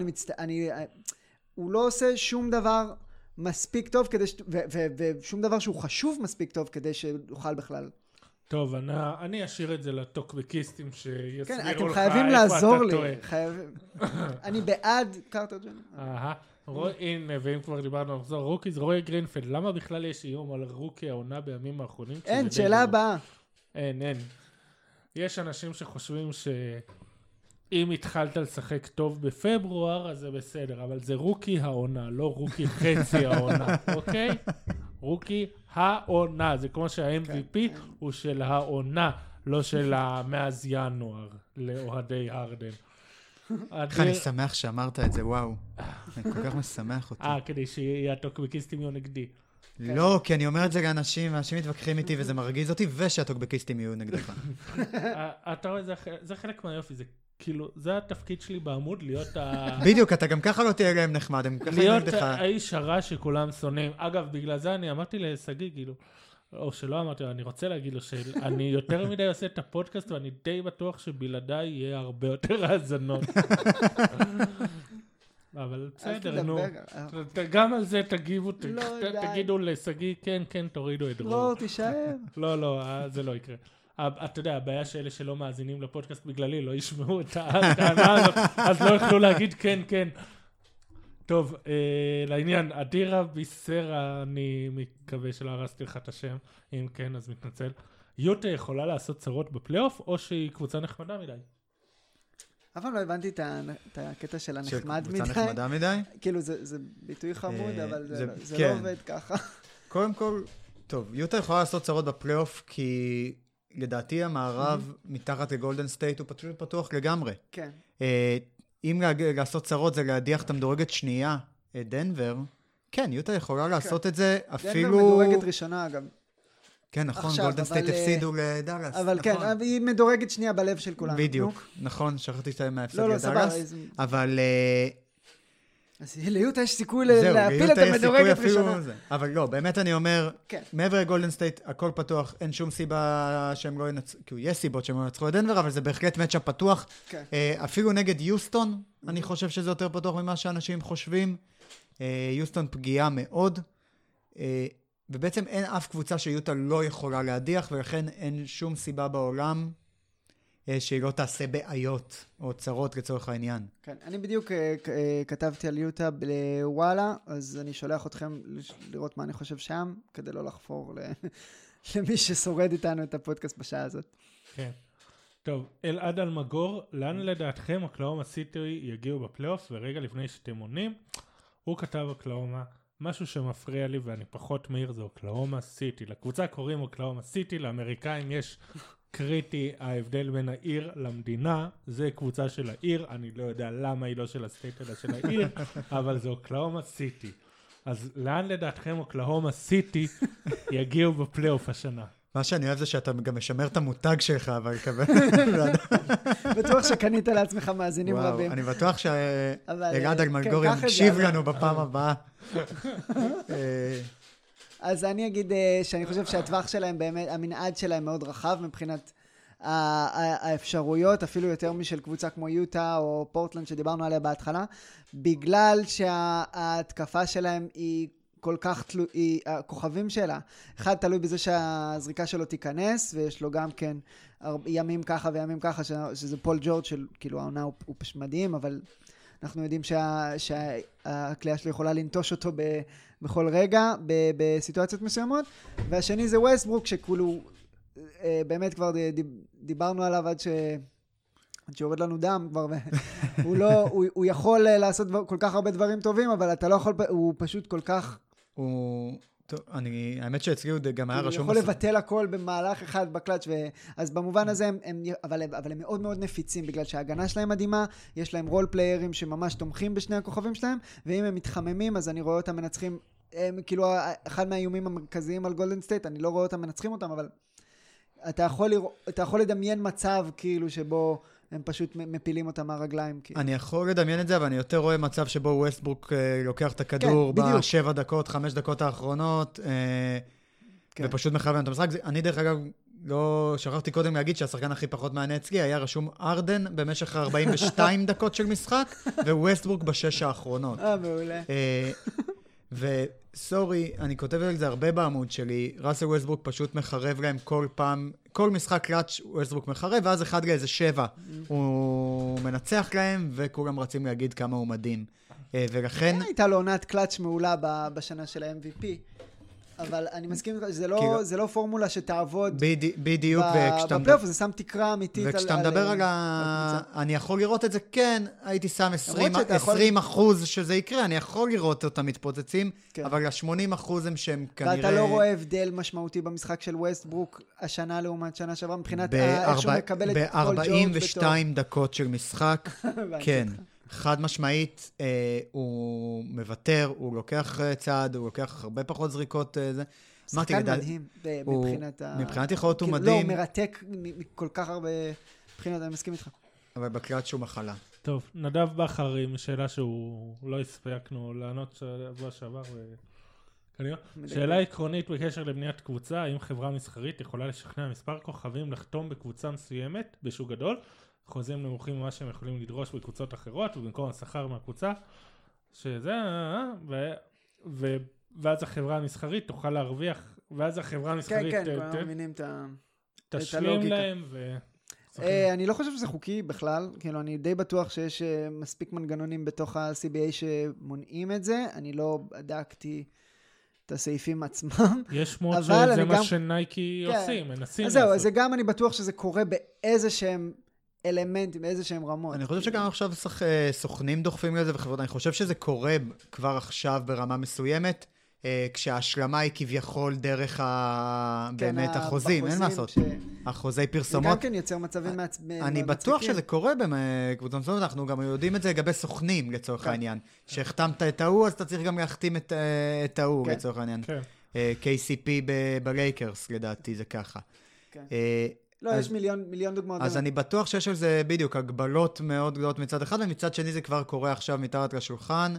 הוא לא עושה שום דבר מספיק טוב כדי ושום דבר שהוא חשוב מספיק טוב כדי שיוכל בכלל טוב, אני אשאיר את זה לטוקבקיסטים שיסבירו כן, לך אתם איפה חייבים אתה לעזור טועה. לי. אני בעד קרטר ג'וניור. הנה, ואם כבר דיברנו על מחזור רוקיז, רועי גרינפלד, למה בכלל יש איום על רוקי העונה בימים האחרונים? אין, שאלה הבאה. אין. יש אנשים שחושבים שאם התחלת לשחק טוב בפברואר, אז זה בסדר, אבל זה רוקי העונה, לא רוקי חצי העונה, אוקיי? רוקי העונה, זה כמו שה-MVP הוא של העונה, לא של מאז ינואר, לאוהדי הרדן. איך אני שמח שאמרת את זה, וואו. אני כל כך משמח אותי. כדי שהטוקבקיסטים יהיו נגדי. לא, כי אני אומר את זה לאנשים, אנשים מתווכחים איתי וזה מרגיז אותי, ושהטוקבקיסטים יהיו נגדך. אתה רואה, זה חלק מהיופי, זה כאילו, זה התפקיד שלי בעמוד, להיות בדיוק, אתה גם ככה לא תהיה להם נחמד, הם ככה להיות נגדך. האיש הרע שכולם שונאים. אגב, בגלל זה אני אמרתי לסגי, כאילו, או שלא אמרתי, אני רוצה להגיד לו שאני יותר מדי עושה את הפודקאסט, ואני די בטוח שבלעדיי יהיה הרבה יותר האזנות. אבל בסדר, נו. גם על זה תגיבו, תגידו לסגי, כן, תורידו את רוב. לא, תישאר. לא, זה לא יקרה. אתה יודע, הבעיה שאלה שלא מאזינים לפודקאסט בגללי, לא ישמעו את הטענה הזאת, אז לא יכלו להגיד כן. טוב, לעניין, אדירה ביסרה, אני מקווה שלא הרסתי לך את השם, אם כן, אז מתנצל. יוטה יכולה לעשות צרות בפלייאוף, או שהיא קבוצה נחמדה מדי? אבל לא הבנתי את הקטע של הנחמד מדי. קבוצה נחמדה מדי? כאילו, זה ביטוי חמוד, אבל זה כן. לא עובד ככה. קודם כל, טוב, יוטה יכולה לעשות צרות בפלייאוף, כי לדעתי המערב מתחת לגולדן סטייט הוא פתוח לגמרי. כן. אם לעשות צרות זה להדיח את המדורגת שנייה, דנבר, כן, יוטה יכולה לעשות את זה אפילו... דנבר מדורגת ראשונה, אגב. כן, נכון, גולדן סטייט הפסידו לדאלאס. אבל כן, היא מדורגת שנייה בלב של כולנו. בדיוק, נכון, שכחתי שאתה מההפסד לא, לדאלאס. אבל... אז ליוטה יש סיכוי להפיל את המדורגת ראשונה. אבל לא, באמת אני אומר, מעבר לגולדן סטייט, הכל פתוח, אין שום סיבה שהם לא ינצחו, כאילו יש סיבות שהם לא ינצחו את דנבר, אבל זה בהחלט מצ'אפ פתוח. אפילו נגד יוסטון, אני חושב שזה יותר פתוח ממה שאנשים חושבים. יוסטון פגיעה מאוד, ובעצם אין אף קבוצה שיוטה לא יכולה להדיח, ולכן אין שום סיבה בעולם שהיא לא תעשה בעיות או צרות לצורך העניין. כן, אני בדיוק כתבתי על יוטה בוואלה, אז אני שולח אתכם לראות מה אני חושב שם, כדי לא לחפור למי ששורד איתנו את הפודקאסט בשעה הזאת. כן. טוב, אלעד אלמגור, לאן לדעתכם אוקלהומה סיטי יגיעו בפלייאוף, ורגע לפני שאתם עונים, הוא כתב אוקלהומה, משהו שמפריע לי ואני פחות מהיר זה אוקלהומה סיטי. לקבוצה קוראים אוקלהומה סיטי, לאמריקאים יש קריטי ההבדל בין העיר למדינה, זה קבוצה של העיר, אני לא יודע למה היא לא של הסטייט אלא של העיר, אבל זה אוקלהומה סיטי. אז לאן לדעתכם אוקלהומה סיטי יגיעו בפלייאוף השנה? מה שאני אוהב זה שאתה גם משמר את המותג שלך, אבל כבל... בטוח שקנית לעצמך מאזינים רבים. אני בטוח שאלעד אלמגור יקשיב לנו בפעם הבאה. אז אני אגיד שאני חושב שהטווח שלהם באמת, המנעד שלהם מאוד רחב מבחינת האפשרויות, אפילו יותר משל קבוצה כמו יוטה או פורטלנד שדיברנו עליה בהתחלה, בגלל שההתקפה שלהם היא כל כך הכוכבים שלה. אחד תלוי בזה שהזריקה שלו תיכנס, ויש לו גם כן ימים ככה וימים ככה, שזה פול ג'ורג' של, כאילו העונה הוא פשוט מדהים, אבל אנחנו יודעים שהקליעה שלו יכולה לנטוש אותו בכל רגע, בסיטואציות מסוימות, והשני זה ווסטברוק, שכאילו, באמת כבר דיברנו עליו עד שיורד לנו דם כבר, הוא יכול לעשות כל כך הרבה דברים טובים, אבל אתה לא יכול, הוא פשוט כל כך... טוב, האמת שאצלי הוא גם היה רשום... הוא יכול לבטל הכל במהלך אחד בקלאץ' אז במובן הזה אבל הם מאוד מאוד נפיצים, בגלל שההגנה שלהם מדהימה, יש להם רול פליירים שממש תומכים בשני הכוכבים שלהם, ואם הם מתחממים, אז אני רואה אותם מנצחים, כאילו אחד מהאיומים המרכזיים על גולדן סטייט, אני לא רואה אותם מנצחים אותם, אבל אתה יכול לדמיין מצב כאילו שבו הם פשוט מפילים אותם מהרגליים. אני יכול לדמיין את זה, אבל אני יותר רואה מצב שבו ווסטברוק לוקח את הכדור ב7 דקות, 5 דקות האחרונות, ופשוט מכוון את המשחק. אני דרך אגב לא שכחתי קודם להגיד שהשחקן הכי פחות מענה אצלי היה רשום ארדן במשך 42 דקות של משחק, וווסטברוק ב6 האחרונות. מעולה. וסורי, אני כותב על זה הרבה בעמוד שלי, ראסל ווסטברוק פשוט מחרב להם כל פעם כל משחק קלאץ' ווסטברוק מחרב, ואז 1-7 הוא מנצח להם, וכולם רצים להגיד כמה הוא מדהים. ולכן... הייתה לו עונת קלאץ' מעולה בשנה של ה-MVP. אבל אני מסכים, זה לא פורמולה שתעבוד בדיוק, בפלייאוף, זה שם תקרה אמיתית. וכשאתה מדבר על אני יכול לראות את זה, כן, הייתי שם 20% שזה יקרה, אני יכול לראות אותם מתפוצצים, אבל ה-80% הם שהם כנראה... ואתה לא רואה הבדל משמעותי במשחק של ווסטברוק השנה לעומת שנה שעברה, מבחינת איך שהוא מקבל את פול ג'ורג' ב-42 דקות של משחק, כן. חד משמעית, הוא מוותר, הוא לוקח צעד, הוא לוקח הרבה פחות זריקות. שחקן מדהים מבחינת יכולות הוא מדהים. לא, הוא מרתק מכל כך הרבה מבחינות, אני מסכים איתך. אבל בקריאת שהוא מחלה. טוב, נדב בכר עם שאלה שהוא לא הספקנו לענות שבוע שעבר. שאלה עקרונית בקשר לבניית קבוצה, האם חברה מסחרית יכולה לשכנע מספר כוכבים לחתום בקבוצה מסוימת בשוק גדול, חוזים נמוכים ממה שהם יכולים לדרוש בקבוצות אחרות, ובמקום השכר מהקבוצה, שזה, ואז החברה המסחרית תוכל להרוויח, ואז החברה המסחרית כן, כולנו מבינים את תשלים להם, אני לא חושב שזה חוקי בכלל, כאילו אני די בטוח שיש מספיק מנגנונים בתוך ה-CBA שמונעים את זה, אני לא בדקתי את הסעיפים עצמם. יש שמות שזה מה שנייקי עושים, מנסים לעשות. אז זהו, זה גם אני בטוח שזה קורה באיזה שהם אלמנטים, באיזה שהם רמות. אני חושב שגם עכשיו סוכנים דוחפים לזה וחברות, אני חושב שזה קורה כבר עכשיו ברמה מסוימת, כשההשלמה היא כביכול דרך באמת החוזים, אין מה לעשות. החוזי פרסומות. זה גם כן יוצר מצבים אני בטוח שזה קורה בקבוצות מסוימות, אנחנו גם יודעים את זה לגבי סוכנים לצורך העניין. שהחתמת את ההוא, אז אתה צריך גם להחתים את ההוא לצורך העניין. KCP בלייקרס, לדעתי, זה ככה. לא, יש מיליון דוגמאות. אז אני בטוח שיש על זה בדיוק הגבלות מאוד גדולות מצד אחד, ומצד שני זה כבר קורה עכשיו מתחת לשולחן.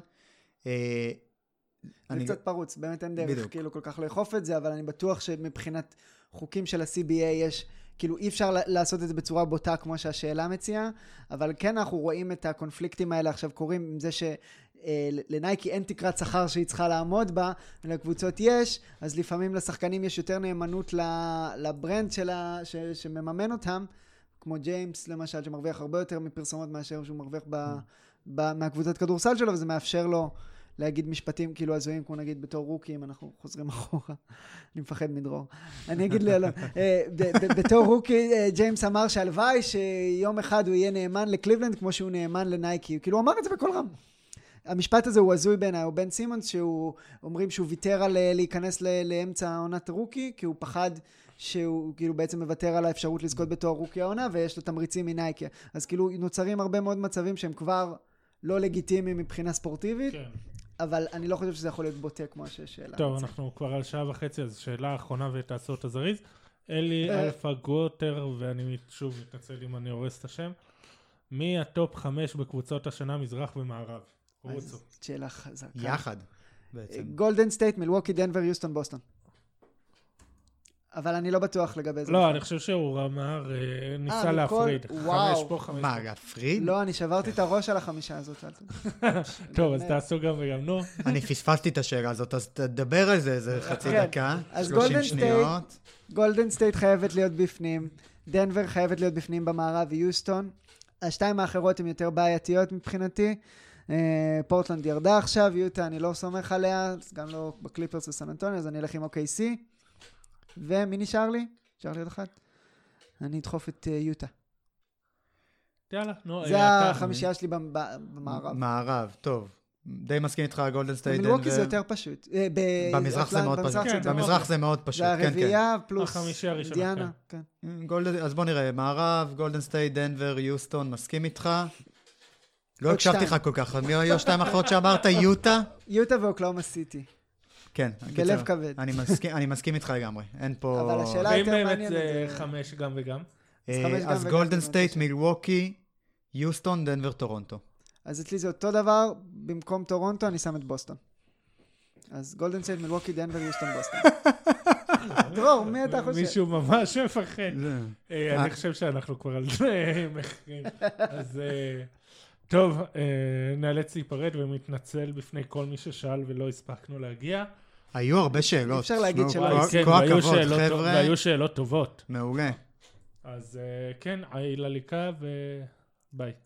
זה קצת פרוץ, באמת אין דרך כאילו כל כך לאכוף את זה, אבל אני בטוח שמבחינת חוקים של ה-CBA יש, כאילו אי אפשר לעשות את זה בצורה בוטה כמו שהשאלה מציעה, אבל כן אנחנו רואים את הקונפליקטים האלה עכשיו קורים עם זה שלנייקי אין תקרת שכר שהיא צריכה לעמוד בה, ולקבוצות יש, אז לפעמים לשחקנים יש יותר נאמנות לברנד שמממן אותם, כמו ג'יימס למשל, שמרוויח הרבה יותר מפרסומות מאשר שהוא מרוויח מהקבוצת כדורסל שלו, וזה מאפשר לו להגיד משפטים כאילו הזויים, כמו נגיד בתור רוקים, אנחנו חוזרים אחורה, אני מפחד מדרור. אני אגיד לי, בתור רוקי, ג'יימס אמר שהלוואי שיום אחד הוא יהיה נאמן לקליבלנד, כמו שהוא נאמן לנייקי, כאילו הוא אמר את זה בכל רם. המשפט הזה הוא הזוי בעיניי, הוא בן סימונס, שהוא אומרים שהוא ויתר על להיכנס לאמצע עונת רוקי, כי הוא פחד שהוא כאילו בעצם מוותר על האפשרות לזכות בתור רוקי העונה, ויש לו תמריצים מנייקי. אז כאילו נוצרים הרבה מאוד מצבים שהם כבר לא לגיטימיים מבחינה ספורטיבית, כן. אבל אני לא חושב שזה יכול להיות בוטה כמו השאלה. טוב, אנחנו כבר על 1.5 שעה, אז שאלה האחרונה ותעשו אותה זריז. אלי אלפא גוטר, ואני שוב מתנצל אם אני הורס את השם, מי הטופ 5 בקבוצות השנה מזרח ומערב? רוצו. שאלה חזקה. יחד, בעצם. גולדן סטייט, מילווקי, דנבר, יוסטון, בוסטון. אבל אני לא בטוח לגבי זה. לא, אני חושב שהוא אמר, ניסה להפריד. וואו. מה, להפריד? לא, אני שברתי את הראש על 5 הזאת. טוב, אז תעשו גם וגם נו. אני פספסתי את השאלה הזאת, אז תדבר על זה, זה חצי דקה, 30 שניות. גולדן סטייט חייבת להיות בפנים, דנבר חייבת להיות בפנים במערב ויוסטון. השתיים האחרות הן יותר בעייתיות מבחינתי. פורטלנד ירדה עכשיו, יוטה אני לא סומך עליה, גם לא בקליפרס וסן אנטוניו, אז אני אלך עם OKC. ומי נשאר לי? נשאר לי עוד אחת. אני אדחוף את יוטה. יאללה, נו. זה החמישייה שלי במערב. מערב, טוב. די מסכים איתך, גולדן סטייט. במילווקי זה יותר פשוט. במזרח זה מאוד פשוט. במזרח זה מאוד פשוט. זה הרביעייה פלוס החמישייה הראשונה. דיאנה. אז בוא נראה, מערב, גולדן סטייט, דנבר, יוסטון, מסכים איתך. לא הקשבתי לך כל כך. מי היו שתיים אחרות שאמרת? יוטה? יוטה ואוקלאומה סיטי. כן. בלב כבד. אני מסכים איתך לגמרי. אין פה... אבל השאלה יותר מעניינת. ואם באמת זה 5 גם וגם? אז גולדן סטייט, מילווקי, יוסטון, דנבר, טורונטו. אז אצלי זה אותו דבר, במקום טורונטו אני שם את בוסטון. אז גולדן סטייט, מילווקי, דנבר, יוסטון, בוסטון. דרור, מי אתה חושב? מישהו ממש מפחד. אני חושב שאנחנו כבר על זה מחרים. אז טוב, נאלץ להיפרד ומתנצל בפני כל מי ששאל ולא הספקנו להגיע. היו הרבה שאלות. אפשר להגיד שלא. והיו שאלות טובות. מעולה. אז כן, העילה ליקה וביי.